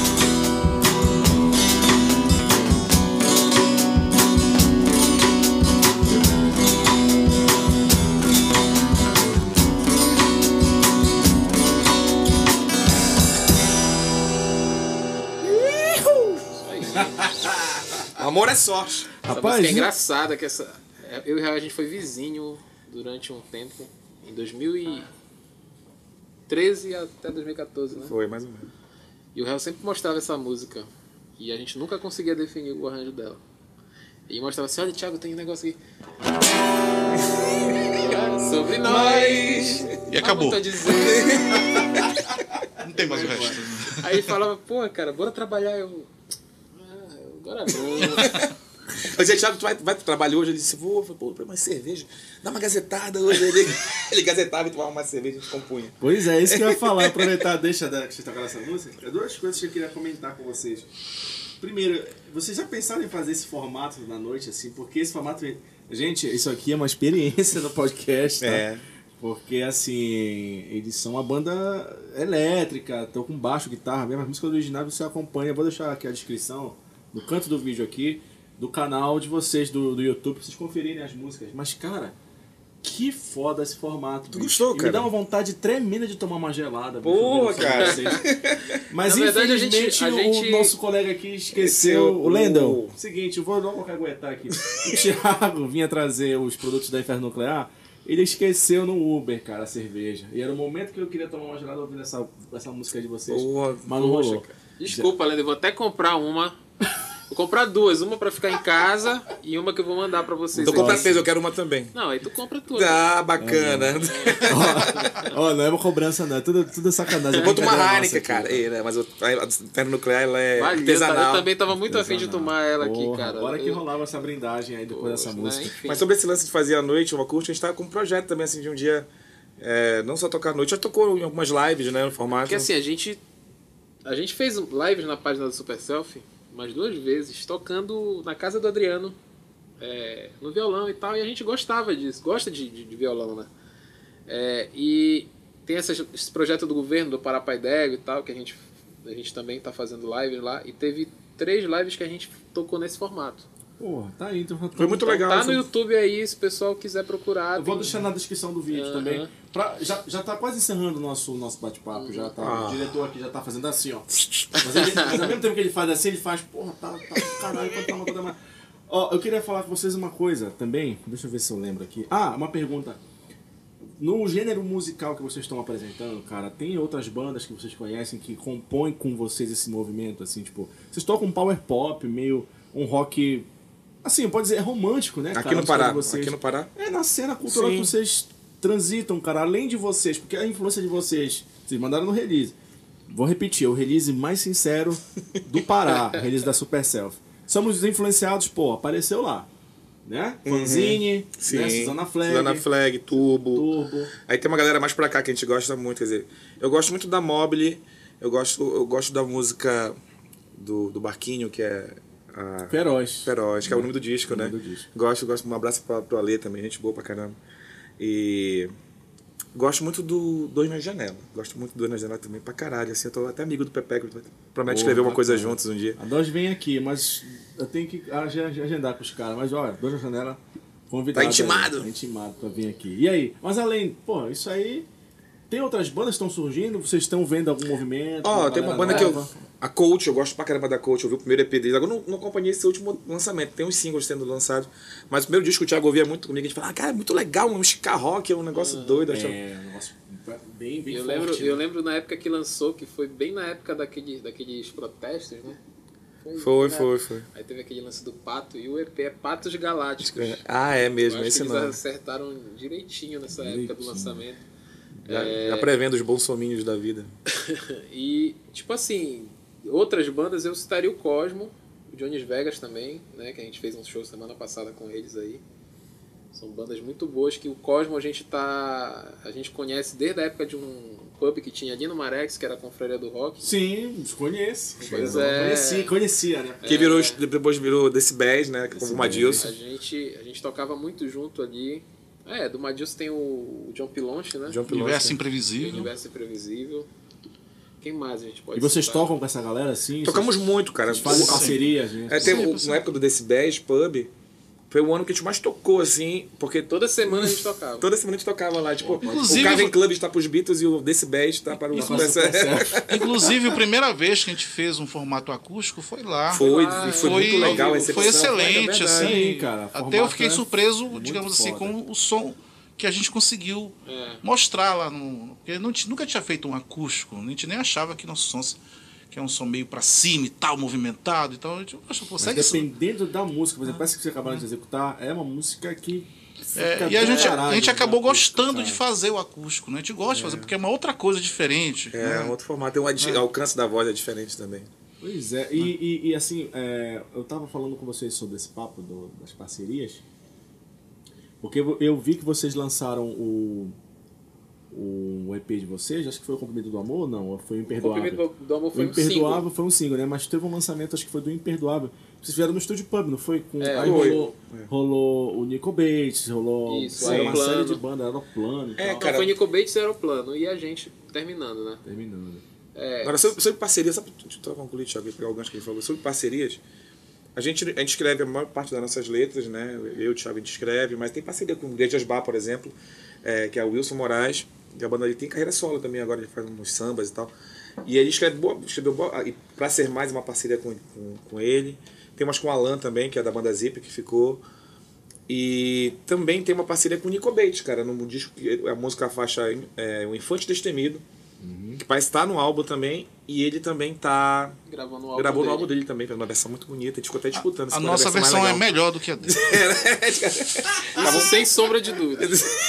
Amor é sorte. Essa Rapaz, música é engraçada, que essa... Eu e o Rael, a gente foi vizinho durante um tempo, em dois mil e treze até dois mil e quatorze, né? Foi, mais ou menos. E o Rael sempre mostrava essa música, e a gente nunca conseguia definir o arranjo dela. E mostrava assim, olha, Thiago, tem um negócio aqui. Sobre nós. E acabou. Tô dizendo. Não tem mais o resto. Aí ele falava, pô, cara, bora trabalhar. Eu... Ah, agora não. Eu dizia, Thiago, tu vai, vai pro trabalho hoje? Ele disse, vou, vou pô, pra mais cerveja. Dá uma gazetada hoje. Ele, ele gazetava e tomava uma cerveja e a gente compunha. Pois é, isso que eu ia falar. Aproveitar, deixa da, que você tocar essa música. É duas coisas que eu queria comentar com vocês. Primeiro, vocês já pensaram em fazer esse formato na noite, assim? Porque esse formato... Gente, isso aqui é uma experiência no podcast, tá? É. Porque, assim, eles são uma banda elétrica, estão com baixo, guitarra mesmo. A música original você acompanha. Eu vou deixar aqui a descrição, no canto do vídeo aqui, do canal de vocês, do, do YouTube, pra vocês conferirem as músicas. Mas, cara, Que foda esse formato. Tu bicho. gostou, E cara? Me dá uma vontade tremenda de tomar uma gelada. bicho, Porra, vendo só cara. vocês. Mas Na verdade, a infelizmente gente- a gente- o nosso colega aqui esqueceu. Esqueceu O Lendon. o- Seguinte, eu vou logo caguetar aqui. O Thiago vinha trazer os produtos da Inferno Nuclear. Ele esqueceu no Uber, cara, a cerveja. E era o momento que eu queria tomar uma gelada ouvindo essa, essa música de vocês. Porra, mas não poxa, rolou. cara. Desculpa, Lenda, eu vou até comprar uma. Vou comprar duas, uma pra ficar em casa e uma que eu vou mandar pra vocês. Então aí. compra três, eu quero uma também. Não, aí tu compra tudo. Ah, bacana. Ó, ó, não é uma cobrança, não. É tudo, tudo sacanagem. Eu boto uma Brincadeira Heineken, nossa aqui. cara. Ei, né, mas eu- a Inferno Nuclear ela é Valia, tá? artesanal. Eu também tava muito afim de tomar ela aqui, Porra, cara. Agora que Eu- rolava essa brindagem aí depois dessa né, música. enfim. Mas sobre esse lance de fazer à noite, uma curta, a gente tá com um projeto também, assim, de um dia... é, não só tocar à noite, já tocou em algumas lives, né, no formato. Porque assim, a gente. A gente fez lives na página do Super Selfie umas duas vezes, tocando na casa do Adriano, é, no violão e tal, e a gente gostava disso, gosta de, de, de violão, né? É, e tem essa, esse projeto do governo, do Pará Pai Dego e tal, que a gente, a gente também tá fazendo lives lá, e teve três lives que a gente tocou nesse formato. Porra, tá aí. Então, Foi muito legal. Tá assim. no YouTube aí, se o pessoal quiser procurar. Eu vou tem- deixar na descrição do vídeo Aham. também. Pra, já, já tá quase encerrando o nosso, nosso bate-papo. Já tá, Ah. O diretor aqui já tá fazendo assim, ó. Mas, ele, mas ao mesmo tempo que ele faz assim, ele faz, porra, tá, tá caralho, pode tá uma coisa mais. Ó, eu queria falar com vocês uma coisa também. Deixa eu ver se eu lembro aqui. Ah, uma pergunta. No gênero musical que vocês estão apresentando, cara, tem outras bandas que vocês conhecem que compõem com vocês esse movimento, assim, tipo, vocês tocam um power pop, meio um rock, assim, pode dizer, é romântico, né, cara? Aqui no A história Pará, de vocês. aqui no Pará. É na cena cultural Sim. que vocês transitam, cara, além de vocês, porque a influência de vocês, vocês mandaram no release. Vou repetir, é o release mais sincero do Pará, o release da Super Self. Somos os influenciados, pô, apareceu lá, né? Fanzine, Sim. né? Suzana Flag, Suzana Flag, Turbo. Turbo. Aí tem uma galera mais pra cá que a gente gosta muito, quer dizer, eu gosto muito da Mobile, eu gosto, eu gosto da música do, do Barquinho, que é a Feroz. Feroz, que é o nome do disco, O né? nome do disco. Gosto, gosto, um abraço pra, pro Ale também, gente boa pra caramba. E gosto muito do Dois na Janela, gosto muito do Dois na Janela também pra caralho, assim, eu tô até amigo do Pepe, que promete escrever uma coisa bacana. juntos um dia. A Dois vem aqui, mas eu tenho que ag- agendar com os caras. Mas olha, Dois na Janela, convidado. Tá intimado. Aí, tá intimado pra vir aqui. E aí? Mas além, pô, isso aí. Tem outras bandas que estão surgindo? Vocês estão vendo algum movimento? Ó, tem uma galera banda que eu. nova? A Coach, eu gosto pra caramba da Coach, eu vi o primeiro E P deles. Agora eu não, não acompanhei esse último lançamento, tem uns singles sendo lançados. Mas o primeiro disco que o Thiago ouvia muito comigo, a gente fala, ah, cara, é muito legal, um ska rock, é um negócio doido. eu achava- É, um negócio bem, bem Eu forte. lembro, né? eu lembro na época que lançou, que foi bem na época daquele, daqueles protestos, né? Foi, né? foi, foi. Aí teve aquele lance do Pato, e o E P é Patos Galácticos. Ah, é Eu mesmo, acho esse que eles não. acertaram direitinho nessa época do Direitinho. lançamento. Já, É. já prevendo os bolsominhos da vida. E, tipo assim, outras bandas eu citaria o Cosmo, o Johnny's Vegas também, né? Que a gente fez um show semana passada com eles aí. São bandas muito boas que o Cosmo a gente tá. A gente conhece desde a época de um pub que tinha ali no Marex, que era a Confraria do Rock. Sim, conheço. Pois Eu é. Conheci, conhecia, né? Que virou, depois virou Decibéis, né? Com o Madilson. A gente, a gente tocava muito junto ali. É, do Madilson tem o John Pilonche, né? John Pilonche. Universo imprevisível. Universo Imprevisível. Quem mais a gente pode E vocês citar? tocam com essa galera assim? Tocamos muito, cara. Vocês fazem O- parcerias, né? É, tem, Sim, o- sim. na época do Decibéis Pub, foi o ano que a gente mais tocou, assim, porque Toda semana a gente tocava. toda semana a gente tocava lá. Tipo, Inclusive, o Cavern eu- Club está pros Beatles e o Decibéis está para o Super Self. Inclusive, a primeira vez que a gente fez um formato acústico foi lá. Foi, Ah, e foi, Foi- muito legal a Foi recepção. excelente, é verdade. assim. Sim, cara, Até formato eu fiquei é surpreso, muito digamos assim, foda. com o som que a gente conseguiu É. mostrar lá no. Porque não, ti- nunca tinha feito um acústico, a gente nem achava que nosso som que é um som meio pra cima e tal, movimentado. Então a gente acha, pô, Mas segue isso. dependendo da música, por exemplo, parece que vocês acabaram de executar, é uma música que. É, fica e a do gente, caralho, a gente né, acabou acústico, gostando cara. de fazer o acústico, né? A gente gosta de fazer, porque é uma outra coisa diferente. É, né? um outro formato. Tem um adi- alcance da voz é diferente também. Pois é, e, e, e, assim, é, eu tava falando com vocês sobre esse papo do- das parcerias, porque eu, eu vi que vocês lançaram o, o E P de vocês, acho que foi o Comprimido do Amor ou não? Foi o O Imperdoável? Comprimido do Amor O foi um Imperdoável single. foi um single, né? Mas teve um lançamento, acho que foi do Imperdoável. Vocês fizeram no Estúdio Pub, não foi? Com, É, aí foi. rolou, rolou o Nico Bates, rolou Isso, rolou uma Aeroplano. série de bandas, Aeroplano e É, tal. cara. Não, foi Nico Bates e Aeroplano. E a gente terminando, né? Terminando. É, Agora, sobre, sobre parcerias, só pra, deixa eu concluir, Thiago, e pegar o gancho que ele falou. Sobre parcerias, A gente, a gente escreve a maior parte das nossas letras, né? Eu e o Thiago a gente escreve, mas tem parceria com o Grande Asbar, por exemplo, é, que é o Wilson Moraes, que a banda ali tem carreira solo também, agora ele faz uns sambas e tal. E ele escreve boa, escreveu boa, e pra ser mais uma parceria com, com, com ele. Tem umas com o Alan também, que é da banda Zip, que ficou. E também tem uma parceria com o Nico Bates, cara, no disco, a música, a faixa é, O Infante Destemido, uhum. que parece estar no álbum também, e ele também tá gravando o álbum, gravou dele. no álbum dele também, fez uma versão muito bonita, a gente ficou até disputando. A, a nossa versão, versão é melhor do que a dele. Tava sem sombra de dúvida.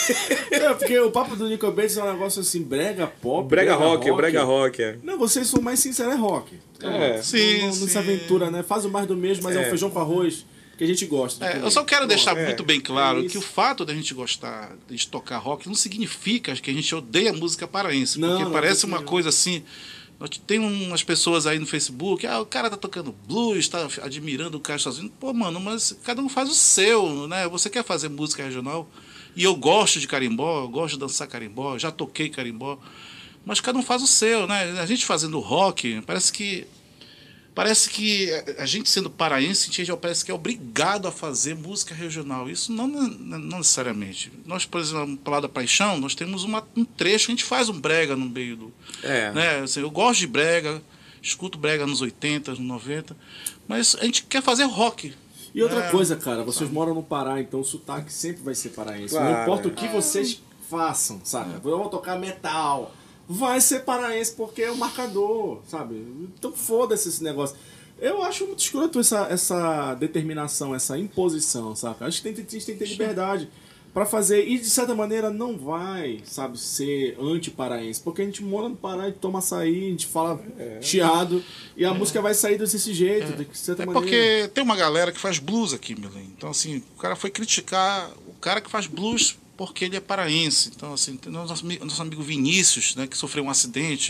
É, porque o papo do Nico Bates é um negócio assim, brega pop, brega, brega rock, rock, brega rock, é. Não, vocês são mais sinceros, é rock. É, não, sim, não, não sim. se aventura, né? Faz o mais do mesmo, mas é, é um feijão com arroz que a gente gosta. É, eu só quero deixar é, muito bem claro é que o fato da gente gostar de tocar rock não significa que a gente odeia a música paraense. Não, porque não, parece não, uma não. coisa assim. Tem umas pessoas aí no Facebook, ah, o cara tá tocando blues, tá admirando o cara sozinho. Pô, mano, mas cada um faz o seu, né? Você quer fazer música regional? E eu gosto de carimbó, eu gosto de dançar carimbó, já toquei carimbó. Mas cada um faz o seu, né? A gente fazendo rock, parece que Parece que a gente, sendo paraense, a gente já parece que é obrigado a fazer música regional. Isso não, não necessariamente. Nós, por exemplo, para lá da Paixão, nós temos uma, um trecho que a gente faz um brega no meio do... É. Né? Assim, eu gosto de brega, escuto brega nos oitenta, nos noventa, mas a gente quer fazer rock. E outra é, coisa, cara, vocês sabe? moram no Pará, então o sotaque sempre vai ser paraense. Claro, não importa é. o que vocês façam, sabe? É. Vamos tocar metal... vai ser paraense porque é o marcador, sabe? Então foda-se esse negócio. Eu acho muito escroto essa, essa determinação, essa imposição, saca? Acho que tem, a gente tem que ter liberdade pra fazer. E de certa maneira não vai, sabe, ser anti-paraense. Porque a gente mora no Pará, a gente toma açaí, a gente fala é. chiado. E a é. música vai sair desse jeito, é. de certa é maneira. Porque tem uma galera que faz blues aqui, Milen. Então, assim, o cara foi criticar o cara que faz blues porque ele é paraense. Então, assim, tem nosso, nosso amigo Vinícius, né, que sofreu um acidente,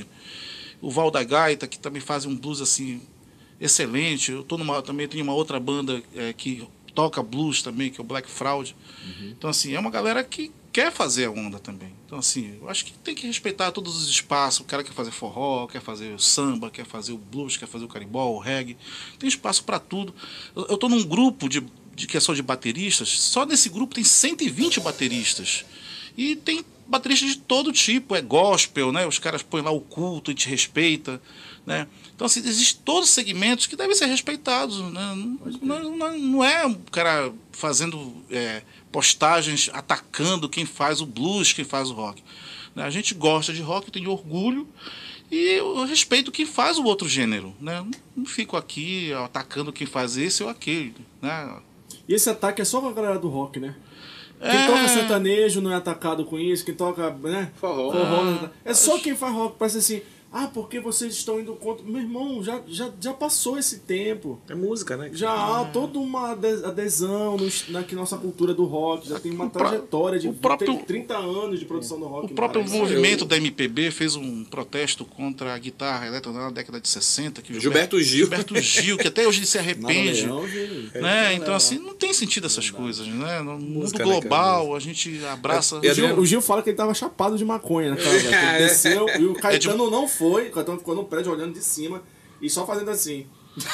o Val da Gaita, que também faz um blues assim excelente. Eu tô numa, também tenho uma outra banda é, que toca blues também, que é o Black Fraud. Uhum. Então, assim, é uma galera que quer fazer a onda também. Então, assim, eu acho que tem que respeitar todos os espaços. O cara quer fazer forró, quer fazer o samba, quer fazer o blues, quer fazer o carimbó, o reggae. Tem espaço para tudo. Eu, eu tô num grupo de de que é só de bateristas, só nesse grupo tem cento e vinte bateristas. E tem bateristas de todo tipo, é gospel, né? Os caras põem lá o culto, a gente respeita, né? Então, assim, existem todos os segmentos que devem ser respeitados, né? Não, não, não é o cara fazendo é, postagens atacando quem faz o blues, quem faz o rock. Né? A gente gosta de rock, tem orgulho, e eu respeito quem faz o outro gênero, né? Não fico aqui atacando quem faz esse ou aquele, né? E esse ataque é só com a galera do rock, né? Quem é... toca sertanejo não é atacado com isso, quem toca, né? Forró. Forró é, é só quem faz rock, parece assim, ah, porque vocês estão indo contra... Meu irmão, já, já, já passou esse tempo. É música, né? Já há toda uma adesão no, na que nossa cultura do rock, já tem uma trajetória de próprio, trinta anos de produção do rock. O próprio Parece. movimento da M P B fez um protesto contra a guitarra elétrica na década de sessenta. Que Gilberto, Gilberto Gil. Gilberto Gil, que até hoje ele se arrepende. Leão, viu? Né? Então, assim, não tem sentido essas coisas, né? No mundo global, né, a gente abraça... O Gil, o Gil fala que ele tava chapado de maconha, né, cara? Ele desceu e o Caetano não foi, o Caetano ficou no prédio olhando de cima e só fazendo assim.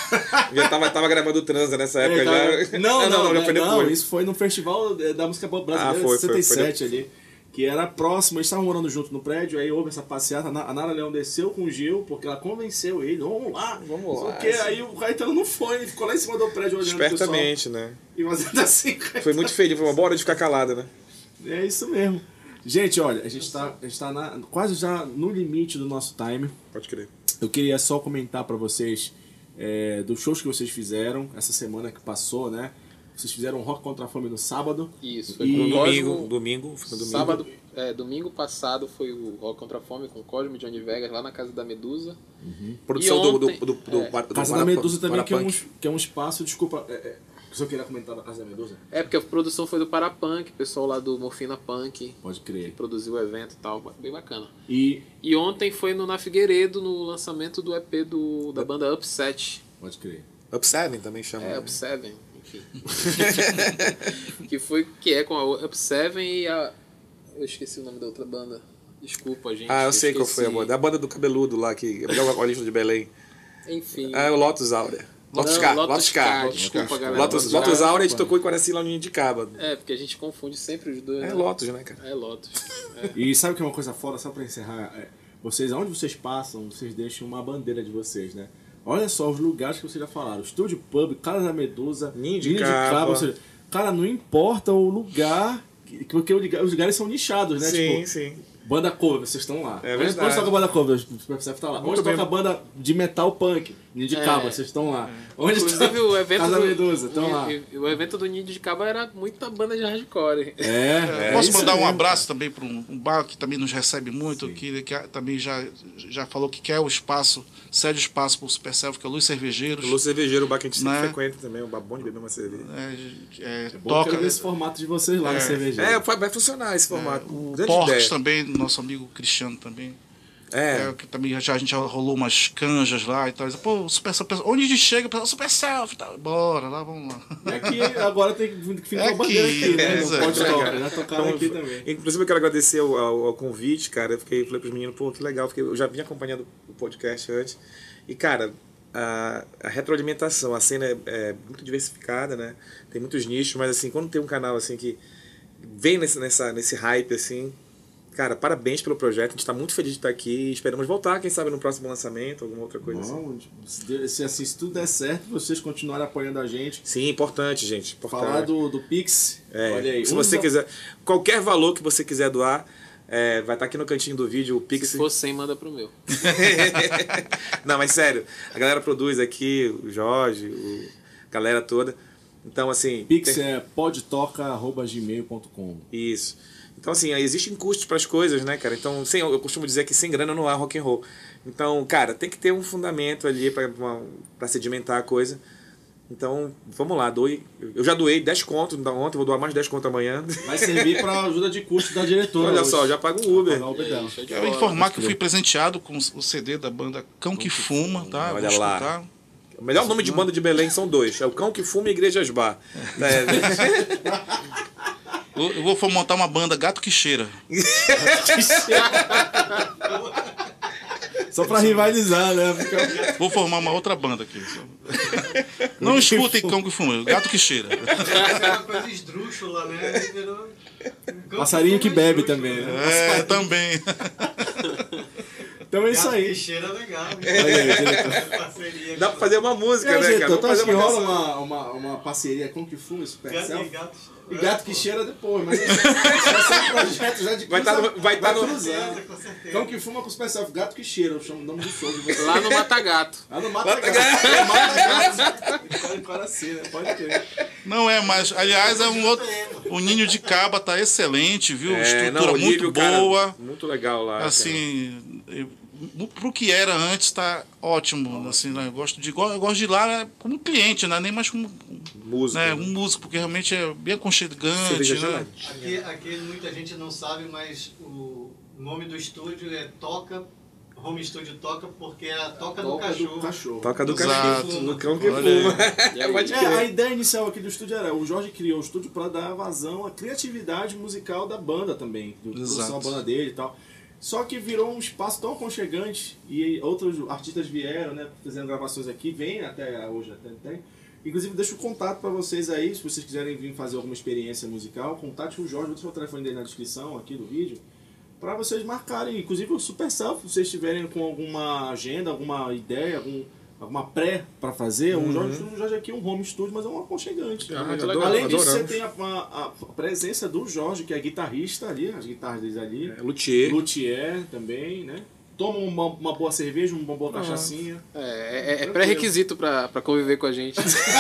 Já tava, tava gravando o Transa nessa época. É, já... Não, não, não, não, foi não, isso foi no Festival da Música Brasileira ah, foi, de sessenta e sete foi, foi. ali. Que era próximo, eles estavam morando junto no prédio, aí houve essa passeata, a Nara Leão desceu com o Gil, porque ela convenceu ele, vamos lá, vamos lá. Porque aí o Caetano não foi, ele ficou lá em cima do prédio olhando espertamente, o pessoal, né? E fazendo assim, Caetano. Foi muito feliz, foi uma hora de ficar calada, né? É isso mesmo. Gente, olha, a gente tá, a gente tá na, quase já no limite do nosso time. Pode crer. Eu queria só comentar pra vocês é, dos shows que vocês fizeram essa semana que passou, né? Vocês fizeram um Rock Contra a Fome no sábado. Isso, foi E- com o Domingo, Cosmo. domingo, foi no domingo. Sábado, é, domingo passado foi o Rock Contra a Fome com o Cosmo e Johnny Vegas lá na Casa da Medusa. Produção E do, do, ontem- do, do, é. bar- do Casa da Marapã- Medusa também, que é, um, Marapunk. que é um espaço, desculpa, é, é, se eu queria comentar da Casa da Medusa, É, porque a produção foi do Parapunk, pessoal lá do Morfina Punk, pode que crer. produziu o evento e tal, bem bacana. E, E ontem foi no Na Figueiredo, no lançamento do E P do, da banda Upset. pode crer. Up Seven também chama. É, né? Up Seven, enfim. que foi, que é com a Up Seven e a... Eu esqueci o nome da outra banda. Desculpa, gente. Ah, eu sei qual foi a esqueci. banda. É a banda do cabeludo lá, que é o Olímpio de Belém. Enfim. Ah, é o Lotus Áurea. Lotus Não, Car, Lotus Lotus Car. Car, desculpa, galera. Lotus, Lotus Lotus Car. Áurea, a gente tocou em Quaraci lá no Indicaba. É, porque a gente confunde sempre os dois. É né? Lotus, né, cara? É Lotus. E sabe o que é uma coisa foda, só pra encerrar? É, vocês, aonde vocês passam, vocês deixam uma bandeira de vocês, né? Olha só os lugares que vocês já falaram. Estúdio Pub, Casa da Medusa, Ninho de Cabo. Cabo. Ou seja, cara, não importa o lugar, que- porque o lugar- os lugares são nichados, né? Sim, tipo, sim. banda cover, vocês estão lá. É Onde- verdade. Onde toca banda cover? O Supercef tá lá. Muito Onde bem. toca banda de metal punk? Ninho de É. Cabo, vocês estão lá. Onde Inclusive toca o evento Casa do da Medusa, estão o, lá. o evento do Ninho de Cabo era muita banda de hardcore. É, é Posso isso mandar um mesmo, abraço também para um, um bar que também nos recebe muito, que, que também já, já falou que quer o espaço, cede o espaço para o Super Selfie, que é o Luiz Cervejeiros. O Lúcio Cervejeiro, o bar que a gente sempre Né? frequenta também, um bar bom de beber uma cerveja. É, é, Bom, toca. quero ver esse formato de vocês lá na cerveja. É, vai vai funcionar esse formato. O Grande Portes ideia. também, nosso amigo Cristiano também. É. É, que também já, a gente já rolou umas canjas lá e tal. Pô, Super Selfie, onde a gente chega, o pessoal, Super Selfie, tá, bora lá, vamos lá. E aqui agora tem que ficar É uma bandeira aqui, aqui, né? é, Não pode é, tocar, já tocaram Então, aqui também. Inclusive eu quero agradecer ao, ao, ao convite, cara. Eu fiquei, falei pros meninos, pô, que legal, porque eu já vinha acompanhando o podcast antes. E, cara, a, a retroalimentação, a cena é, é muito diversificada, né? Tem muitos nichos, mas assim, quando tem um canal assim que vem nesse, nessa, nesse hype, assim, cara, parabéns pelo projeto. A gente tá muito feliz de estar aqui e esperamos voltar, quem sabe, no próximo lançamento, alguma outra coisa assim. Bom, se, se, assim, se tudo der certo, vocês continuarem apoiando a gente. Sim, importante, gente. Importante. Falar do, do Pix, É, olha aí. se um você dos- quiser, qualquer valor que você quiser doar, é, vai estar aqui no cantinho do vídeo o Pix. Se for cem, manda pro meu. Não, mas sério, a galera produz aqui, o Jorge, o, a galera toda. Então, assim. Pix tem- é podtoca arroba gmail ponto com. Isso. Então, assim, existem custos para as coisas, né, cara? Então, sem, eu costumo dizer que sem grana não há rock and roll. Então, cara, tem que ter um fundamento ali para sedimentar a coisa. Então, vamos lá, doe. Eu já doei dez contos ontem, vou doar mais dez contos amanhã. Vai servir para ajuda de custo da diretora. Olha hoje. só, já pago um Uber. Pagar o Uber dela. Show de Quero bola. informar que eu fui presenteado com o C D da banda Cão que Fuma, tá? Olha Vou lá. escutar. O melhor nome de banda de Belém são dois. É o Cão que Fuma e Igrejas Bar. É, Eu, eu vou montar uma banda Gato que Cheira. Só para rivalizar, né? Porque- Vou formar uma outra banda aqui. Não escutem Cão que Fuma, Gato que Cheira. Aquela coisa esdrúxula, né? Virou um Passarinho que campo bebe esdrúxulo. também, né? É, também. Então é isso Gato aí. que cheira legal. Olha aí, diretor. Parceria. dá pra fazer uma música, É, né, diretor, cara? tu Vamos acha fazer que uma rola canção. uma, uma, uma parceria com que fuma, Super Gato, Selfie? gato, E gato que cheira depois, mas isso vai ser um projeto já de Vai tá no- vai tá no- cruzar. Com certeza. Então que fuma com o Super Selfie, gato que cheira, eu chamo o nome do show de vocês. Lá no Matagato. Lá no Mata Gato. No Mata Gato. Então, em Quaraci, né? Pode crer. Não é, mas, aliás, é um outro. O Ninho de Caba tá excelente, viu? É, Estrutura não, o muito nível, cara, boa. muito legal lá. cara. Assim, eu- pro que era antes, tá ótimo. Assim, né? Eu gosto de, eu gosto de ir lá né, como cliente, né? Nem mais como Música. né, né? um músico, porque realmente é bem aconchegante. Cerveja Né? gelada. Aqui, aqui muita gente não sabe, mas o nome do estúdio é Toca, Home Studio Toca, porque é a Toca, do Toca Cachorro. do cachorro. Toca do Exato. cachorro, no cão que Olha fuma. E aí? Pode É, a crer. ideia inicial aqui do estúdio era, o Jorge criou o estúdio para dar vazão à criatividade musical da banda também, do produção Exato. da banda dele e tal. Só que virou um espaço tão aconchegante e outros artistas vieram, né, fazendo gravações aqui, vem até hoje até tem. Inclusive deixo o contato para vocês aí, se vocês quiserem vir fazer alguma experiência musical, contate o Jorge, vou deixar o telefone dele na descrição aqui do vídeo, para vocês marcarem, inclusive o Super Selfie, se vocês estiverem com alguma agenda, alguma ideia, algum alguma pré para fazer, o Jorge, o Jorge aqui é um home studio, mas é um aconchegante. Ah, muito adoro, legal. Além disso, você adoramos. tem a, a- a presença do Jorge, que é guitarrista ali, as guitarras deles ali. É, Luthier. Luthier também, né? Toma uma, uma boa cerveja, uma boa cachaçinha. É, é, é pré-requisito pra, pra conviver com a gente.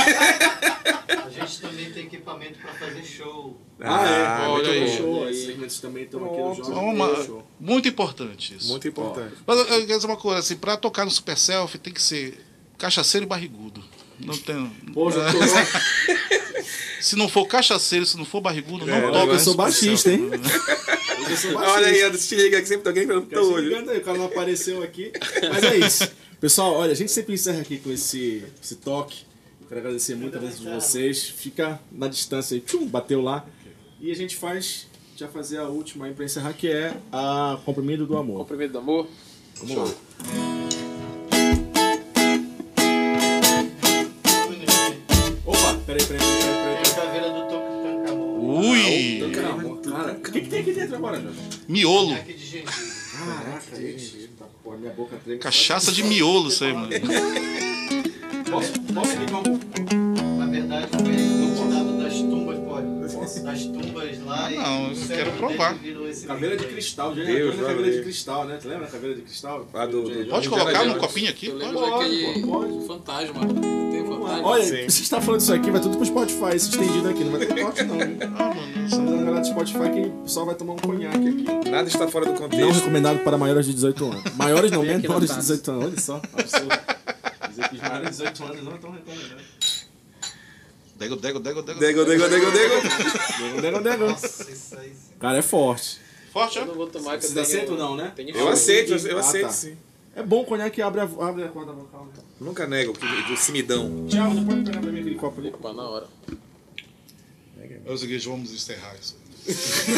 A gente também tem equipamento para fazer show. Ah, é. olha Muito aí. bom. Show. Aí. Esses segmentos também estão aqui no Jorge. Uma- Muito show. muito importante isso. Muito importante. Mas eu quero dizer uma coisa, assim, pra tocar no Super Selfie tem que ser cachaceiro e barrigudo. Não tem. Pô, já tô... Se não for cachaceiro, se não for barrigudo, não É, toca. eu no sou Super baixista, hein? Selfie. Eu sou Olha aí, baixista. Anderson, te liga que sempre tem alguém falando Fica teu se olho. ligando aí, o cara não apareceu aqui. Mas é isso. Pessoal, olha, a gente sempre encerra aqui com esse, esse toque. Eu quero agradecer muito a presença de vocês. Fica na distância aí, tchum, bateu lá. E a gente faz, já fazer a última aí pra encerrar, que é a Comprimido do Amor. Comprimido do amor. Vamos lá. Peraí, peraí, peraí, Tem a caveira do Tutankhamon. Ui! Cara, o que, que tem aqui dentro agora, Jorge? Miolo. Conhaque de gengibre. Caraca, gente. Tá, pô, minha boca treme. Cachaça de miolo, isso aí, mano. Posso, posso ligar um... Na verdade, foi tirado das tumbas, pode. Das tumbas lá. Ah, e não, o eu cérebro quero provar. dele virou esse Caveira de líquido aí. cristal, já Deus, entrou na caveira de valeu. cristal, né? Tu lembra da caveira de cristal? Ah, do- do- Pode colocar no copinho aqui? Eu lembro Pode. daquele pode, pode. fantasma. Tem fantasma? Olha, Sim. se você tá falando isso aqui, vai tudo pro Spotify, esse estendido aqui, não vai ter corte não, hein? Ah, mano. Só uma galera do Spotify que só vai tomar um conhaque aqui. Nada está fora do Não contexto. recomendado para maiores de dezoito anos. Maiores não, Vem aqui na menores de taça. dezoito anos, olha só. Absurdo. Dizer que os maiores de dezoito anos não estão recomendando. Dego, dego, dego, dego. Dego, dego, dego, dego. Dego, dego, dego. Nossa, isso aí. Cara, é forte. Forte, Eu ó. não vou tomar que eu Vocês tenho... aceitam não, né? tenho Eu fome. aceito, eu Ah, aceito tá. sim. É bom o conhaque que abre a, abre a corda vocal. Então. Nunca nego que do cimidão. Tiago, você pode pegar pra mim aquele copo ali? Mas na hora. É o seguinte, vamos encerrar isso aí.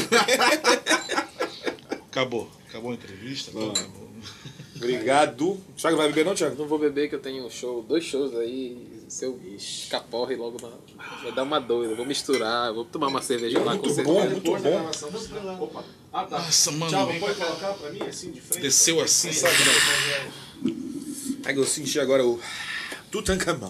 Acabou. Acabou a entrevista. Acabou. Obrigado. Thiago vai beber não, Thiago? Não vou beber que eu tenho um show, dois shows aí. Se eu ficar porre logo na... vai dar uma doida. Eu vou misturar, eu vou tomar uma cerveja lá com certeza. bom, muito Depois da bom. gravação, você- Opa. Ah, tá. Nossa, mano. Tiago, pode colocar pra mim assim de frente? Desceu assim, sabe? Aí eu senti agora o Tutankhamon.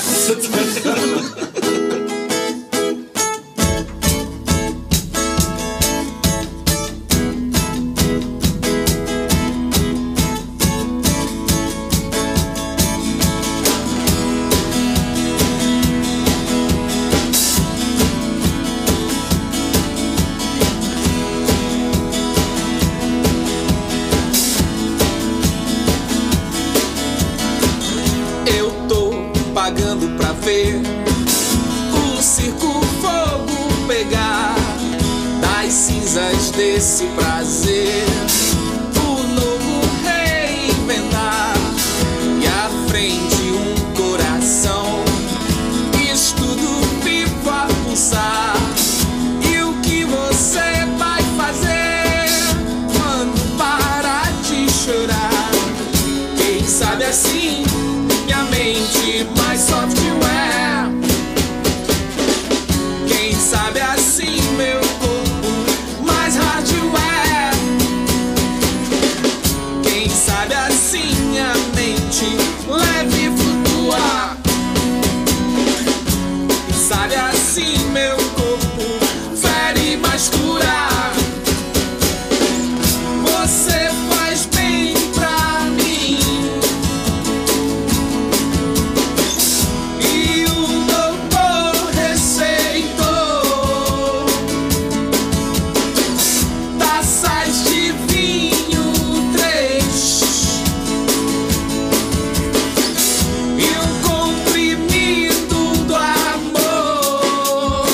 Eu tô pagando pra ver o circo fogo pegar das cinzas desse prazer, o novo reinventar e à frente um coração, isso tudo vivo a pulsar. E o que você vai fazer quando parar de chorar? Quem sabe assim minha mente mais software. Quem sabe assim meu corpo mais hardware. Quem sabe assim minha mente leve flutuar. Quem sabe assim meu corpo fere mais curar. Você faz bem pra mim. E o doutor receitou taças de vinho três e um comprimido do amor.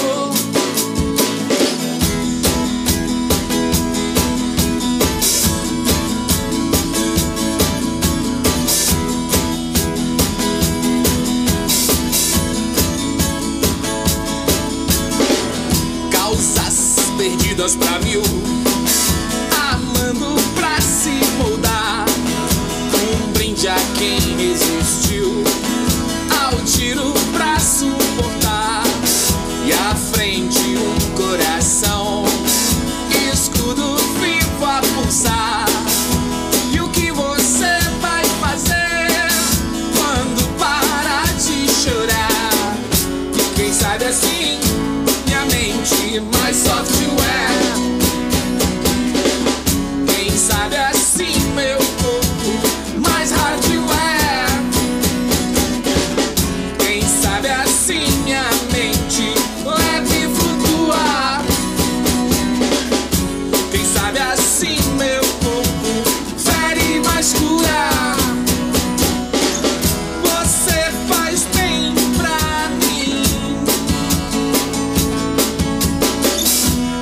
Causas perdidas pra mil, armando pra se moldar. Um brinde a quem resistiu ao tiro pra suportar. E à frente um coração, escudo vivo a pulsar. E o que você vai fazer quando parar de chorar? Quem sabe assim minha mente mais software. Quem sabe assim meu corpo mais hardware. Quem sabe assim minha mente leve flutuar. Quem sabe assim meu corpo fere mais curar. Você faz bem pra mim.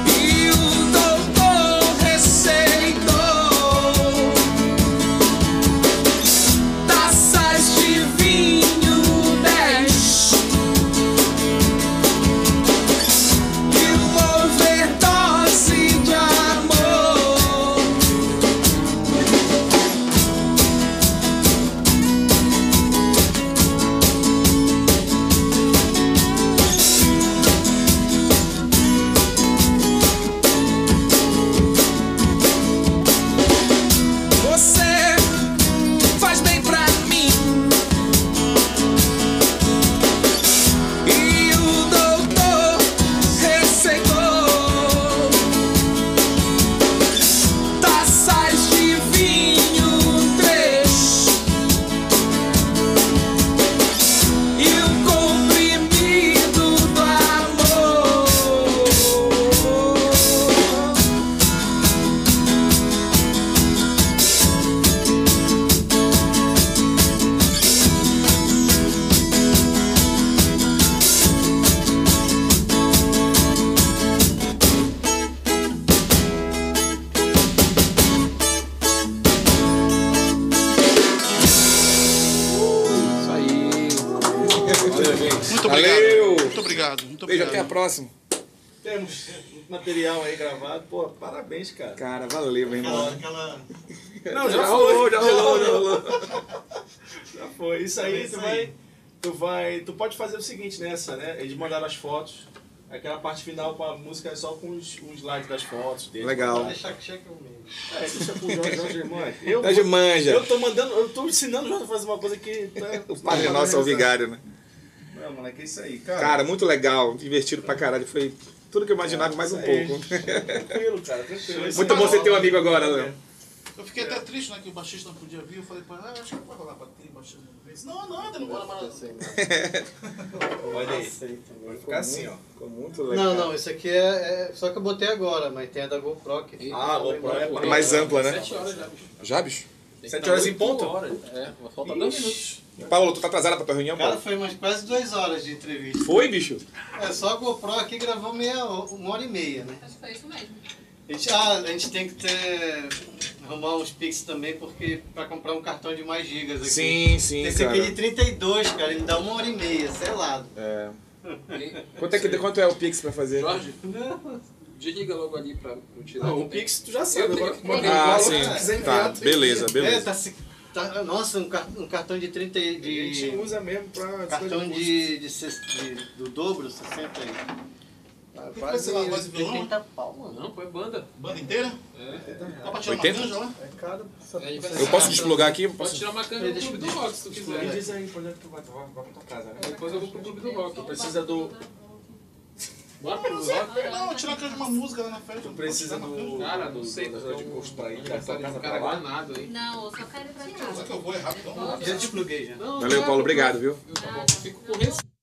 Muito obrigado. Muito Beijo, obrigado. até a próxima. Temos material aí gravado. Pô, parabéns, cara. Cara, valeu, meu irmão. Aquela, aquela... Não, Já rolou, já rolou, já rolou. Já foi. Isso aí, Isso tu aí. vai. Tu vai. Tu pode fazer o seguinte nessa, né? Eles mandaram as fotos. Aquela parte final com a música é só com os, os slides das fotos dele. Legal. Deixa que cheque o meio. É, deixa com o Jorge, Jorge Irmã. Eu, Jorge manja. eu tô mandando, eu tô ensinando o Jorge a fazer uma coisa que. Tá, O Padre Nosso é o vigário, né? Não, moleque, é isso aí, cara. Cara, muito legal. Divertido pra caralho. Foi tudo que eu imaginava, mais um isso aí. pouco. Tranquilo, cara, tranquilo. Muito bom você ter um amigo agora, Léo. Eu fiquei até triste, né, que o baixista não podia vir. Eu falei pra ele, ah, acho que vai rolar bateria, baixista não vem. Não, nada, não bora mais. Olha aí. Vai ficar assim, ó. Ficou muito legal. Não, não, isso aqui é, é só que eu botei agora, mas tem a da GoPro aqui. Ah, a GoPro é É mais ampla, né? Sete horas já, bicho. Já, bicho? Tem que Sete tá horas em oito ponto? horas. É, vai faltar dois minutos. Paulo, tu tá atrasada pra tua reunião, Cara, Paulo? foi umas quase duas horas de entrevista. Foi, bicho? É, só a GoPro aqui gravou meia, uma hora e meia, né? Acho que foi isso mesmo. A gente, ah, a gente tem que ter, arrumar uns Pix também, porque pra comprar um cartão de mais gigas aqui. Sim, sim, Esse cara. aqui de trinta e dois, cara, ele dá uma hora e meia, selado. É. Quanto é, que, quanto é o Pix pra fazer? Jorge, desliga logo ali pra eu tirar. Não, o Pix tu já sabe. Eu Agora, tenho- como é que Ah, fala, sim. se quiser Tá, enviar, tu beleza, envia. É, beleza. tá, se- tá, nossa, um, car- um cartão de trinta e- A gente de usa mesmo pra... cartão de, de, ses- de- do dobro, sessenta aí. Tá Vai ser lá, quase... voz e violão? oitenta pau, mano. Não, põe banda. Banda inteira? É. Dá pra tirar uma oitenta? canja lá? É caro. É Eu posso desplugar aqui? Pode tirar uma canja do Clube do Rock se tu Me quiser. diz aí, por onde é que tu vai? Tu vai vai pra tua casa, né? Depois eu vou pro Clube do Rock. Tu precisa do... Bora pro Rock? Não, tirar a canja de uma música lá na festa. Tu precisa do... Cara, não sei. Da zona de custo pra ir, da Tá tua de casa um cara pra lá. danado aí. Não, eu só quero ir pra Será casa. que eu vou errar então? Já despluguei já. Não, Valeu, não, Paulo. eu- Obrigado, viu? eu- eu Fico com receio.